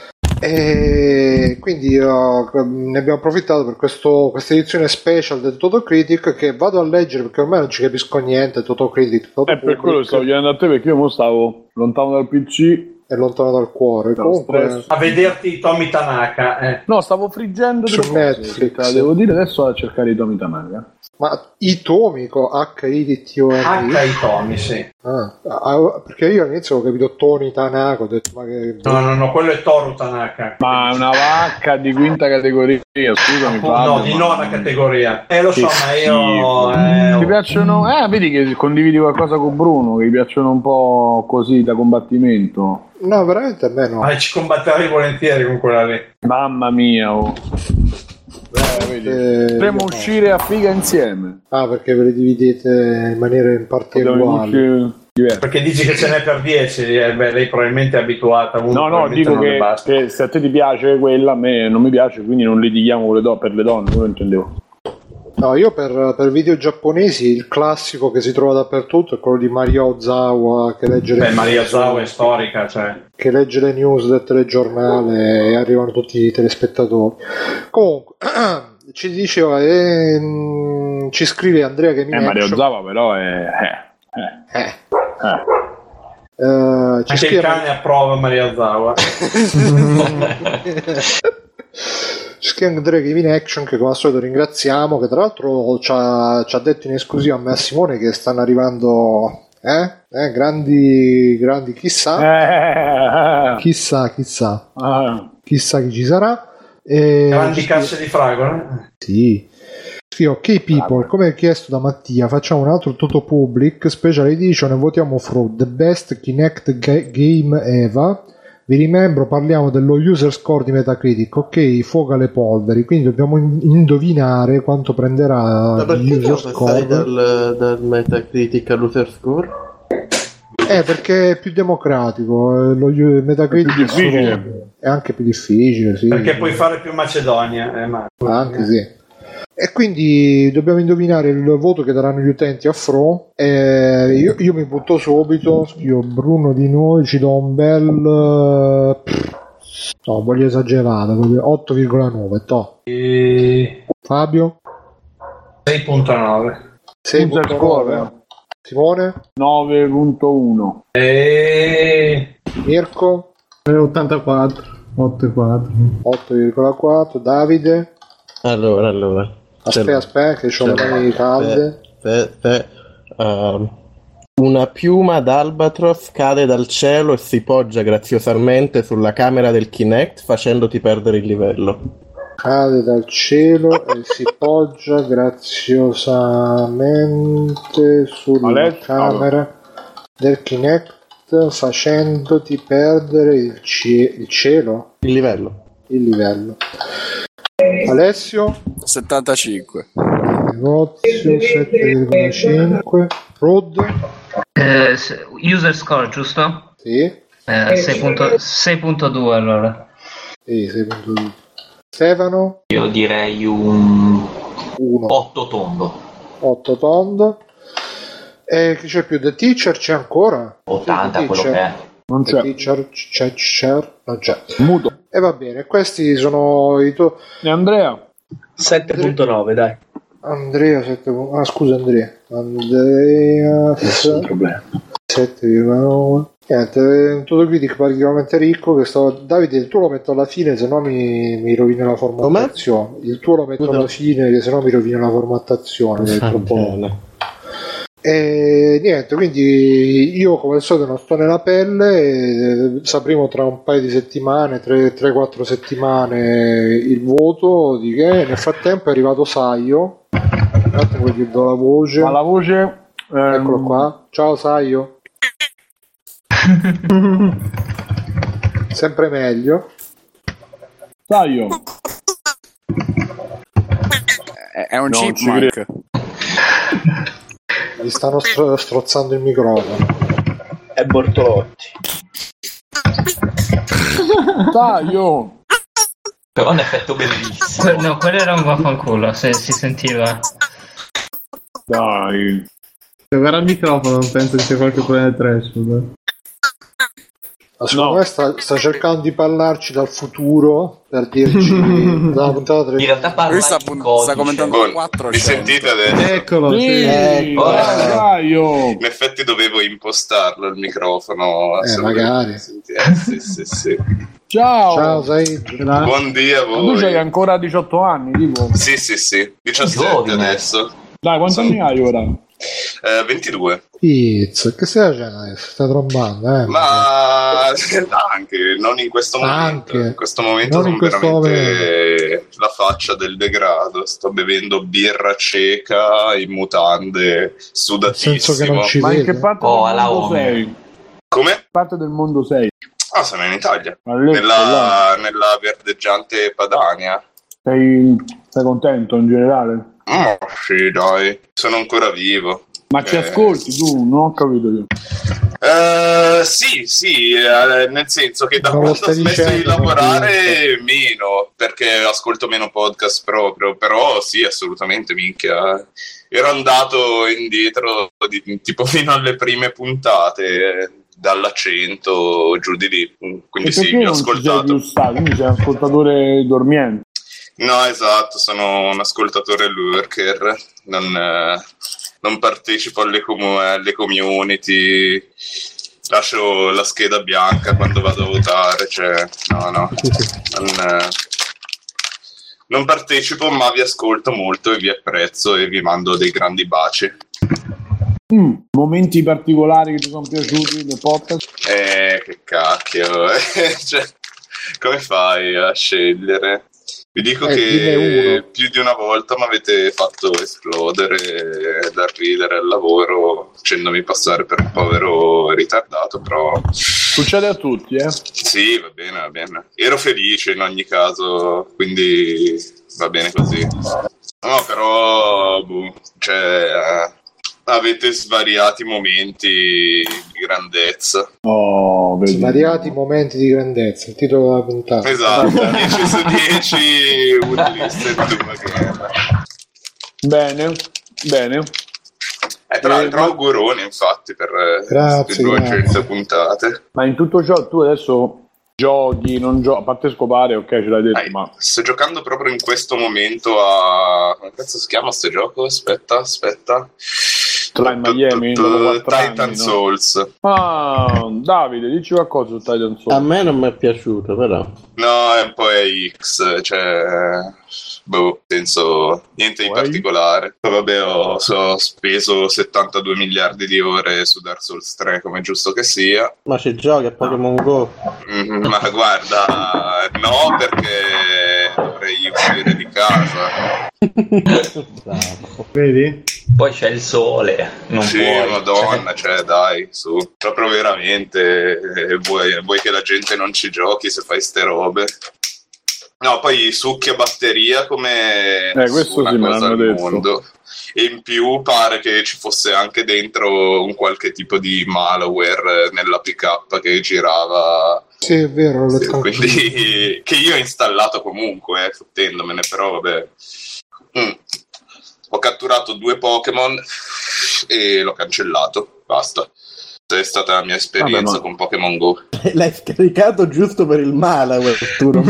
E quindi uh, ne abbiamo approfittato per questo, questa edizione special del Totocritic, che vado a leggere perché ormai non ci capisco niente. Totocritic, Totocritic. Eh, per quello stavo chiedendo a te, perché io mo stavo lontano dal P C e lontano dal cuore. No, comunque a vederti Tomi Tanaka. Eh. No, stavo friggendo su Netflix. Cose, devo dire adesso a cercare i Tomi Tanaka. Ma Itomico H I T O N I H Itomi, sì. Ah, ah, perché io all'inizio ho capito Tony Tanaka, ho detto ma che. No, no, no, quello è Toru Tanaka. Ma è una vacca di quinta categoria, scusami. Oh, no, di nona ma... categoria. Eh lo so, ma io. Eh, ti piacciono. Eh, vedi che condividi qualcosa con Bruno, che ti piacciono un po' così da combattimento. No, veramente a me no. Ma ci combatterei volentieri con quella lì. Mamma mia, oh. Eh, potremmo uscire a figa insieme. Ah, perché ve le dividete in maniera in parti uguali. Perché dici che ce n'è per dieci, eh, beh, lei probabilmente è abituata. No, no, dico che, che se a te ti piace quella, a me non mi piace, quindi non litighiamo le do- per le donne, non lo intendevo. No, io per, per video giapponesi il classico che si trova dappertutto è quello di Maria Ozawa che legge le Beh, Maria Ozawa è storica, cioè. Che legge le news del telegiornale e arrivano tutti i telespettatori. Comunque ci diceva eh, mh, ci scrive Andrea che mi eh, Maria Ozawa però è eh, eh. eh. eh. Uh, ci Anche scrive... il cane approva Maria Ozawa. Ci scrive Andrea Game in Action, che come al solito ringraziamo, che tra l'altro ci ha, ci ha detto in esclusiva a me e a Simone che stanno arrivando eh? Eh, grandi grandi chissà eh. chissà chissà ah. chissà chi ci sarà e... grandi casse di fragola. Sì. Scrivo ok people, come chiesto da Mattia facciamo un altro Toto Public Special Edition e votiamo Fru, the best Kinect ga- game Eva, Vi rimembro, parliamo dello user score di Metacritic, ok, fuoco alle polveri, quindi dobbiamo in- indovinare quanto prenderà il user score. Dal, dal Metacritic all'user score? Eh, perché è più democratico, lo Metacritic è più difficile. È anche più difficile, sì. Perché puoi fare più Macedonia, eh, ma... Anche sì. E quindi dobbiamo indovinare il voto che daranno gli utenti a Fro. E io, io mi butto subito, scrivo Bruno di noi, ci do un bel... No, voglio esagerare, otto virgola nove, to. E... Fabio? sei virgola nove. sei virgola nove. Simone? nove virgola uno. E... Mirko? ottantaquattro. otto virgola quattro. otto virgola quattro. Davide? Allora, allora. Aspetta, aspetta, che ho le mani calde. Aspetta, aspetta. Uh, una piuma d'albatros cade dal cielo e si poggia graziosamente sulla camera del Kinect facendoti perdere il livello. Cade dal cielo e si poggia graziosamente sulla Alessio. camera del Kinect facendoti perdere il, cie- il cielo? Il livello. Il livello. Alessio? settantacinque. Negozio sette virgola cinque. Rod? Eh, se- user score, giusto? Sì. Eh, sei virgola due allora. Sì, sei virgola due. Stefano? Io direi un uno. otto tondo. otto tondo. E chi c'è più? The Teacher c'è ancora? ottanta The quello che Teacher. è. Non The c'è. Teacher c'è, c'è, non c'è. Muto. E va bene, questi sono i tuoi... E Andrea? sette virgola nove, dai. Andrea sette... Ah, scusa Andrea. Andrea... Nessun problema. sette virgola nove. Niente, è un tutto critic particolarmente ricco che sto... Davide, il tuo lo metto alla fine, se no mi, mi rovina la formattazione. Il tuo lo metto Scusa. alla fine, che se no mi rovina la formattazione. È Ah, troppo... bene. E niente, quindi io come al solito non sto nella pelle, e sapremo tra un paio di settimane, tre quattro settimane il voto di che. Nel frattempo è arrivato Saio, un attimo gli do la voce. Ma la voce... ehm, Eccolo qua, ciao Saio. Sempre meglio. Saio. È, è un Non ci chipmunk. Gli stanno stro- strozzando il microfono. È Bortolotti. Saio. Però è un effetto bellissimo. Que- no, quello era un vaffanculo, se si sentiva. Dai. Guarda il microfono, non penso che sia qualche problema di threshold. Ma secondo No. me sta, sta cercando di parlarci dal futuro per dirci dalla puntata In realtà parla Lui sta, in pun- codice. sta commentando Buon- quattro. mi sentite adesso? Eccolo, Sì. sì. Ecco. Eh, Saio. In effetti dovevo impostarlo il microfono. Eh, se magari. volete sentire. Eh, sì, sì, sì. Ciao. Ciao Said. Grazie. Buon dia a Ma tu c'hai voi. ancora diciotto anni, tipo. Sì, sì, sì. diciassette Giovine. adesso. Dai, quanti Sono- anni hai ora? Eh, ventidue. Pizza, che stai facendo adesso? Stai trombando, eh? Ma anche, non in questo momento. Anche. In questo momento Non sono in questo veramente la faccia del degrado. Sto bevendo birra cieca in mutande, Nel senso che non sudatissimo. ci Ma in che vedo. parte Oh, del alla mondo Homer. sei? Come? Che parte del mondo sei? Ah, sono in Italia. Ma lì, là. Nella, nella verdeggiante Padania. Sei, sei contento in generale? Oh, sì, dai, sono ancora vivo. Ma ci Eh, ascolti tu? Non ho capito io. Eh, sì, sì, eh, nel senso che da Non lo quando ho stai smesso di dicendo, lavorare meno, perché ascolto meno podcast proprio, però sì, assolutamente, minchia. Ero andato indietro di- tipo fino alle prime puntate, eh, dall'accento giù di lì, quindi E sì, perché vi ho non ci sei ascoltato. più stato? Quindi sei un ascoltatore dormiente. No, esatto, sono un ascoltatore lurker, non, eh, non partecipo alle, comu- alle community, lascio la scheda bianca quando vado a votare, cioè, no, no, non, eh, non partecipo, ma vi ascolto molto e vi apprezzo e vi mando dei grandi baci. Mm, momenti particolari che ti sono piaciuti del podcast? Eh, che cacchio, eh, cioè, come fai a scegliere? Vi dico Eh, dimmi che uno. più di una volta mi avete fatto esplodere dal ridere al lavoro facendomi passare per un povero ritardato, però Succede a tutti, eh? sì, va bene, va bene. Ero felice in ogni caso, quindi va bene così. No, però boh, cioè, eh, avete svariati momenti di grandezza. Oh, vedi. Svariati momenti di grandezza, il titolo della puntata. Esatto, dieci su dieci utiliste di Doom Again. Bene, bene. Eh, tra l'altro Eh, ma- auguroni infatti per Grazie, queste duecento puntate. Ma in tutto ciò tu adesso giochi, non giochi, a parte scopare, ok, ce l'hai detto, Dai, ma sto giocando proprio in questo momento a... come cazzo si chiama sto gioco? Aspetta, aspetta. tra in Miami, dopo quattro Titan anni, no? Souls. Ah, Davide, dici qualcosa su Titan Souls. A me non mi è piaciuto, però. No, è un po' X, cioè... boh, senso... niente di Poi? particolare. Poi vabbè, ho, so- ho speso settantadue miliardi di ore su Dark Souls tre, come è giusto che sia. Ma ci giochi a Pokémon Go? Mm, ma guarda, no, perché dovrei uscire di casa. Vedi? Poi c'è il sole, non Sì, puoi. madonna, cioè dai, su. Proprio veramente, eh, vuoi, vuoi che la gente non ci giochi se fai ste robe? No, poi succhia batteria come Eh, questo una sì, me cosa l'hanno al detto. mondo. E in più pare che ci fosse anche dentro un qualche tipo di malware nella P K che girava. Sì, è vero, l'ho Sì, letto anche io. quindi che io ho installato comunque, eh, fottendomene, però vabbè. Mm. Ho catturato due Pokémon e l'ho cancellato, basta. Questa è stata la mia esperienza Vabbè, ma- con Pokémon Go. L'hai scaricato giusto per il malware, tu non Ho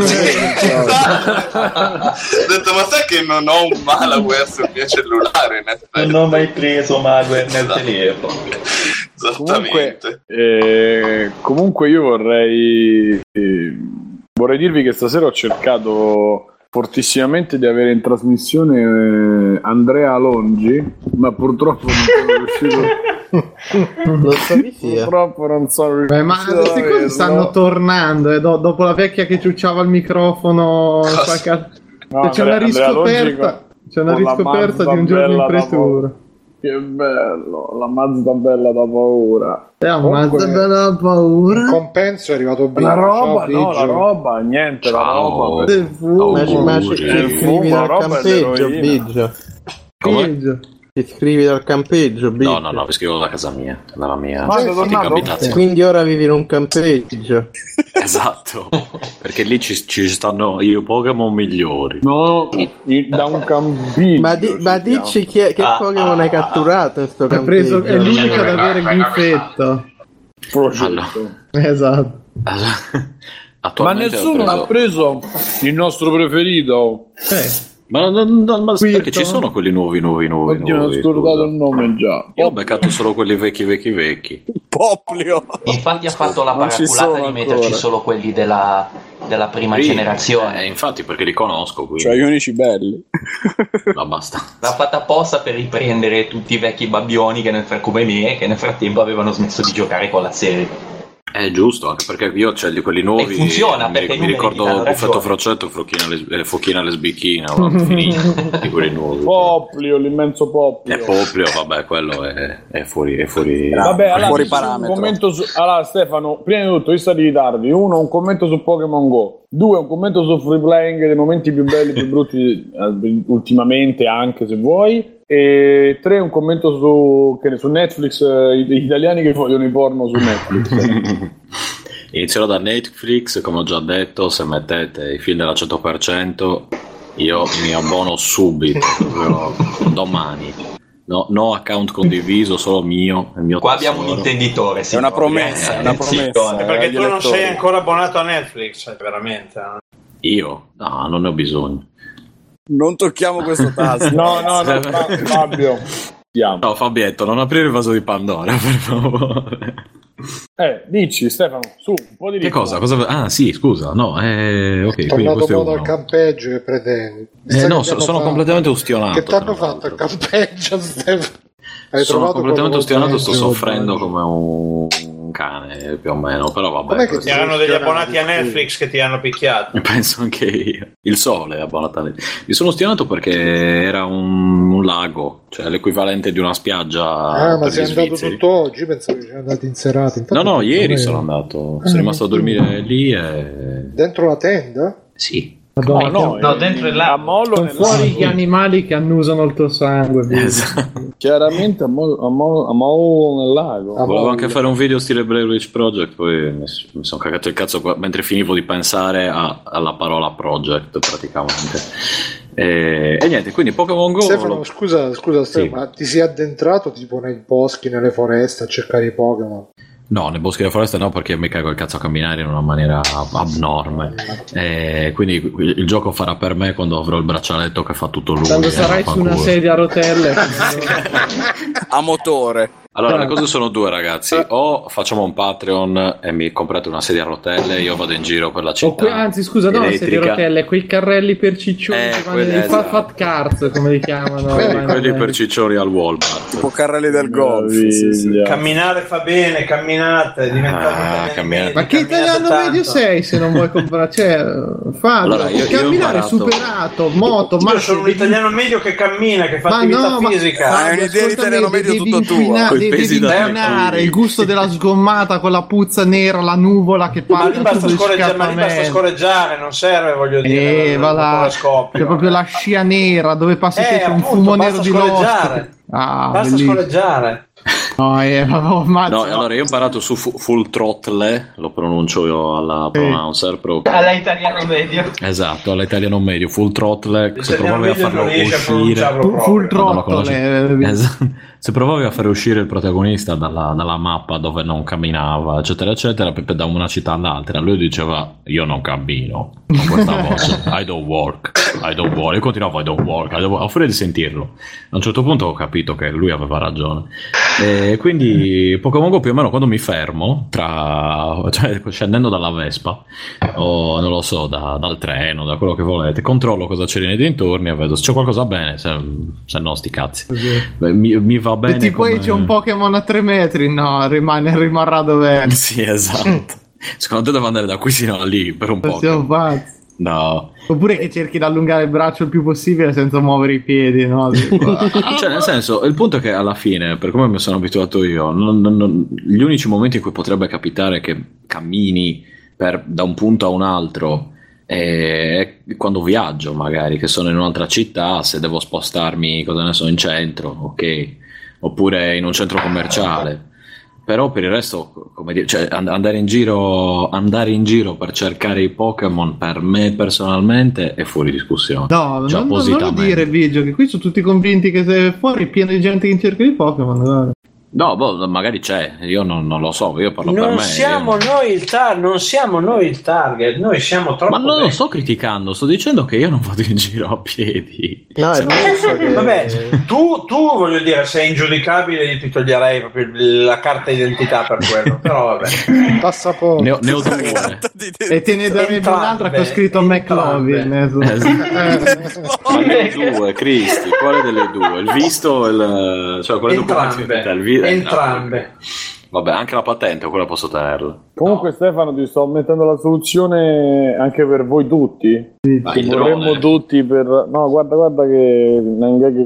detto, ma sai che non ho un malware sul mio cellulare, in effetti. Non ho mai preso malware nel telefono. Esattamente. Comunque, eh, comunque io vorrei eh, vorrei dirvi che stasera ho cercato fortissimamente di avere in trasmissione eh, Andrea Alongi, ma purtroppo non sono riuscito. Lo so chi sia. Purtroppo non sono riuscito. Beh, ma ad queste cose averlo. stanno tornando, eh, do- dopo la vecchia che ciucciava il microfono. qualche- No, c'è una Andrea- Andrea Longi riscoperta, con- c'è una con la riscoperta Mazda di un giorno in bella da pretura. Che bello, la Mazda bella da paura. Eh, ma Comunque, bella paura. Il compenso è arrivato bene. La roba, Ciao, no, la Biggio. roba, niente, la roba. Del fumo. Ma ci, ma ci, Il ci iscrivi fumo, la dal roba è campeggio, l'eroina. Biggio. Peggio. Ti iscrivi dal campeggio, Biggio. No, no, no, vi scrivo da casa mia, dalla mia Ma sei antica tornato? abitazione. Quindi ora vivi in un campeggio. Esatto, perché lì ci, ci stanno i Pokémon migliori. No, in- da un campiglio. Ma, di- ma si chiama. dici chi è- che Ah, Pokémon hai catturato in sto Ha campeggio? preso, è l'unico ad avere il ghifetto. Prosciutto. Allora. Esatto. Ma Attualmente nessuno ho ha preso il nostro preferito. Eh, Ma, non- non- ma Quirton. perché ci sono quelli nuovi, nuovi, nuovi, Oddio, mi ho nuovi. scordato scusa. il nome già. Io ho beccato solo quelli vecchi, vecchi, vecchi. Poplio. Infatti ha fatto la Non ci paraculata sono di metterci ancora. solo quelli della, della prima Sì, generazione. eh, infatti, perché li conosco, quindi Cioè, gli unici belli. ma basta. L'ha fatta apposta per riprendere tutti i vecchi babbioni che nel, fr- come me, che nel frattempo avevano smesso di giocare con la serie. È giusto, anche perché io c'ho di quelli nuovi. E funziona, mi, perché i mi numeri ricordo ti danno Buffetto ragione. Frocetto, Fochina, les, eh, Fochina Lesbichina, non finito di quelli nuovi. Poplio, l'immenso Poplio. E Poplio, vabbè, quello è, è fuori. È fuori Vabbè, allora, fuori dici un parametro. commento su... allora Stefano, prima di tutto, io di ritardi. Uno, un commento su Pokémon Go. Due, un commento su Free Playing, dei momenti più belli, più brutti eh, ultimamente, anche se vuoi. E tre, un commento su, che ne- su Netflix, eh, gli italiani che vogliono i porno su Netflix. Inizierò da Netflix, come ho già detto, se mettete i film della cento per cento io mi abbono subito, proprio domani. No, no account condiviso, solo mio, il mio Qua abbiamo un tesoro. intenditore. È una promessa, è una promessa. È perché agli tu non elettori. sei ancora abbonato a Netflix, cioè, veramente. eh. Io? No, non ne ho bisogno. Non tocchiamo questo tasto. No, no, no, Fa- Fabio. Andiamo. No, Fabietto, non aprire il vaso di Pandora, per favore. Eh, dici Stefano, su, un po' di Che cosa? Cosa? Ah, sì, scusa, no, eh, ok, quindi Tornato questo è modo al uno. campeggio che pretendi? Eh, Sai no, che so- t'hanno sono fatto? completamente ustionato. Che ti hanno tra fatto al l'altro. campeggio, Stefano? Hai Sono trovato completamente proprio ustionato, sto peggio, soffrendo peggio. come un cane più o meno, però vabbè. Com'è che erano degli abbonati a Netflix che ti hanno picchiato? Penso anche io. Il Sole è abbonato a Netflix. Mi sono ostinnato perché era un, un lago, cioè l'equivalente di una spiaggia. Ah, ma per sei gli andato svizzeri. tutto oggi? Pensavo che sei andato in serata. Infatti No, no, non ieri ero. sono andato. Ah, Sono rimasto a non so. dormire lì e. Dentro la tenda? Sì. Madonna, no, No, dentro il lago. a mollo sono nel fuori lago. gli animali che annusano il tuo sangue. vedi? Esatto. Chiaramente a mollo, a mollo, a mollo nel lago. Ah, Volevo mollo. anche fare un video stile Blair Witch Project, poi mi, mi sono cagato il cazzo qua- mentre finivo di pensare a- alla parola project praticamente. E, e niente, quindi Pokémon Go. Stefano, lo- scusa, scusa Stefano, Sì. ma ti sei addentrato tipo nei boschi, nelle foreste a cercare i Pokémon? No, nei boschi della foresta no, perché mi cago il cazzo a camminare in una maniera abnorme. E quindi il, il gioco farà per me quando avrò il braccialetto che fa tutto lui. Quando e sarai fa su una culo. sedia a rotelle. A motore. Allora, le cose sono due, ragazzi. O facciamo un Patreon e mi comprate una sedia a rotelle, io vado in giro per la O città. que- anzi, scusa, no, sedia a elettrica. rotelle, quei carrelli per ciccioni Eh, che vanno quelli- nei fa- esatto. fat cars, come li chiamano. Quelli, ormai, quelli ormai. per ciccioni al Walmart. Tipo carrelli del golf. Sì, sì. Camminare fa bene, camminate, diventate Ah, italiani camminare. medi, Ma che camminate italiano tanto. medio sei se non vuoi comprare? Cioè, fa Allora, io- io ho camminare imparato- superato, moto, Io ma sono un italiano medio che cammina, che fa Ma attività no, ma- fisica. Ah, è un'idea di italiano medio devi tutto tua. inquina- Coi devi pesi da inquinare tre il gusto della sgommata con la puzza nera, la nuvola che Ma lì parte basta sul scorreggiare, ma lì basta scappamento. scorreggiare, non serve, voglio dire. Eh, non- va non là, la scoppio. c'è proprio la scia nera dove passi Eh, che c'è un appunto, fumo basta nero di lost. scorreggiare. Ah, Basta bellissimo. scorreggiare. No, eh, oh, mazza. No, allora io ho imparato su fu- Full Throttle, lo pronuncio io alla pronouncer proprio. Alla italiano medio. Esatto, all'italiano medio, Full Throttle, se L'italiano provavi a medio farlo non riesce a uscire. pronunciarlo Full- full proprio. Non lo throttle, conosci. eh, Esatto. Se provavi a fare uscire il protagonista dalla, dalla mappa dove non camminava, eccetera, eccetera, Peppe da una città all'altra, lui diceva io non cammino, con questa voce, I don't work, I don't work, e continuavo I don't work, I don't work. Ho finito di sentirlo. A un certo punto ho capito che lui aveva ragione. E quindi Pokémon Go più o meno quando mi fermo, tra, cioè scendendo dalla Vespa, o non lo so, da- dal treno, da quello che volete, controllo cosa c'è nei dintorni e vedo se c'è qualcosa bene, se, se no sti cazzi. Beh, mi, mi va bene. E tipo come- c'è un Pokémon a tre metri, no, rimane, rimarrà dov'è. Sì, esatto. Secondo te devo andare da qui sino a lì per un po'? Siamo pazzi. No. Oppure che cerchi di allungare il braccio il più possibile senza muovere i piedi, no? Cioè, nel senso, il punto è che alla fine, per come mi sono abituato io, non- non- non- gli unici momenti in cui potrebbe capitare che cammini per- da un punto a un altro è quando viaggio, magari, che sono in un'altra città, se devo spostarmi, cosa ne so, in centro, ok, oppure in un centro commerciale. Però per il resto, come dire, cioè, and- andare in giro andare in giro per cercare i Pokémon per me personalmente è fuori discussione. No, Cioè, non, non lo appositamente. dire, Biggio, che qui sono tutti convinti che se fuori è pieno di gente che cerca i Pokémon. Guarda. No, boh, magari c'è, io non, non lo so, io parlo per Non me. siamo, io- noi il tar- non siamo noi il target, noi siamo troppo. Ma non lo vecchi. sto criticando, sto dicendo che io non vado in giro a piedi. No, è giusto che... Vabbè, tu, tu voglio dire, sei ingiudicabile, io ti toglierei proprio il- la carta d'identità per quello, però vabbè. Passaporto. Ne ho, ne ho due. E te ne darebbe Entrambe, un'altra che ho scritto McLovin. Esatto. Ma le due, Cristi, quale delle due? Il visto o il... cioè quale documento Entrambe, il vi- eh, entrambe. no. Vabbè, anche la patente, quella posso tenerla. Comunque, Stefano, ti sto mettendo la soluzione anche per voi tutti. Ma Che il vorremmo drone. tutti per. No, guarda, guarda che. che...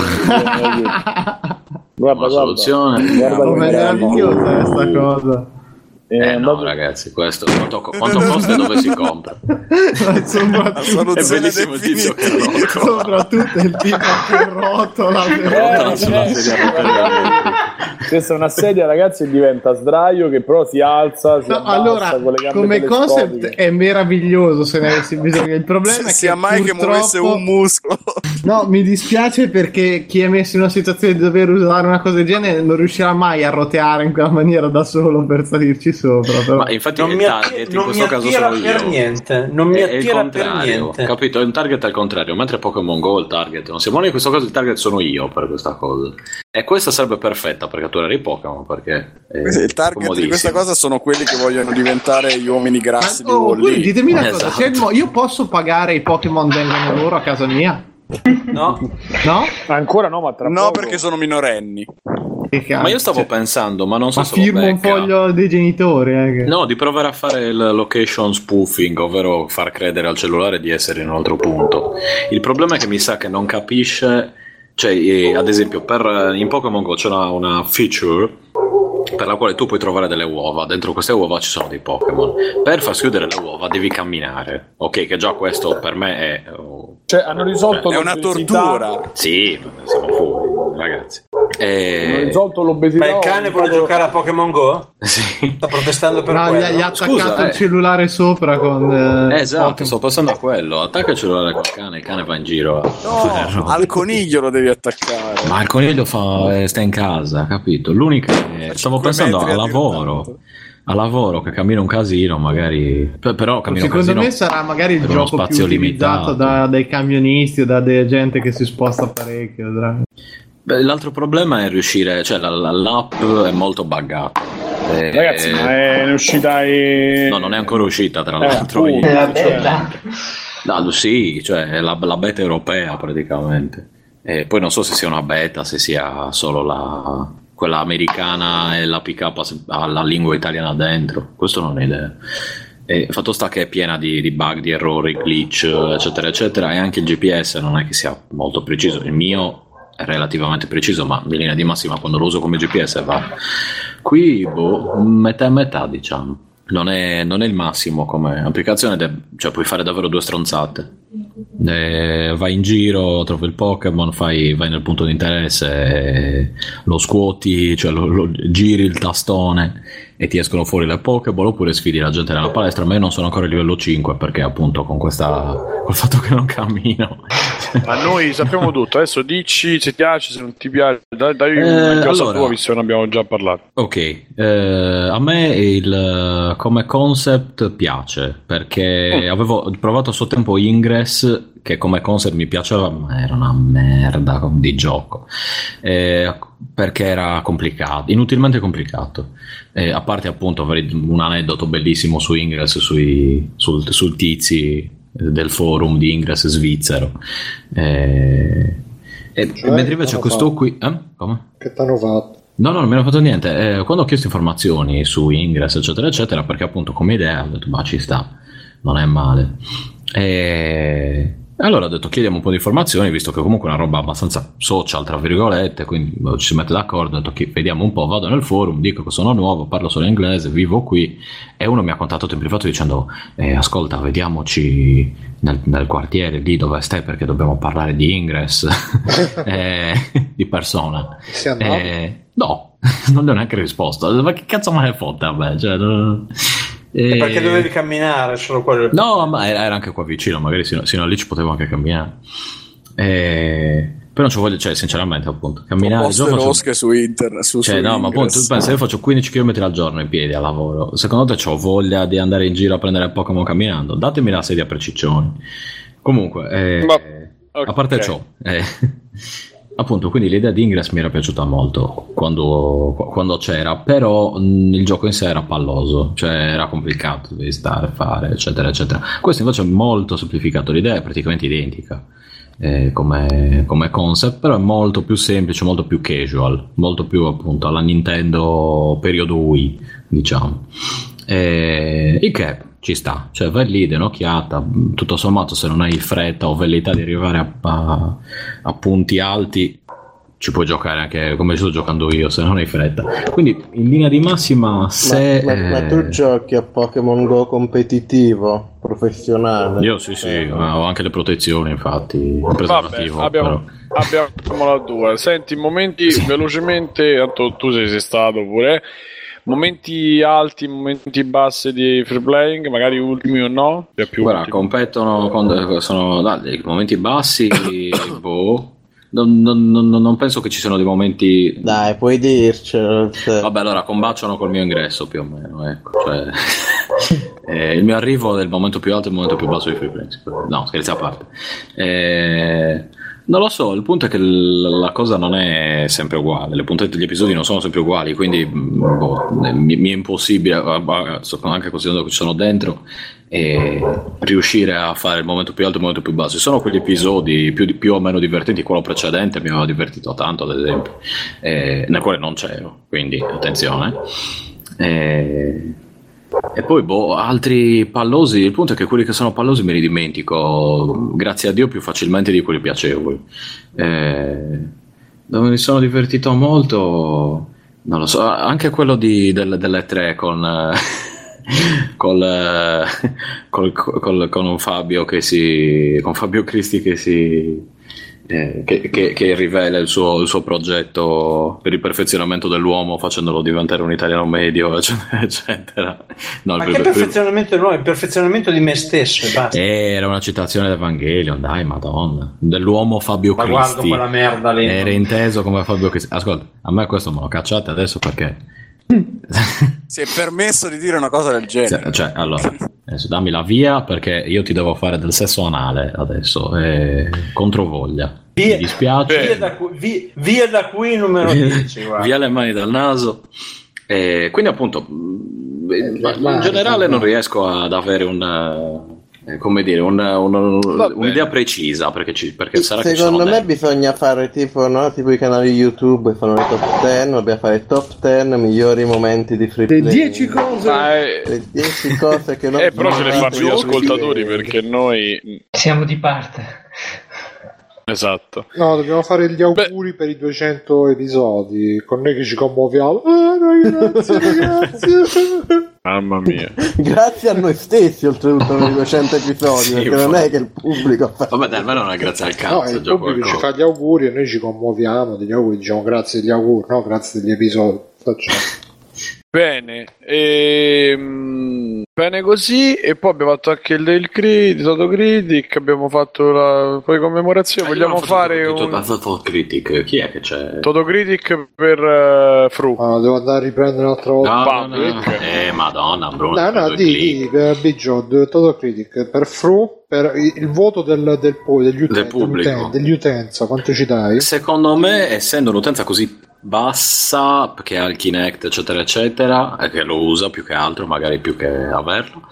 guarda, Una soluzione. Guarda Come che meravigliosa è sta cosa. È Eh no, andato- ragazzi, questo quanto, quanto costa e dove si compra? Soprattutto, È bellissimo il tizio che rotola. soprattutto il tipo che rotola. Rotola sulla sedia a rotelle. Questa è una sedia, ragazzi, e diventa sdraio che però si alza. Si No, abbassa, allora, con le gambe come concept telescopiche. è meraviglioso se ne avessi bisogno. Il problema è che sia mai che purtroppo- muovesse un muscolo. No, mi dispiace perché chi è messo in una situazione di dover usare una cosa del genere non riuscirà mai a roteare in quella maniera da solo per salirci sopra. Però. Ma infatti Non il mi, target atti- in non mi questo caso attira sono per io. niente, non mi È- è il attira per contrario, niente. capito? Il target è il contrario, mentre Pokémon Go il target non siamo noi, in questo caso il target sono io per questa cosa. E questa sarebbe perfetta per catturare i Pokémon perché è Il target di comodissimo. questa cosa sono quelli che vogliono diventare gli uomini grassi di Oh, Wall-E. poi ditemi una cosa, Esatto. c'è il mo- io posso pagare i Pokémon vengono loro a casa mia? No, No? Ancora no, ma tra No, poco. perché sono minorenni. Ma io stavo pensando, ma non so ma se lo firmo un becca. foglio dei genitori. Eh, che... No, di provare a fare il location spoofing, ovvero far credere al cellulare di essere in un altro punto. Il problema è che mi sa che non capisce, cioè, eh, ad esempio, per, in Pokémon Go c'è una, una feature per la quale tu puoi trovare delle uova. Dentro queste uova ci sono dei Pokémon. Per far schiudere le uova devi camminare. Ok, che già questo per me è... Cioè, hanno risolto È una tortura. Sì, siamo fuori, ragazzi. E... Hanno risolto l'obesità. Ma il cane vuole giocare a Pokémon Go? Sì. Sta protestando per No, quello. gli, gli ha attaccato Scusa, il eh. cellulare sopra con... Eh, Esatto, Pokémon. sto pensando a quello. Attacca il cellulare col cane, il cane va in giro. No, al coniglio lo devi attaccare. Ma il coniglio fa, eh, sta in casa, capito? L'unica è, stavo pensando metri al a lavoro. A lavoro che cammina un casino, magari. P- però cammina un Secondo casino me sarà magari il per uno gioco più spazio utilizzato limitato. da, dai camionisti o da della gente che si sposta parecchio. Dai. Beh, l'altro problema è riuscire, cioè la- la- l'app è molto buggata. Eh, Ragazzi, ma è uscita e... No, non è ancora uscita, tra Eh, l'altro. appunto. È la bella. No, sì, cioè la, la beta europea praticamente. E poi non so se sia una beta, se sia solo la, quella americana e la pick up alla lingua italiana dentro. Questo non ho idea. E fatto sta che è piena di, di bug, di errori, glitch, eccetera, eccetera. E anche il G P S non è che sia molto preciso. Il mio è relativamente preciso, ma in linea di massima quando lo uso come G P S va. Qui, boh, metà e metà, diciamo. Non è, non è il massimo come applicazione, de- cioè puoi fare davvero due stronzate. Eh, vai in giro, trovi il Pokémon, fai, vai nel punto di interesse, eh, lo scuoti, cioè lo, lo- giri il tastone e ti escono fuori le Pokéball, oppure sfidi la gente nella palestra. Ma io non sono ancora a livello cinque perché appunto con questa, col fatto che non cammino. Ma noi sappiamo tutto. Adesso dici se ti piace, se non ti piace. Dai, dai Eh, una cosa allora. tua, visto che ne abbiamo già parlato. Ok, eh, a me il come concept piace perché avevo provato a suo tempo Ingress, che come concept mi piaceva, ma era una merda di gioco, eh, perché era complicato, inutilmente complicato. Eh, a parte appunto un aneddoto bellissimo su Ingress, sui, sul, sul tizi del forum di Ingress svizzero. Eh, e Cioè, mentre invece hanno questo fatto- qui... Eh? Come? Che t'hanno fatto? No, no, non mi hanno fatto niente. Eh, quando ho chiesto informazioni su Ingress, eccetera, eccetera, perché appunto come idea ho detto, ma ci sta, non è male. E allora ho detto, chiediamo un po' di informazioni, visto che comunque è una roba abbastanza social, tra virgolette, quindi ci si mette d'accordo, ho detto, chi- vediamo un po', vado nel forum, dico che sono nuovo, parlo solo inglese, vivo qui, e uno mi ha contattato in privato dicendo, eh, ascolta, vediamoci nel, nel quartiere lì dove stai perché dobbiamo parlare di Ingress, eh, di persona. Si è andato? Eh, no, non gli ho neanche risposto. Ma che cazzo me ne fotte a me? Cioè, non- E eh, perché dovevi camminare solo quello? No, ma era era anche qua vicino, magari sino, sino a lì ci potevo anche camminare. Eh, però non ci voglio, cioè, sinceramente, appunto, camminare. Poste già faccio- losche su internet. Su, cioè, su no, ma appunto, Ingress. tu pensi, io faccio quindici chilometri al giorno in piedi a lavoro. Secondo te ho voglia di andare in giro a prendere Pokémon camminando? Datemi la sedia per ciccioni. Comunque, eh, Ma- a parte ok. ciò, eh, appunto, quindi l'idea di Ingress mi era piaciuta molto quando, quando c'era, però mh, il gioco in sé era palloso, cioè era complicato, devi stare, fare, eccetera, eccetera. Questo invece è molto semplificato, l'idea è praticamente identica. Eh, come, come concept, però è molto più semplice, molto più casual, molto più appunto alla Nintendo periodo Wii, diciamo. Eh, il che ci sta, cioè vai lì, dai un'occhiata, tutto sommato se non hai fretta o velleità di arrivare a, a, a punti alti ci puoi giocare anche come sto giocando io, se non hai fretta. Quindi in linea di massima se... Ma, ma- ma eh, tu giochi a Pokémon Go competitivo, professionale? io sì sì, Eh, ma ho anche le protezioni, infatti, il Vabbè, preservativo, abbiamo, però. abbiamo la tua. Senti, momenti velocemente, tanto tu sei, sei stato pure. Momenti alti, momenti bassi di free playing, magari ultimi o no? Cioè, più Guarda, ultimi. competono con, sono dai, momenti bassi, boh. Non, non- non- non penso che ci siano dei momenti. Dai, puoi dircelo. cioè. Vabbè, allora combaciano col mio ingresso più o meno, ecco. Cioè, eh, il mio arrivo è il momento più alto e il momento più basso di free play. No, scherzi a parte. Eh, Non lo so, il punto è che l- la cosa non è sempre uguale, le puntate degli episodi non sono sempre uguali, quindi boh, mi, mi è impossibile, anche considerando che ci sono dentro, e riuscire a fare il momento più alto e il momento più basso. Ci sono quegli episodi più, più o meno divertenti, quello precedente mi aveva divertito tanto, ad esempio, eh, nel quale non c'ero, quindi attenzione. Eh, E poi, boh, altri pallosi. Il punto è che quelli che sono pallosi me li dimentico, grazie a Dio, più facilmente di quelli piacevoli. Eh, dove mi sono divertito molto, non lo so, anche quello di, del, delle tre con, eh, col, eh, col, col, con un Fabio che si, con Fabio Cristi che si. Eh, che, che, che rivela il suo, il suo progetto per il perfezionamento dell'uomo facendolo diventare un italiano medio, eccetera, eccetera. No, Ma il, che per, perfezionamento dell'uomo? Il perfezionamento di me stesso e basta. eh, era una citazione d'Evangelion, dai, madonna, dell'uomo Fabio Ma Cristi. guardo quella merda lì. Era inteso come Fabio Cristi. Ascolta, a me questo me lo cacciate adesso perché Si è permesso di dire una cosa del genere. cioè, allora, adesso dammi la via perché io ti devo fare del sesso anale adesso, eh, controvoglia. Via, Mi dispiace. Via da qui, via, via da qui numero dieci. Guarda. Via le mani dal naso. E quindi appunto in generale non riesco ad avere un, eh, come dire, un, un, un'idea precisa perché, ci, perché sarà che secondo ci sono me bisogna fare tipo, no? Tipo i canali YouTube fanno le top dieci, dobbiamo fare top dieci migliori momenti di free play. Le dieci cose le dieci cose che non eh però ce le fanno gli giochi. ascoltatori perché noi siamo di parte. Esatto. No, dobbiamo fare gli auguri Beh. per i duecento episodi. Con noi che ci commuoviamo. Ah, no, grazie, grazie. Mamma mia. Grazie a noi stessi, oltretutto, per i duecento episodi. Sì, perché non fa... è che il pubblico fa. Vabbè, almeno non è grazie al cazzo. No, il pubblico qualcosa. Ci fa gli auguri e noi ci commuoviamo degli auguri, diciamo grazie degli auguri, no? Grazie degli episodi. Facciamo. Bene, ehm, bene così, e poi abbiamo fatto anche il Daily Critic, Toto Critic, abbiamo fatto la poi commemorazione, ah, vogliamo fare un Toto Critic, chi è che c'è? Toto Critic per uh, Fru. Ah, devo andare a riprendere un'altra volta. No, no, no. Eh, madonna, Bruno. No, no, di, di, per Biggio, Toto Critic per Fru, per il voto del, del, degli utenti, del pubblico, dell'uten- degli utenza, quanto ci dai? Secondo me, essendo un'utenza così bassa, che ha il Kinect eccetera eccetera, e che lo usa più che altro, magari più che averlo,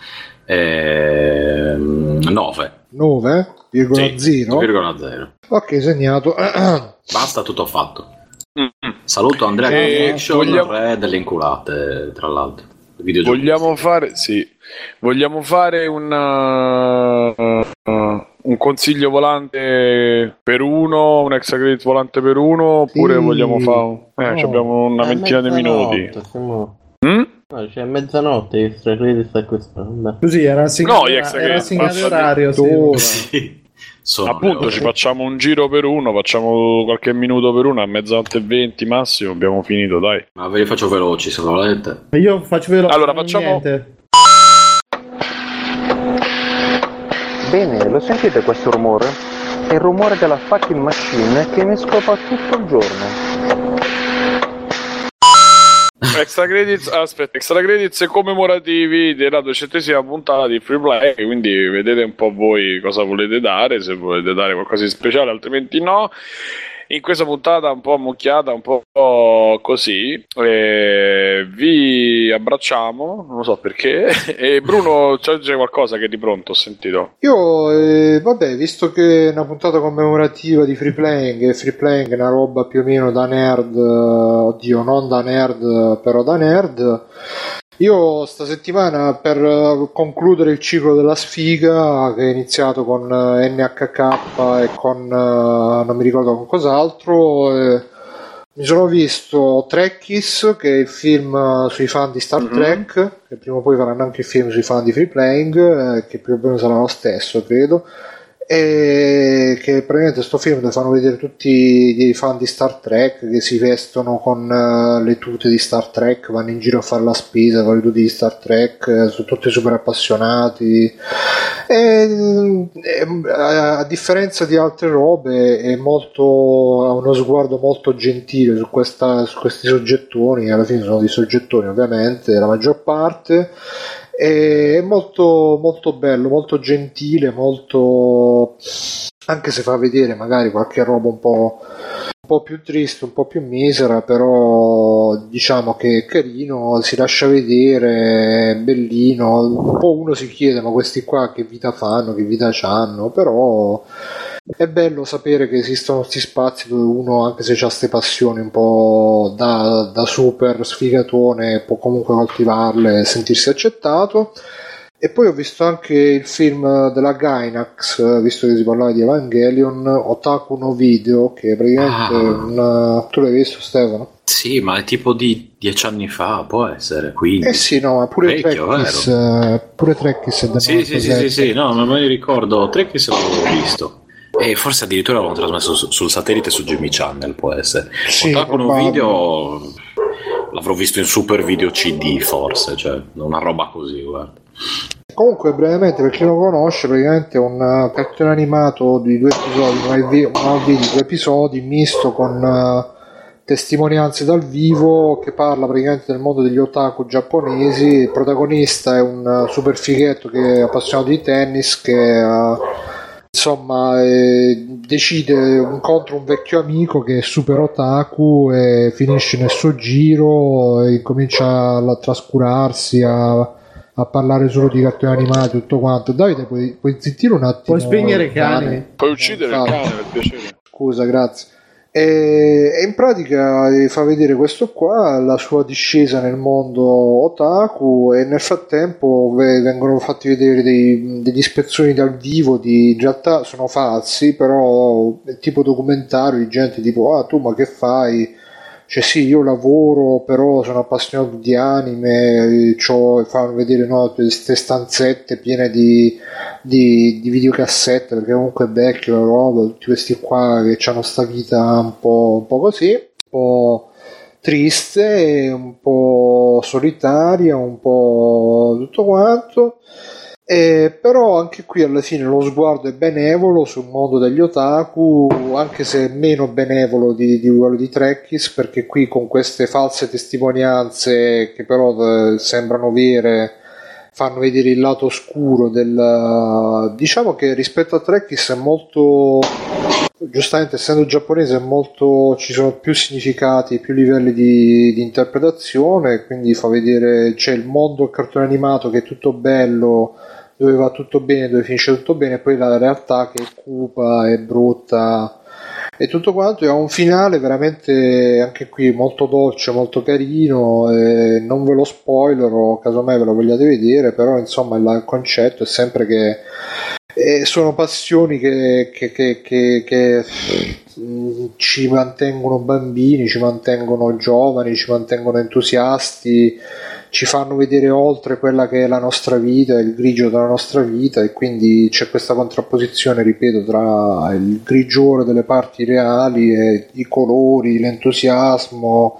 eh, nove nove virgola zero Ok, segnato. Basta, tutto fatto. Mm-hmm. Saluto Andrea e Action, vogliamo... re delle inculate, tra l'altro. Vogliamo fare, sì, vogliamo fare una, uh, un consiglio volante per uno, un extra credit volante per uno, oppure sì. vogliamo fare eh, no, abbiamo una ventina di minuti. Siamo... Mm? No, c'è mezzanotte gli extra credit a questo. Così era il segnale, no, gli extra era segnale orario, sì. Sì. Sono appunto ci facciamo un giro per uno, facciamo qualche minuto per uno, a mezzanotte e venti massimo abbiamo finito, dai. Ma ve li faccio veloci se volete. Io faccio veloci. Allora facciamo niente. Bene, lo sentite questo rumore? È il rumore della fucking machine che mi scopa tutto il giorno. Extra credits, aspetta, extra credits commemorativi della duecentesima puntata di Free Play, quindi vedete un po' voi cosa volete dare, se volete dare qualcosa di speciale, altrimenti no. In questa puntata un po' ammucchiata, un po' così, eh, vi abbracciamo, non so perché, e Bruno c'è qualcosa che è di pronto, ho sentito. Io, eh, vabbè, visto che è una puntata commemorativa di Free Playing, e Free Playing è una roba più o meno da nerd, oddio, non da nerd, però da nerd, io sta settimana, per concludere il ciclo della sfiga che è iniziato con N H K e con non mi ricordo con cos'altro, eh, mi sono visto Trekkies, che è il film sui fan di Star mm-hmm. Trek, che prima o poi faranno anche il film sui fan di Free Playing, eh, che più o meno sarà lo stesso, credo. E che praticamente sto film dove fanno vedere tutti i fan di Star Trek che si vestono con uh, le tute di Star Trek, vanno in giro a fare la spesa con le tute di Star Trek, eh, sono tutti super appassionati e, e, a, a differenza di altre robe è molto, ha uno sguardo molto gentile su, questa, su questi soggettoni, alla fine sono dei soggettoni ovviamente la maggior parte, È molto, molto bello, molto gentile, molto, anche se fa vedere magari qualche roba un po', un po' più triste, un po' più misera, però diciamo che è carino, si lascia vedere, è bellino. Un po' uno si chiede, ma questi qua che vita fanno, che vita c'hanno, però è bello sapere che esistono questi spazi dove uno, anche se ha queste passioni un po' da, da super sfigatone, può comunque coltivarle e sentirsi accettato. E poi ho visto anche il film della Gainax, visto che si parlava di Evangelion, Otaku no Video, che è praticamente Ah. una... Tu l'hai visto, Stefano? Sì, ma è tipo di dieci anni fa, può essere, quindi. Eh sì, no, ma pure Vecchio, Trekkies, vero? eh, pure Trekkies è del Sì, sì, sì, novantasette. sì, sì, no, non me ne ricordo. Trekkies l'avevo visto. E forse addirittura l'hanno trasmesso su- sul satellite su Jimmy Channel, può essere. Sì, Otaku no probabile. Video l'avrò visto in Super Video C D, forse, cioè una roba così, guarda. Comunque, brevemente, per chi non lo conosce, praticamente è un uh, cartone animato di due episodi, non è vi- non è video, due episodi, misto con uh, testimonianze dal vivo, che parla praticamente del mondo degli otaku giapponesi. Il protagonista è un uh, super fighetto che è appassionato di tennis, che uh, insomma eh, decide, incontra un vecchio amico che è super otaku e finisce nel suo giro e comincia a trascurarsi, a a parlare solo di cartoni animati, tutto quanto. Davide, puoi, puoi zittire un attimo? Puoi spegnere i cani? Puoi uccidere il Infatti. cane, per piacere. Scusa, grazie. E, e in pratica eh, fa vedere questo qua, la sua discesa nel mondo otaku, e nel frattempo ve- vengono fatti vedere dei, degli spezzoni dal vivo di, in realtà sono falsi, però è tipo documentario di gente tipo, ah tu ma che fai? Cioè sì, io lavoro, però sono appassionato di anime, c'ho, fanno vedere no, queste stanzette piene di, di, di videocassette, perché comunque è vecchio la roba, tutti questi qua che hanno sta vita un po', un po' così, un po' triste, un po' solitaria, un po' tutto quanto. Eh, però anche qui alla fine lo sguardo è benevolo sul mondo degli otaku, anche se meno benevolo di, di quello di Trekkies, perché qui con queste false testimonianze che però eh, sembrano vere fanno vedere il lato oscuro del... diciamo che rispetto a Trekkies è molto, giustamente essendo giapponese, è molto, ci sono più significati, più livelli di, di interpretazione, quindi fa vedere, c'è il mondo del cartone animato che è tutto bello, dove va tutto bene, dove finisce tutto bene, e poi la realtà che è cupa, è brutta e tutto quanto. E ha un finale veramente anche qui molto dolce, molto carino, e non ve lo spoilerò, casomai ve lo vogliate vedere, però insomma il, il concetto è sempre che eh, sono passioni che, che, che, che, che mh, ci mantengono bambini, ci mantengono giovani, ci mantengono entusiasti, ci fanno vedere oltre quella che è la nostra vita, il grigio della nostra vita, e quindi c'è questa contrapposizione, ripeto, tra il grigiore delle parti reali e i colori, l'entusiasmo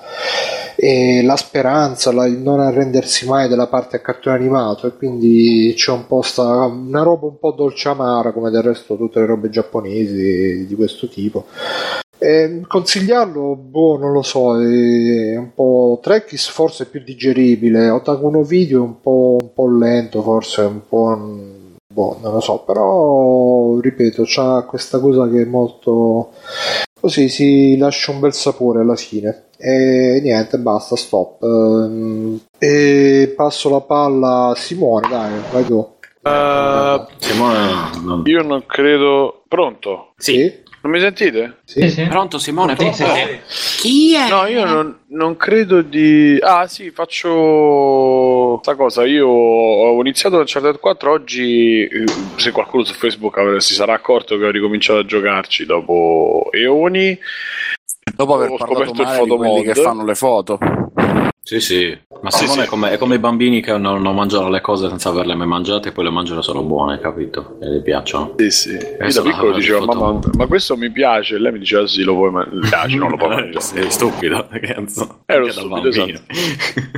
e la speranza, la, il non arrendersi mai della parte a cartone animato, e quindi c'è un po' sta, una roba un po' dolce amara, come del resto tutte le robe giapponesi di questo tipo. Eh, consigliarlo, boh, non lo so, è un po' Trekkies forse è più digeribile, Otaku no Video è un po', un po' lento, forse un po', boh, non lo so, però ripeto, c'ha questa cosa che è molto così, si lascia un bel sapore alla fine. E niente, basta, stop. Ehm, e passo la palla a Simone, dai, vai tu. Uh, Simone, io non credo. Pronto? Sì. Non mi sentite? Sì, sì. Pronto Simone? Sì, Pronto? sì. Chi è? No, io non, non credo di... Ah sì, faccio sta cosa. Io ho iniziato Uncharted quattro oggi, eh, se qualcuno su Facebook avrà- si sarà accorto che ho ricominciato a giocarci dopo eoni. Dopo aver Ho parlato scoperto il male di quelli photomod. che fanno le foto. Sì, sì. Ma Sì, Simone sì. È, come, è come i bambini che non, non mangiano le cose senza averle mai mangiate e poi le mangiano solo buone, capito? E gli piacciono. Sì, sì. Io Questo da piccolo va- dicevo, foto- mamma, ma questo mi piace. E lei mi diceva, sì, lo vuoi mangiare. Mi piace, non lo puoi mangiare. Sei stupido, cazzo. Ero Anche da stupido, bambino. esatto.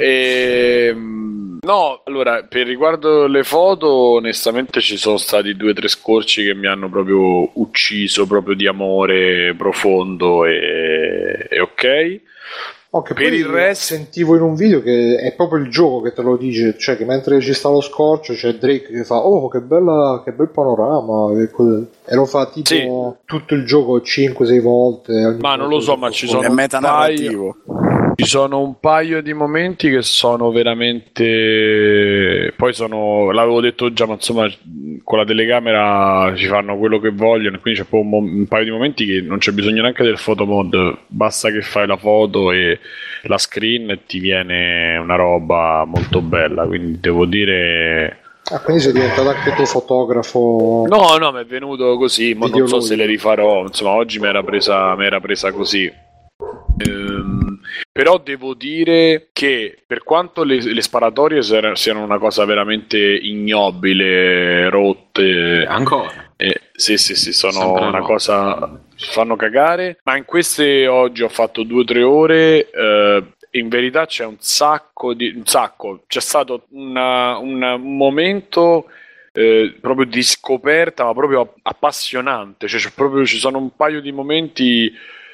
Ehm, no, allora, per riguardo le foto, onestamente ci sono stati due o tre scorci che mi hanno proprio ucciso, proprio di amore profondo e, e ok. Oh, che per poi il resto sentivo in un video che è proprio il gioco che te lo dice, cioè che mentre ci sta lo scorcio c'è Drake che fa oh che bella, che bel panorama e, così. E lo fa tipo Sì. tutto il gioco cinque sei volte ogni ma non lo so, ma ci sono È un metanarrativo. paio, ci sono un paio di momenti che sono veramente, poi sono, l'avevo detto già, ma insomma con la telecamera ci fanno quello che vogliono, quindi c'è poi un, mo- un paio di momenti che non c'è bisogno neanche del photomod, basta che fai la foto e la screen e ti viene una roba molto bella, quindi devo dire. Ah, quindi sei diventato anche tu fotografo? No, no, mi è venuto così, ma non so Videologico. se le rifarò, insomma oggi mi era presa, mi era presa così. Ehm, però devo dire che per quanto le, le sparatorie ser- siano una cosa veramente ignobile, rotte, ancora eh, sì sì sì, sono Sempre una no. cosa, fanno cagare, ma in queste oggi ho fatto due o tre ore, eh, in verità c'è un sacco di un sacco, c'è stato una- una- un momento eh, proprio di scoperta, ma proprio appassionante, cioè c'è proprio, ci sono un paio di momenti,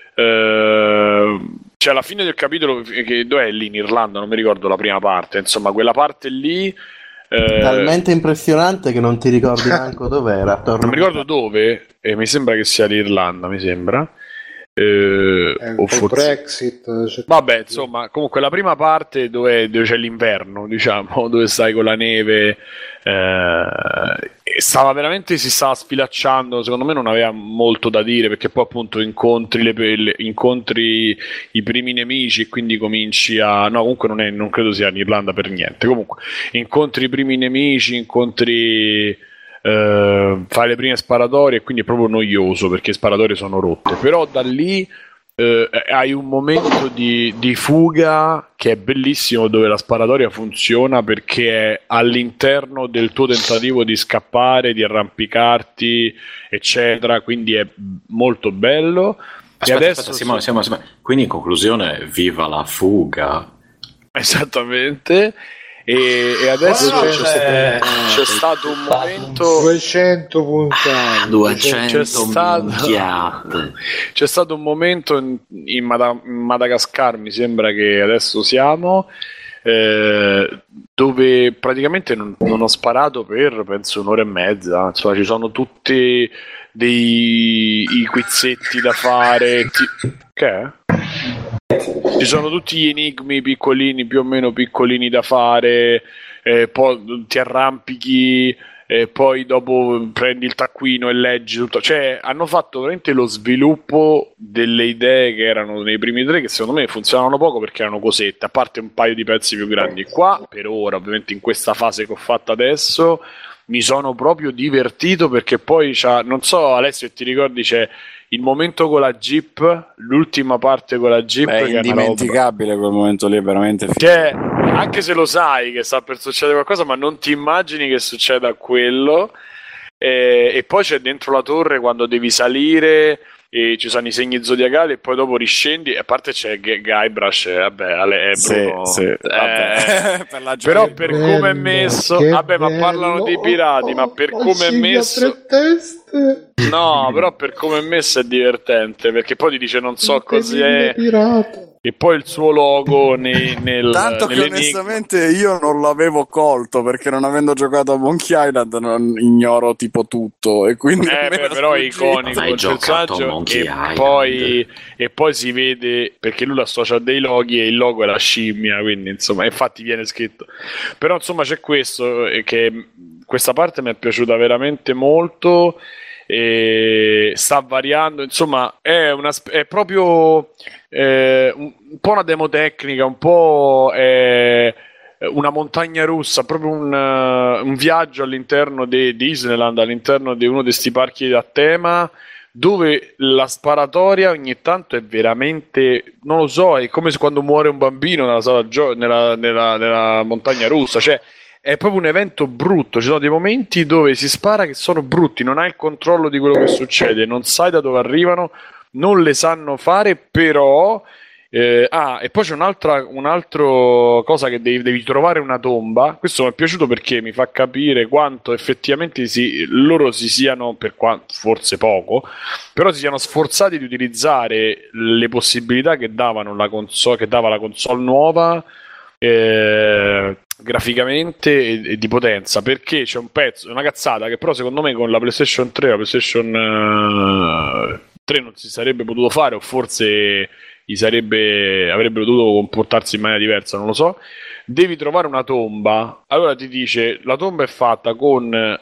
eh, cioè alla fine del capitolo, che dov'è lì in Irlanda, non mi ricordo la prima parte, insomma quella parte lì, eh, Talmente impressionante che non ti ricordi neanche dov'era. non mi ricordo dove, e mi sembra che sia l'Irlanda, mi sembra. Eh, Eh, o col forse- Brexit c'è- Vabbè, insomma, comunque la prima parte dove, dove c'è l'inverno, diciamo, dove stai con la neve, eh, e stava veramente, si stava sfilacciando, secondo me non aveva molto da dire, perché poi appunto incontri, le, le- incontri i primi nemici e quindi cominci a... No, comunque non, è, non credo sia in Irlanda per niente, comunque incontri i primi nemici, incontri... Uh, fare le prime sparatorie e quindi è proprio noioso perché le sparatorie sono rotte, però da lì uh, hai un momento di, di fuga che è bellissimo, dove la sparatoria funziona perché è all'interno del tuo tentativo di scappare, di arrampicarti eccetera, quindi è molto bello. Aspetta, e adesso aspetta, Simone, Simone, Simone. Quindi in conclusione, viva la fuga. Esattamente. E, e adesso Però c'è, c'è- c'è stato un momento duecento puntate, c'è stato, minchiate. c'è stato un momento in, in Mada- in Madagascar, mi sembra che adesso siamo, eh, dove praticamente non, non ho sparato per penso un'ora e mezza, insomma ci sono tutti dei i quizzetti da fare, ti- che è? Ci sono tutti gli enigmi piccolini, più o meno piccolini da fare, eh, poi ti arrampichi, e poi dopo prendi il taccuino e leggi tutto. Cioè, hanno fatto veramente lo sviluppo delle idee che erano nei primi tre, che secondo me funzionavano poco perché erano cosette, a parte un paio di pezzi più grandi. Qua, per ora, ovviamente in questa fase che ho fatto adesso, mi sono proprio divertito perché poi c'ha, non so Alessio, ti ricordi, c'è il momento con la Jeep, l'ultima parte con la Jeep, È che è una roba- indimenticabile quel momento lì, è veramente figo. che anche se lo sai che sta per succedere qualcosa, ma non ti immagini che succeda quello. E, e poi c'è dentro la torre quando devi salire e ci sono i segni zodiacali e poi dopo riscendi, e a parte c'è G- Guybrush, eh, vabbè, Ale- è Sì, Bruno, sì, eh, vabbè. Per la però gioia. per Che come è bello, messo, che vabbè, ma bello. parlano dei pirati, ma per Oh, come è Silvia, messo, tre teste. no, però per come è messo è divertente, perché poi ti dice non so cos'è, Pirata. e poi il suo logo nei, nel, Tanto che nell'enigma. onestamente io non l'avevo colto, perché non avendo giocato a Monkey Island non ignoro tipo tutto, e quindi Eh, mi beh, era però è sfuggito. iconico Hai il giocato a personaggio, Monkey e Island. poi, e poi si vede perché lui associa dei loghi e il logo è la scimmia, quindi insomma, infatti viene scritto. Però insomma c'è questo, eh, che questa parte mi è piaciuta veramente molto, e sta variando, insomma è, una, sp- è proprio eh, un, un po' una demo tecnica, un po' è una montagna russa, proprio un, uh, un viaggio all'interno di Disneyland, all'interno di uno di questi parchi a tema, dove la sparatoria ogni tanto è veramente, non lo so, è come se quando muore un bambino nella, sala gio- nella, nella, nella montagna russa, cioè è proprio un evento brutto, ci sono dei momenti dove si spara che sono brutti, non hai il controllo di quello che succede, non sai da dove arrivano, non le sanno fare, però Eh, ah, e poi c'è un'altra un'altra cosa che devi, devi trovare una tomba. Questo mi è piaciuto perché mi fa capire quanto effettivamente si, loro si siano, per quanto forse poco, però si siano sforzati di utilizzare le possibilità che davano la console, che dava la console nuova, eh, graficamente e, e di potenza, perché c'è un pezzo, una cazzata che però secondo me con la PlayStation tre, la PlayStation uh, tre non si sarebbe potuto fare, o forse gli sarebbe, avrebbero dovuto comportarsi in maniera diversa, non lo so. Devi trovare una tomba, allora ti dice la tomba è fatta con eh,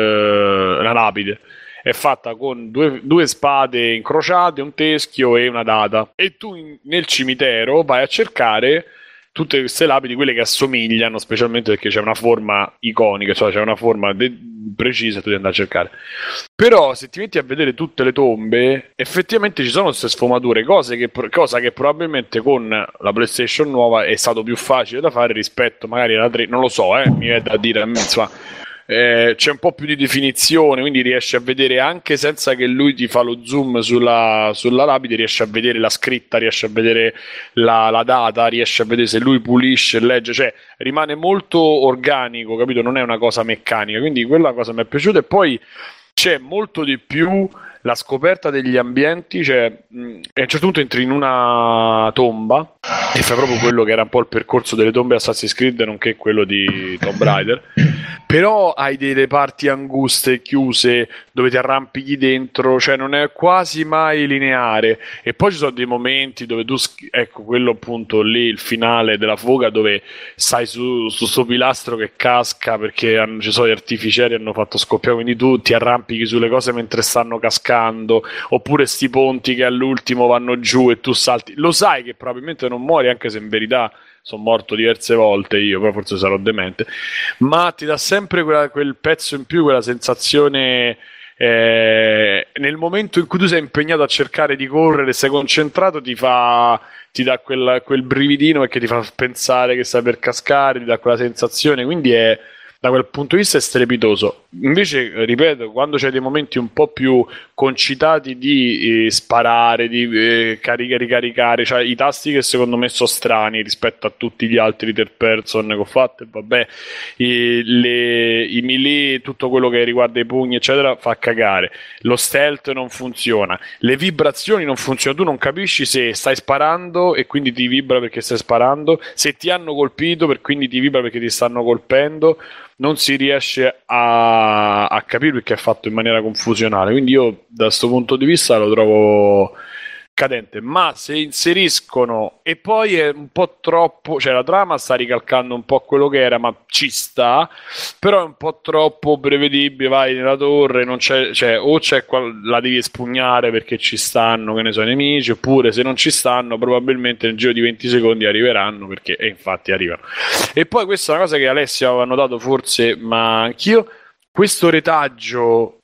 una lapide, è fatta con due, due spade incrociate, un teschio e una data, e tu in, nel cimitero vai a cercare tutte queste lapidi, quelle che assomigliano, specialmente perché c'è una forma iconica, cioè c'è una forma de- precisa, tu devi andare a cercare. Però se ti metti a vedere tutte le tombe, effettivamente ci sono queste sfumature, cose che, cosa che probabilmente con la PlayStation nuova è stato più facile da fare rispetto magari alla tre, non lo so, eh, mi viene da dire a me, insomma. Eh, c'è un po' più di definizione, quindi riesci a vedere anche senza che lui ti fa lo zoom sulla, sulla lapide, riesci a vedere la scritta, riesci a vedere la, la data, riesci a vedere se lui pulisce e legge, cioè rimane molto organico, capito? Non è una cosa meccanica, quindi quella cosa mi è piaciuta. E poi c'è molto di più la scoperta degli ambienti, cioè mh, a un certo punto entri in una tomba e fai proprio quello che era un po' il percorso delle tombe Assassin's Creed, nonché quello di Tomb Raider, però hai delle parti anguste, chiuse, dove ti arrampichi dentro, cioè non è quasi mai lineare. E poi ci sono dei momenti dove tu, ecco, quello appunto lì, il finale della fuga, dove stai su questo pilastro che casca perché hanno, ci sono gli artificieri, hanno fatto scoppiare, quindi tu ti arrampichi sulle cose mentre stanno cascando, oppure sti ponti che all'ultimo vanno giù e tu salti, lo sai che probabilmente non muori, anche se in verità sono morto diverse volte io, però forse sarò demente, ma ti dà sempre quella, quel pezzo in più, quella sensazione, eh, nel momento in cui tu sei impegnato a cercare di correre, sei concentrato, ti fa, ti dà quel, quel brividino perché ti fa pensare che stai per cascare, ti dà quella sensazione, quindi è, da quel punto di vista è strepitoso. Invece, ripeto, quando c'è dei momenti un po' più concitati di eh, sparare, di eh, caricare, ricaricare, cioè i tasti che secondo me sono strani rispetto a tutti gli altri third person che ho fatto, e vabbè, i, le, i melee, tutto quello che riguarda i pugni eccetera fa cagare, lo stealth non funziona, le vibrazioni non funzionano, tu non capisci se stai sparando e quindi ti vibra perché stai sparando, se ti hanno colpito per quindi ti vibra perché ti stanno colpendo, non si riesce a, a capire perché è fatto in maniera confusionale. Quindi io da questo punto di vista lo trovo cadente, ma se inseriscono, e poi è un po' troppo, cioè la trama sta ricalcando un po' quello che era, ma ci sta, però è un po' troppo prevedibile, vai nella torre, non c'è, cioè o c'è qual- la devi espugnare perché ci stanno, che ne so, i nemici, oppure se non ci stanno probabilmente nel giro di venti secondi arriveranno, perché e infatti arrivano. E poi questa è una cosa che Alessia aveva notato forse, ma anch'io, questo retaggio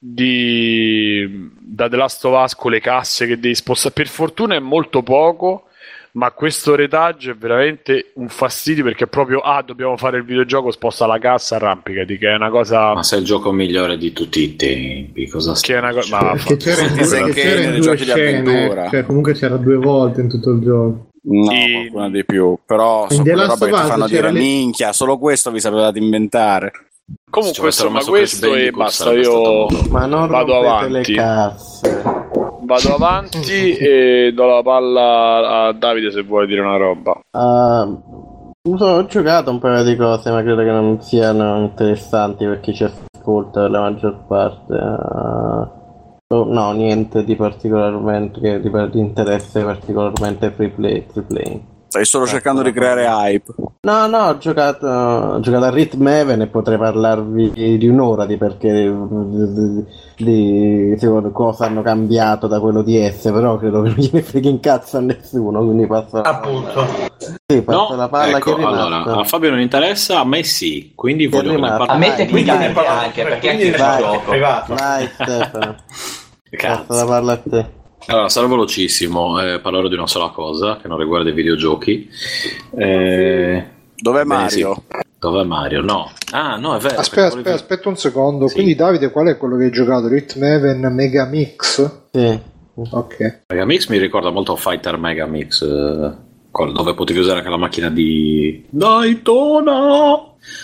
di da The Last of Us con le casse che devi spostare, per fortuna è molto poco, ma questo retaggio è veramente un fastidio, perché proprio ah dobbiamo fare il videogioco, sposta la cassa, arrampicati, che è una cosa, ma se è il gioco migliore di tutti i tempi, cosa che è una cosa, ma perché c'era, perché c'era in due scene, cioè comunque c'era due volte in tutto il gioco. No, qualcuna di più, però sono quelle robe che ti fanno dire le... minchia, solo questo vi sapevate inventare. Comunque insomma questo e basta, io ma non vado avanti, le casse. vado avanti e do la palla a Davide se vuole dire una roba. Uh, ho giocato un paio di cose, ma credo che non siano interessanti per chi ci ascolta per la maggior parte. Uh, no, niente di particolarmente che di, di interesse particolarmente free play, free play. Stai solo cercando di creare hype. No, no, ho giocato, ho giocato a Rhythm Heaven e potrei parlarvi di un'ora di perché di, di, di cosa hanno cambiato da quello di S, però credo che non gliene frega in cazzo a nessuno, quindi passo appunto. Sì, passo no, la palla, ecco, che è allora, a Fabio non interessa, a me sì, quindi che voglio che ne parli. A me tecnicamente anche, perché anche il gioco. Vai Stefano, Cazzo. passo la palla a te. Allora, sarò velocissimo, eh, parlerò di una sola cosa che non riguarda i videogiochi. Eh, Dov'è bene, Mario? Sì. Dov'è Mario? No. Ah, no, è vero. Aspetta, aspetta, volevi... aspetta un secondo. Sì. Quindi Davide, qual è quello che hai giocato? Rhythm Heaven Megamix? Sì. Ok. Megamix mi ricorda molto Fighter Megamix. dove potevi usare anche la macchina di Daytona.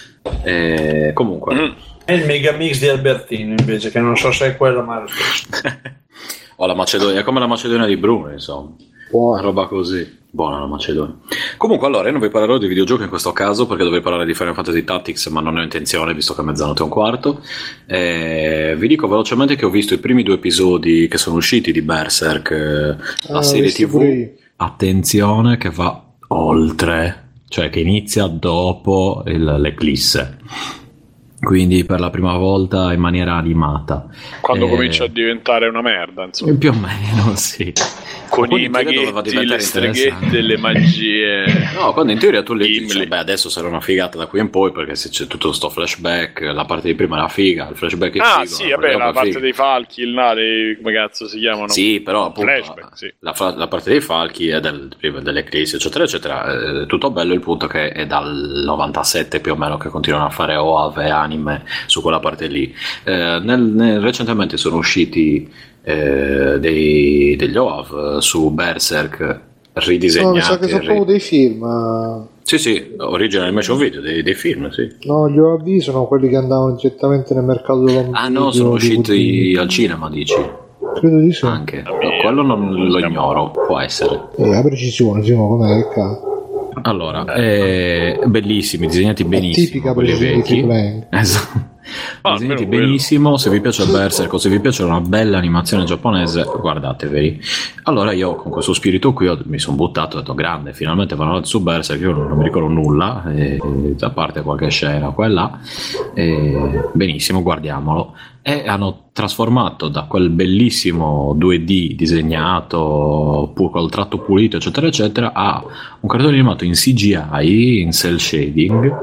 E comunque mm. è il Megamix di Albertino invece, che non so se è quello, ma o la Macedonia, è come la Macedonia di Bruno, insomma. Buona. Una roba così. Buona la Macedonia. Comunque, allora, io non vi parlerò di videogiochi in questo caso, perché dovrei parlare di Final Fantasy Tactics, ma non ne ho intenzione, visto che è mezzanotte e un quarto. Eh, vi dico velocemente che ho visto i primi due episodi che sono usciti di Berserk, la ah, serie tivù. Attenzione, che va oltre, cioè che inizia dopo il, l'eclisse. Quindi per la prima volta in maniera animata. Quando eh, comincia a diventare una merda, insomma. Più o meno, sì. Con i maghetti, le streghette, le magie. No, quando in teoria tu le dici, beh, adesso sarà una figata da qui in poi, perché se c'è tutto sto flashback, la parte di prima era figa, il flashback è ah, figo. Ah sì, vabbè, la parte figa. Dei falchi, il nare, come cazzo si chiamano? Sì, però appunto flashback, sì. La, la parte dei falchi è del, dell'eclissi, eccetera, eccetera. È tutto bello, il punto che è dal novantasette più o meno che continuano a fare O A V e anime su quella parte lì. Eh, nel, nel, recentemente sono usciti eh, dei, degli O A V su Berserk ridisegnati. No, mi sa che sono proprio dei film. Sì, sì, original animation video, dei, dei film, sì. No, gli O A V sono quelli che andavano direttamente nel mercato dell'home. Ah no, sono usciti al cinema, dici? Credo di sì. Anche, no, quello non lo ignoro, può essere. Eh, la precisione, sì, ma com'è che cazzo? Allora, eh, bellissimi, disegnati benissimo. Tipica quelli vecchi. Esatto. Ah, disegnati benissimo. Quello. Se vi piace Berserk o se vi piace una bella animazione giapponese, guardatevi. Allora io con questo spirito qui ho, mi sono buttato, ho detto grande, finalmente vanno su Berserk, io non, non mi ricordo nulla, e, a parte qualche scena qua e là, e, benissimo, guardiamolo. E hanno trasformato da quel bellissimo due D disegnato pu- col tratto pulito eccetera eccetera a un cartone animato in C G I, in cel shading,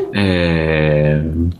eh,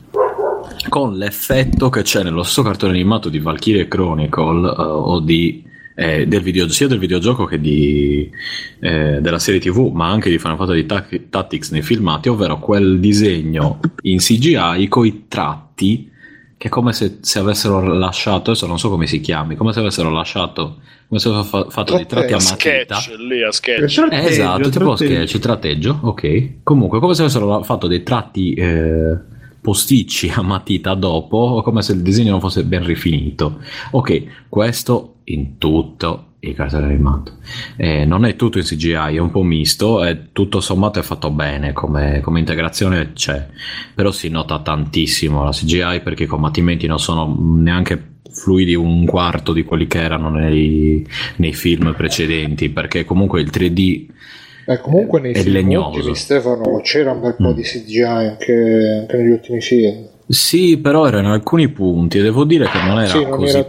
con l'effetto che c'è nello stesso cartone animato di Valkyrie Chronicle uh, o di eh, del video, sia del videogioco che di, eh, della serie tivù, ma anche di Final Fantasy Tactics nei filmati, ovvero quel disegno in C G I coi tratti che è come se, se avessero lasciato, adesso non so come si chiami, come se avessero lasciato, come se avessero fa, fatto dei tratti a matita. Sketch, lì a sketch. Eh, esatto, tipo sketch, tratteggio, ok. Comunque, come se avessero fatto dei tratti eh, posticci a matita dopo, o come se il disegno non fosse ben rifinito. Ok, questo in tutto il cartone animato. Eh, non è tutto in C G I, è un po' misto, è tutto sommato è fatto bene, come, come integrazione c'è, però si nota tantissimo la C G I perché i combattimenti non sono neanche fluidi un quarto di quelli che erano nei, nei film precedenti, perché comunque il tre D eh, comunque nei è film legnoso. Ultimi, Stefano, c'era un bel po' mm. di C G I anche, anche negli ultimi film. Sì, però era in alcuni punti e devo dire che non era sì, non così era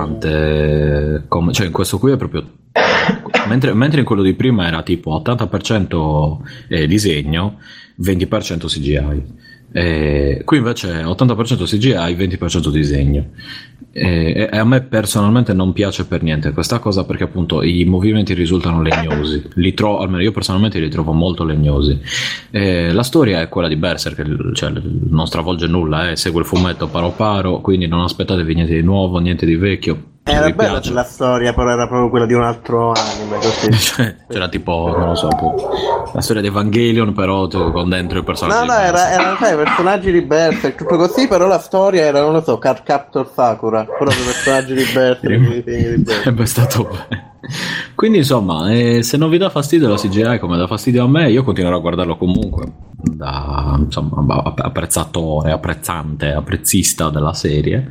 pesante come, cioè in questo qui è proprio mentre, mentre in quello di prima era tipo ottanta per cento eh, disegno, venti per cento C G I. Eh, qui invece è ottanta per cento C G I, venti per cento disegno. Eh, e a me personalmente non piace per niente questa cosa, perché appunto i movimenti risultano legnosi, li trovo, almeno io personalmente li trovo molto legnosi. Eh, la storia è quella di Berserk, cioè non stravolge nulla, eh, segue il fumetto paro paro, quindi non aspettatevi niente di nuovo, niente di vecchio. Era bella la storia, però era proprio quella di un altro anime così. Cioè, c'era tipo, non lo so, la storia di Evangelion, però con dentro i personaggi. No, no, era, erano sai, personaggi di Berserk, tutto così, però la storia era, non lo so, Card Captor Sakura, proprio personaggi di Berserk. Sarebbe stato bene. Quindi insomma, eh, se non vi dà fastidio la C G I come dà fastidio a me, io continuerò a guardarlo comunque da insomma apprezzatore, apprezzante, apprezzista della serie.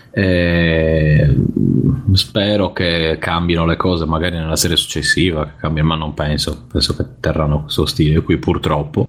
Eh, spero che cambino le cose magari nella serie successiva, che cambino, ma non penso penso che terranno questo stile qui purtroppo.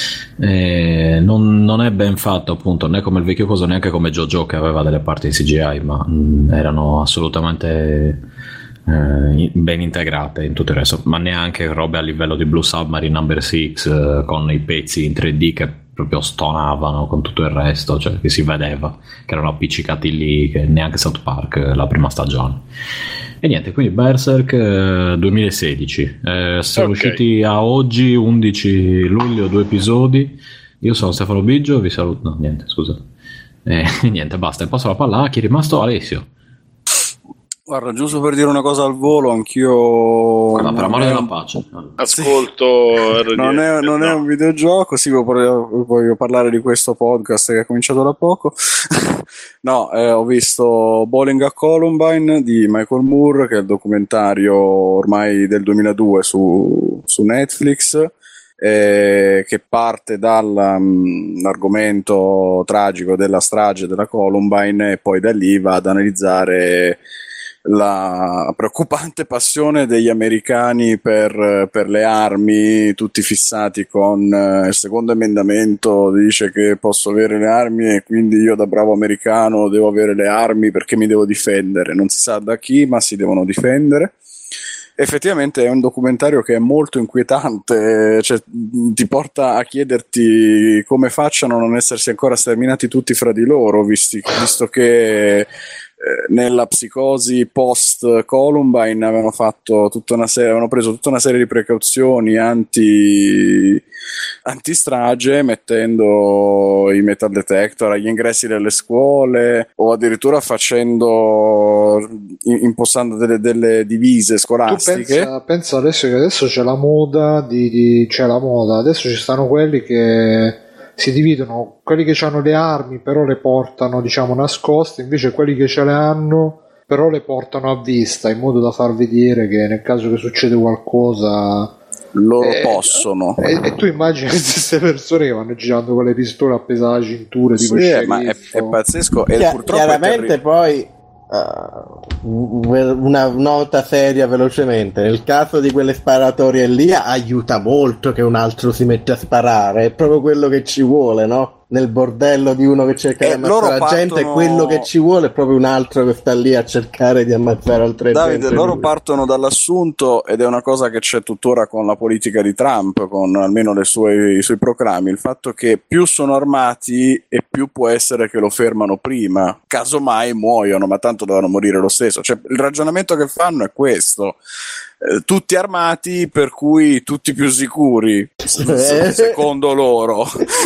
Eh, non, non è ben fatto appunto né come il vecchio coso, neanche come JoJo che aveva delle parti in C G I, ma mh, erano assolutamente eh, ben integrate in tutto il resto, ma neanche robe a livello di Blue Submarine Number sei eh, con i pezzi in tre D che proprio stonavano con tutto il resto, cioè che si vedeva che erano appiccicati lì, che neanche South Park la prima stagione. E niente, quindi Berserk eh, duemilasedici, eh, sono okay. usciti a oggi undici luglio due episodi. Io sono Stefano Biggio, vi saluto. No, niente, scusa. Eh, niente, basta, e passo la palla a chi è rimasto. Alessio. Guarda, giusto per dire una cosa al volo, anch'io... Guarda, per amore della pace. Ascolto R D S. Non è, non è un videogioco, sì, voglio, voglio parlare di questo podcast che è cominciato da poco. No, eh, ho visto Bowling a Columbine di Michael Moore, che è il documentario ormai del duemiladue su, su Netflix, eh, che parte dall'argomento tragico della strage della Columbine e poi da lì va ad analizzare la preoccupante passione degli americani per, per le armi, tutti fissati con eh, il secondo emendamento, dice che posso avere le armi e quindi io da bravo americano devo avere le armi perché mi devo difendere, non si sa da chi ma si devono difendere. Effettivamente è un documentario che è molto inquietante, cioè, ti porta a chiederti come facciano a non essersi ancora sterminati tutti fra di loro, visti, visto che nella psicosi post Columbine avevano fatto tutta una serie, avevano preso tutta una serie di precauzioni anti antistrage, mettendo i metal detector agli ingressi delle scuole o addirittura facendo impostando delle, delle divise scolastiche. Tu pensa, pensa adesso che adesso c'è la moda di, di c'è la moda adesso ci stanno quelli che si dividono, quelli che hanno le armi però le portano diciamo nascoste, invece quelli che ce le hanno però le portano a vista, in modo da far vedere che nel caso che succede qualcosa loro eh, possono e, e tu immagini che queste persone che vanno girando con le pistole appese alla cintura tipo sì, eh, ma è, è pazzesco e Chia- purtroppo chiaramente è poi uh, una nota seria velocemente, nel caso di quelle sparatorie lì aiuta molto che un altro si mette a sparare, è proprio quello che ci vuole, no? Nel bordello di uno che cerca e di ammazzare la partono... gente, quello che ci vuole è proprio un altro che sta lì a cercare di ammazzare altre Davide, gente. loro partono dall'assunto, ed è una cosa che c'è tuttora con la politica di Trump, con almeno le sue, i suoi proclami, il fatto che più sono armati e più può essere che lo fermano prima, casomai muoiono, ma tanto devono morire lo stesso. Cioè, il ragionamento che fanno è questo: eh, tutti armati per cui tutti più sicuri, secondo loro.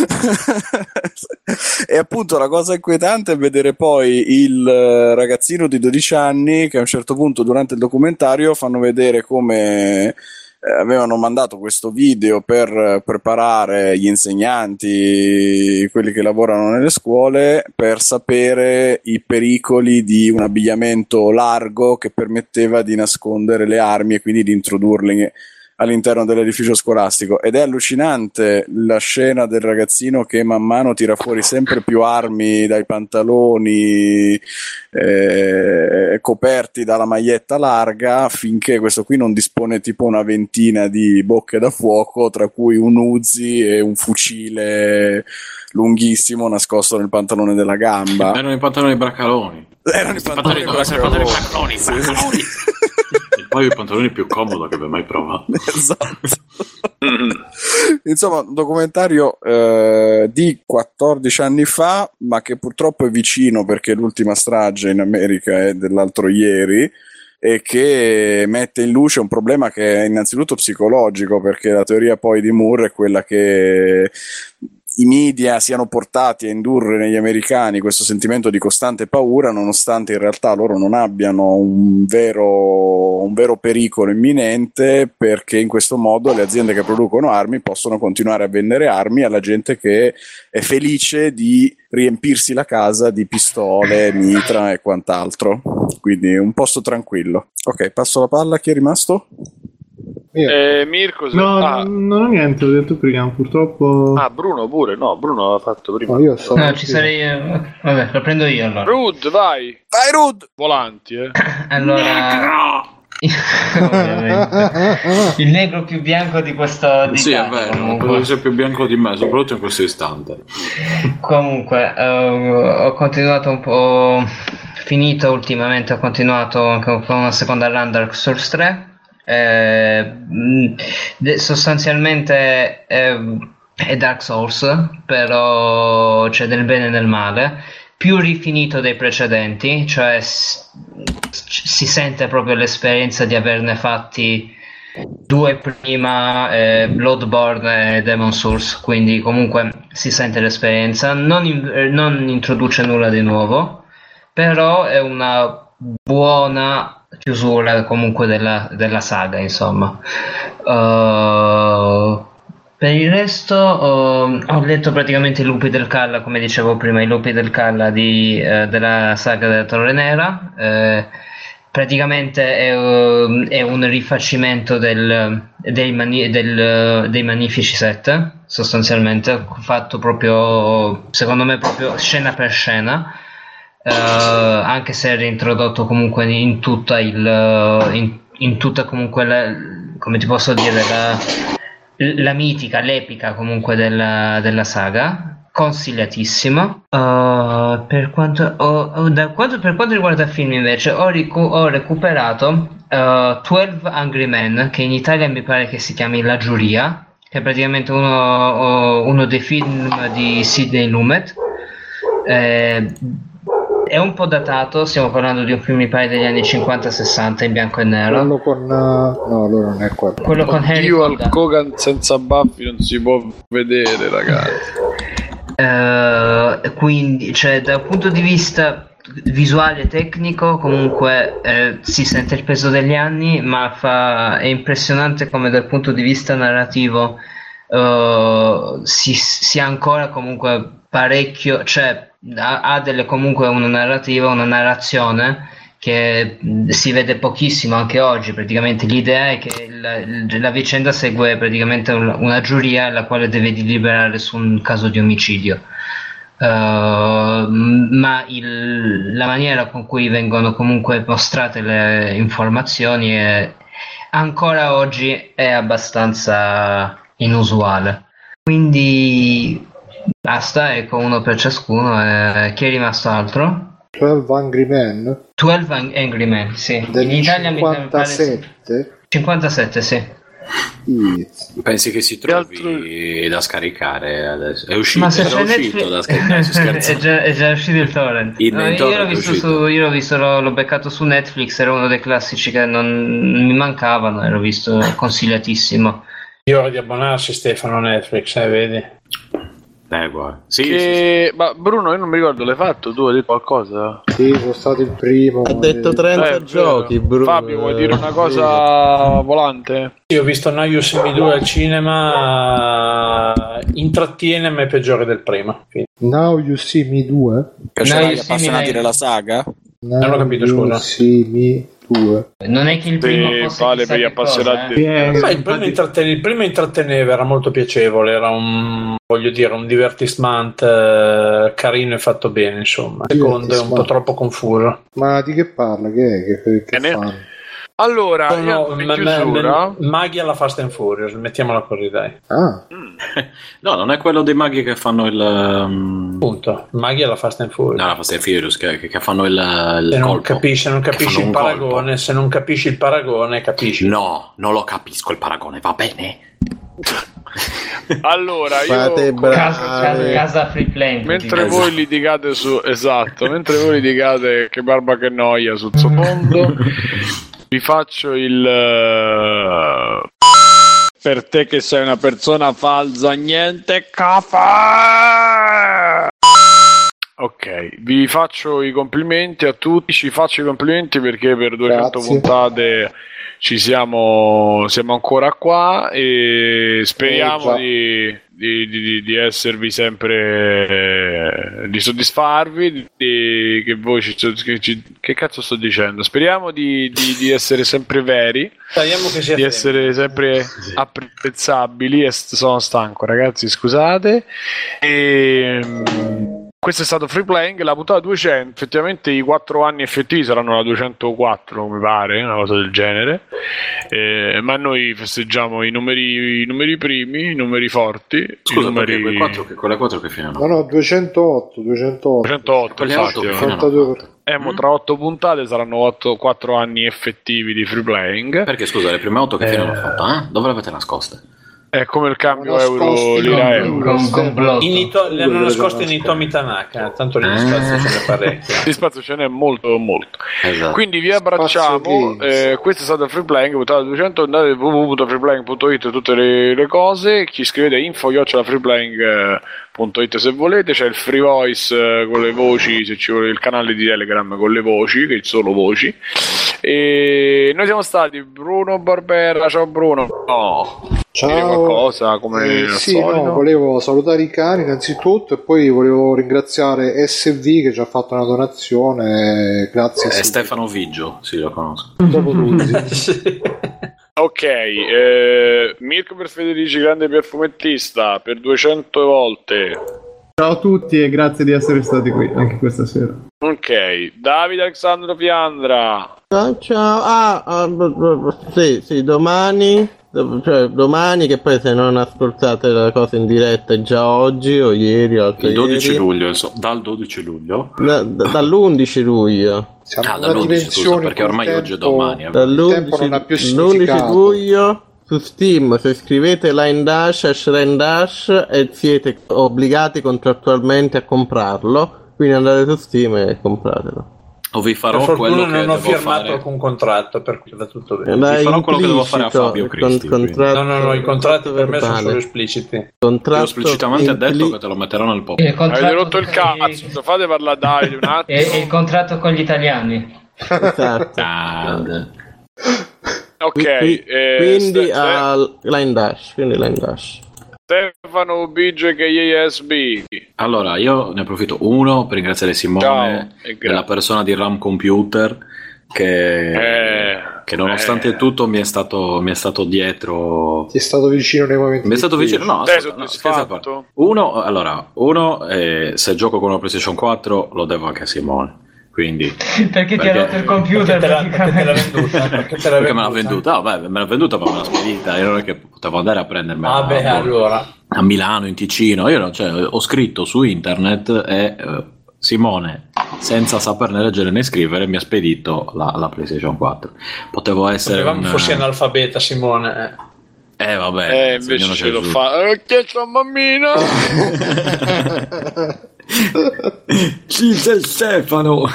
E appunto la cosa inquietante è vedere poi il ragazzino di dodici anni che a un certo punto durante il documentario fanno vedere come eh, avevano mandato questo video per preparare gli insegnanti, quelli che lavorano nelle scuole, per sapere i pericoli di un abbigliamento largo che permetteva di nascondere le armi e quindi di introdurle all'interno dell'edificio scolastico. Ed è allucinante la scena del ragazzino che man mano tira fuori sempre più armi dai pantaloni eh, coperti dalla maglietta larga, finché questo qui non dispone tipo una ventina di bocche da fuoco, tra cui un Uzi e un fucile lunghissimo nascosto nel pantalone della gamba. Erano i pantaloni braccaloni. Erano i pantaloni braccaloni. braccaloni. Sì, sì. E poi i pantaloni più comodo che abbia mai provato. Esatto. Insomma, un documentario eh, di quattordici anni fa, ma che purtroppo è vicino perché l'ultima strage in America è dell'altro ieri, e che mette in luce un problema che è innanzitutto psicologico, perché la teoria poi di Moore è quella che i media siano portati a indurre negli americani questo sentimento di costante paura, nonostante in realtà loro non abbiano un vero, un vero pericolo imminente, perché in questo modo le aziende che producono armi possono continuare a vendere armi alla gente che è felice di riempirsi la casa di pistole, mitra e quant'altro. Quindi un posto tranquillo. Ok, passo la palla, chi è rimasto? Eh, Mirko, se... No, ah. non ho niente, l'ho detto prima, purtroppo. Ah, Bruno pure, no, Bruno l'ha fatto prima. No, io so no ci sarei io. Vabbè, lo prendo io allora. Rud, vai. Vai Rud. Volanti, eh. Allora il negro più bianco di questo di sì, Italia, è vero, comunque. quello sia più bianco di me, soprattutto in questo istante. Comunque uh, ho continuato un po', finito ultimamente, ho continuato anche con una seconda run Dark Souls tre. Eh, sostanzialmente è, è Dark Souls, però c'è del bene e del male, più rifinito dei precedenti, cioè s- si sente proprio l'esperienza di averne fatti due prima, eh, Bloodborne e Demon Souls, quindi comunque si sente l'esperienza, non, in- non introduce nulla di nuovo, però è una buona chiusura comunque della, della saga, insomma. Uh, per il resto uh, ho letto praticamente i Lupi del Calla, come dicevo prima, i Lupi del Calla di, uh, della saga della Torre Nera. Uh, praticamente è, uh, è un rifacimento del, dei, mani- del, dei Magnifici Sette, sostanzialmente, fatto proprio, secondo me, proprio scena per scena. Uh, anche se è reintrodotto comunque in tutta il in, in tutta comunque la, come ti posso dire la, la mitica, l'epica comunque della, della saga, consigliatissimo. Uh, per quanto oh, oh, da quanto per quanto riguarda il film invece ho, ricu- ho recuperato uh, twelve Angry Men, che in Italia mi pare che si chiami La Giuria, che è praticamente uno, uno dei film di Sidney Lumet. eh, È un po' datato, stiamo parlando di un film mi pare degli anni cinquanta sessanta in bianco e nero. Quello con uh, no, allora non è quello. Quello con Harry Io Fonda. al Kogan senza baffi non si può vedere, ragazzi. Uh, quindi, cioè, dal punto di vista visuale e tecnico, comunque eh, si sente il peso degli anni, ma fa, è impressionante come dal punto di vista narrativo uh, si, si ha ancora comunque parecchio, cioè ha, ha delle comunque una narrativa, una narrazione che si vede pochissimo anche oggi. Praticamente l'idea è che la, la vicenda segue praticamente una, una giuria la quale deve deliberare su un caso di omicidio. Uh, ma il, la maniera con cui vengono comunque mostrate le informazioni è, ancora oggi è abbastanza inusuale. Quindi basta, ecco, uno per ciascuno. Eh, chi è rimasto altro? twelve Angry Men? twelve Angry Men, sì. Del In Italia cinquantasette? mi pare cinquantasette, sì. Pensi che si trovi da scaricare adesso? È uscito, Ma se era c'è uscito Netflix... da scaricare, si scherza. è, già, è già uscito il torrent. Il No, io, torrent l'ho è visto uscito. su, io l'ho visto, l'ho, l'ho beccato su Netflix, era uno dei classici che non mi mancavano, e l'ho visto, consigliatissimo. Io ora di abbonarsi, Stefano, Netflix, eh, vedi? Eh, guarda. Sì, che... sì. Ma Bruno, io non mi ricordo, l'hai fatto? Tu hai detto qualcosa? Sì, sono stato il primo. Ha detto trenta Eh, giochi, Bruno. Fabio, vuoi dire una cosa volante? Io ho visto Now You See Me due al cinema, intrattiene ma è peggiore del primo. Fine. Now You See Me due? Piacerà agli appassionati della saga? Now Non ho capito, You scusa. See Me due. Non è che il primo Sì, fosse vale chissà per gli che cosa, appassionati. eh. Ma il primo, intrattene- il primo intratteneva, era molto piacevole, era un, voglio dire, un divertissement eh, carino e fatto bene, insomma. Il secondo è un po' troppo confuso. Ma di che parla? Che è? Che, che fanno? Allora, No, io in ma- ma- chiusura... ma- maghi alla Fast and Furious, mettiamola così, dai. Ah. No, non è quello dei maghi che fanno il... Um... Punto. Maghi alla Fast and Furious. No, la Fast and Furious, che, che fanno il, il Se non colpo. capisci, se non Che capisci fanno il un paragone, colpo. se non capisci il paragone, capisci. No, non lo capisco il paragone, va bene? Allora, Fate io... bravi. Casa, casa, casa free play. Mentre voi litigate su... Esatto, mentre voi litigate che barba che noia sul sottofondo, vi faccio il... uh, per te che sei una persona falsa, niente caffè! Ok, vi faccio i complimenti a tutti, ci faccio i complimenti perché per duecento Grazie. puntate ci siamo, siamo ancora qua e speriamo Eh, già. di, di, di, di esservi sempre, eh, di soddisfarvi, di, di- che voi ci, che, ci- che cazzo sto dicendo? Speriamo di, di, di essere sempre veri, Speriamo che sia di essere sempre apprezzabili. E st- sono stanco, ragazzi, scusate. E, mm, questo è stato Free Playing, la puntata duecento. Effettivamente i quattro anni effettivi saranno la duecentoquattro, mi pare, una cosa del genere. Eh, ma noi festeggiamo i numeri, i numeri primi, i numeri forti. i Scusa, numeri... perché quei quattro che, quelle quattro che fine hanno? No, no, duecentootto, duecentootto. duecentootto, Quelle infatti, otto che eh. fine hanno ottantadue. fatto? Eh, mo tra otto puntate saranno otto, quattro anni effettivi di Free Playing. Perché, scusa, le prime otto che fine Eh. hanno fatto? Eh? Dove le avete nascoste? È come il cambio Nascosti euro lira con- euro. con complotto. In Ito- li hanno nascosti in Itomi Tanaka, tanto lì di spazio ce n'è parecchio. Di spazio ce n'è molto molto. Esatto. Quindi vi abbracciamo. Eh, questo è stato il Free Playing, puntata duecento. Andate a w w w punto freeplaying punto it, tutte le, le cose. Ci scrivete info chiocciola freeplaying punto it se volete. C'è il Free Voice eh, con le voci, se ci vuole, il canale di Telegram con le voci, che sono voci. E noi siamo stati Bruno Barbera. Ciao Bruno. No. Dire Ciao. qualcosa come Eh, al sì, solito? no, volevo salutare i cani innanzitutto e poi volevo ringraziare S V che ci ha fatto una donazione, grazie. È S V. Stefano Viggio, sì, lo conosco. Dopo tutti. Ok, eh, Mirko per Federici, grande perfumettista, per duecento volte. Ciao a tutti e grazie di essere stati qui anche questa sera. Ok, Davide Alessandro Fiandra. Ciao, ciao. Ah, ah, b- b- sì, sì, domani, do- cioè domani, che poi se non ascoltate la cosa in diretta è già oggi o ieri o l'altro Il dodici ieri. luglio, insomma, dal dodici luglio. Da- da- dall'undici luglio. Siamo Ah, in una dall'undici, scusa, dimensione perché col ormai tempo, oggi è domani. eh. il tempo Dall'undici non ha più l'undici significato. luglio su Steam, se scrivete Line Dash, Hash Line Dash, e siete obbligati contrattualmente a comprarlo, quindi andate su Steam e compratelo. O vi Per farò fortuna quello che non ho devo firmato fare. alcun contratto, per cui va tutto bene. Ma farò quello che devo fare a implicito, Fabio il Cristi, con- contratto- No, no, no, i contratti per me sono verbale. solo espliciti. Contratto Io esplicitamente ha detto impli- che te lo metterò nel pop. Il Avete contratto, rotto il cazzo, fate parlare Davide un attimo. e, e il contratto con gli italiani. Esatto. Ah, Ok, Qui- eh, quindi Ste- al Line Dash, quindi Line Dash. Stefano Biggio che I S B. Allora, io ne approfitto uno per ringraziare Ciao, Simone, e della grazie. persona di RAM Computer, che, Eh, che nonostante eh. tutto mi è stato, mi è stato dietro. Ti è stato vicino nei momenti Mi è stato vicino, no, Sei aspetta, no, scherzo a parte. soddisfatto? Uno, allora, uno, eh, se gioco con una PlayStation quattro lo devo anche a Simone. Quindi, Perché ti Perché- ha rotto il computer Perché te l'ha, perché te l'ha praticamente. venduta? Perché te l'ha perché me l'ha venduta? venduta, vabbè, me l'ha venduta ma me l'ha spedita. Io non è che potevo andare a prendermela Vabbè, a, allora. a Milano, in Ticino. Io non- cioè, ho scritto su internet e eh, Simone, senza saperne leggere né scrivere, mi ha spedito la, la PlayStation quattro. Potevo essere Sapevamo un... fossi analfabeta, Simone. eh. Eh vabbè, Eh, se invece ognuno ce c'ha lo il suo. fa. Eh, che c'è mammina? Sì, c'è Stefano.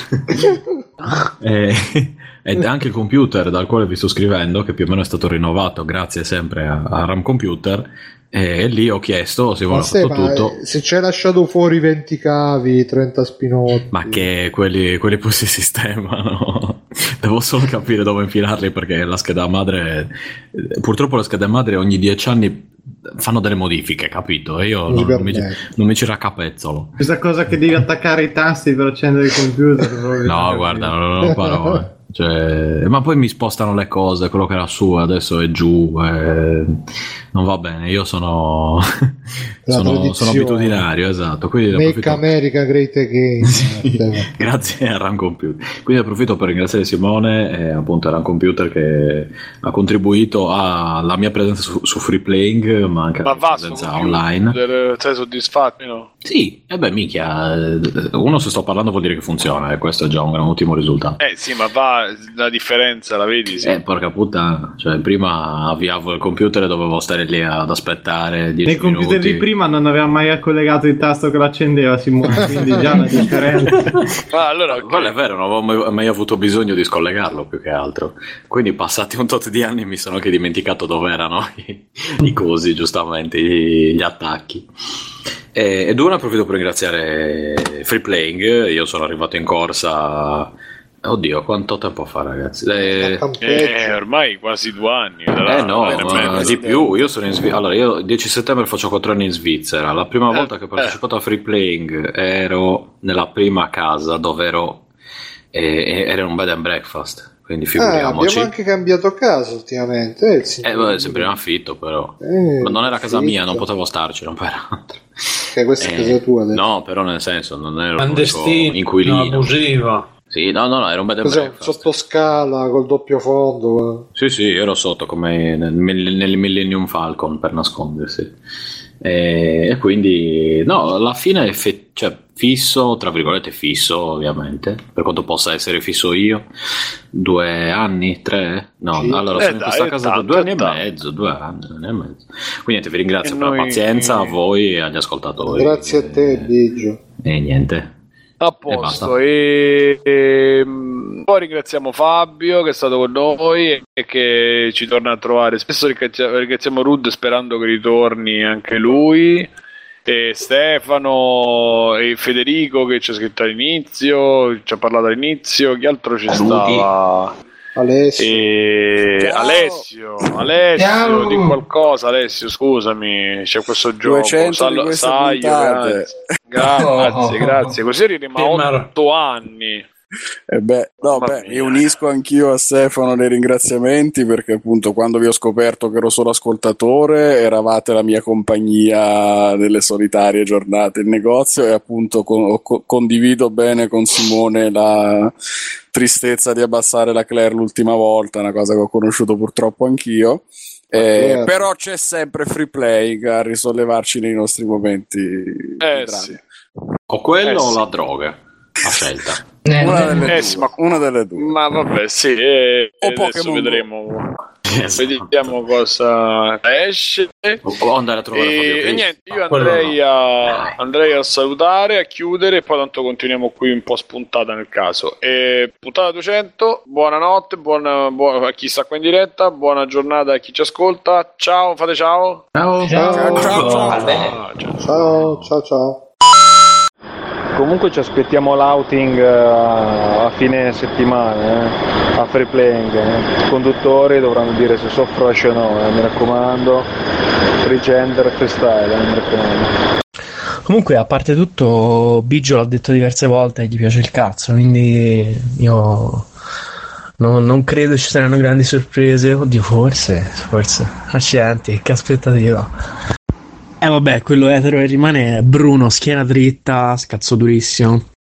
Eh, ed anche il computer dal quale vi sto scrivendo, che più o meno è stato rinnovato grazie sempre a, a RAM Computer, e lì ho chiesto se Ma avevano fatto Stefano, tutto, eh, se ci hai lasciato fuori venti cavi, trenta spinotti. ma che quelli, quelli poi si sistemano. Devo solo capire dove infilarli, perché la scheda madre, purtroppo le schede madre ogni dieci anni fanno delle modifiche, capito? E io non, non mi, non mi ci raccapezzolo. Questa cosa che devi attaccare i tasti per accendere il computer. proprio- No, guarda, non ho parole. Cioè, ma poi mi spostano le cose, quello che era su adesso è giù, eh, non va bene. Io sono, La sono, sono tradizione. abitudinario, esatto. Quindi ne Make approfitto- America Great Again. Stefano. Grazie a RAM Computer. Quindi approfitto per ringraziare Simone e appunto a RAM Computer che ha contribuito alla mia presenza su, su Free Playing, ma anche Ma alla va, presenza sono online. computer, sei soddisfatto? No? Sì, e beh, minchia, eh, uno se sto parlando vuol dire che funziona, e questo è già un gran ottimo risultato. Eh sì, ma va, la differenza la vedi? Sì. Eh, porca puttana, cioè prima avviavo il computer e dovevo stare lì ad aspettare dieci Nei computer minuti. di prima non aveva mai collegato il tasto che l'accendeva, Simone, quindi già una differenza. Ah, allora, Quello è vero, non avevo mai, mai avuto bisogno di scollegarlo più che altro. Quindi passati un tot di anni mi sono anche dimenticato dove erano i, i cosi, giustamente, i- gli attacchi. E, ed uno approfitto per ringraziare Free Playing. Io sono arrivato in corsa. Oddio, quanto tempo fa, ragazzi? Eh, Eh, ormai quasi due anni. Eh no, ma di più. Io sono in Svizzera. Allora, io il dieci settembre faccio quattro anni in Svizzera. La prima volta che ho partecipato a Free Playing ero nella prima casa dove ero, e, e era un bed and breakfast. Quindi Ah, figuriamoci. abbiamo anche cambiato casa ultimamente. Eh, sì. Eh, beh, sempre in affitto, però. Eh, Ma non era casa mia, non affitto. potevo starci, non per altro. Che questa è Eh, casa tua adesso. No, però nel senso, non ero Clandestino, l'unico inquilino. abusiva. Sì, no, no, no, era un bed and Cos'è? breakfast. Sottoscala col doppio fondo. Sì, sì, ero sotto come nel, nel Millennium Falcon per nascondersi. E, e quindi, no, alla fine è fe- cioè, fisso, tra virgolette fisso ovviamente, per quanto possa essere fisso io, due anni, tre? No, Sì. allora Eh, sono in dai, questa è casa da tanto, due anni è e tanto. mezzo, due anni, due anni e mezzo. Quindi niente, vi ringrazio E per noi- la pazienza a voi e agli ascoltatori. Grazie a te, Biggio. E niente. A posto, e, e, mm, poi ringraziamo Fabio che è stato con noi e che ci torna a trovare. Spesso ringraziamo, ringraziamo Rud sperando che ritorni anche lui, e Stefano e Federico che ci ha scritto all'inizio, ci ha parlato all'inizio. Chi altro ci Saluti. stava? Alessio. E Alessio, Alessio, Ciao. di qualcosa. Alessio, scusami, c'è questo gioco. duecento Sallo- di queste Saio, puntate. grazie, grazie, Oh. grazie. Così arriviamo Che a mar- otto anni. E beh, no, Mamma beh, mia. mi unisco anch'io a Stefano nei ringraziamenti, perché appunto quando vi ho scoperto che ero solo ascoltatore eravate la mia compagnia nelle solitarie giornate in negozio, e appunto con- co- condivido bene con Simone la tristezza di abbassare la Claire l'ultima volta, una cosa che ho conosciuto purtroppo anch'io. Eh, Claire. però c'è sempre Free Play a risollevarci nei nostri momenti di Eh drammi. sì. O quello Eh, o sì. la droga? A scelta. Eh, Una eh, delle Eh due. sì, ma- Una delle due. Ma vabbè, sì, e, O e adesso Pokémon Go. vedremo. Esatto. Vediamo cosa esce. O, o andare a trovare Fabio E, e Cristo. niente, io No, quello andrei, no. a, andrei a salutare, a chiudere, e poi tanto continuiamo qui un po' spuntata nel caso. E, puntata duecento, buonanotte, buona, buona a chi sta qua in diretta, buona giornata a chi ci ascolta. Ciao, fate ciao. Ciao. Ciao. Ciao, ciao, ciao. Vabbè. Ah, ciao. Ciao, ciao, ciao. Comunque ci aspettiamo l'outing eh, a fine settimana, eh, a Free Playing. eh. I conduttori dovranno dire se soffro o no, eh, mi raccomando. Free gender freestyle, eh, mi raccomando. Comunque, a parte tutto, Biggio l'ha detto diverse volte, gli piace il cazzo, quindi io no- non credo ci saranno grandi sorprese. Oddio, forse, forse. Accidenti, che aspettativa. Eh vabbè, quello etero che rimane è Bruno, schiena dritta, scazzo durissimo.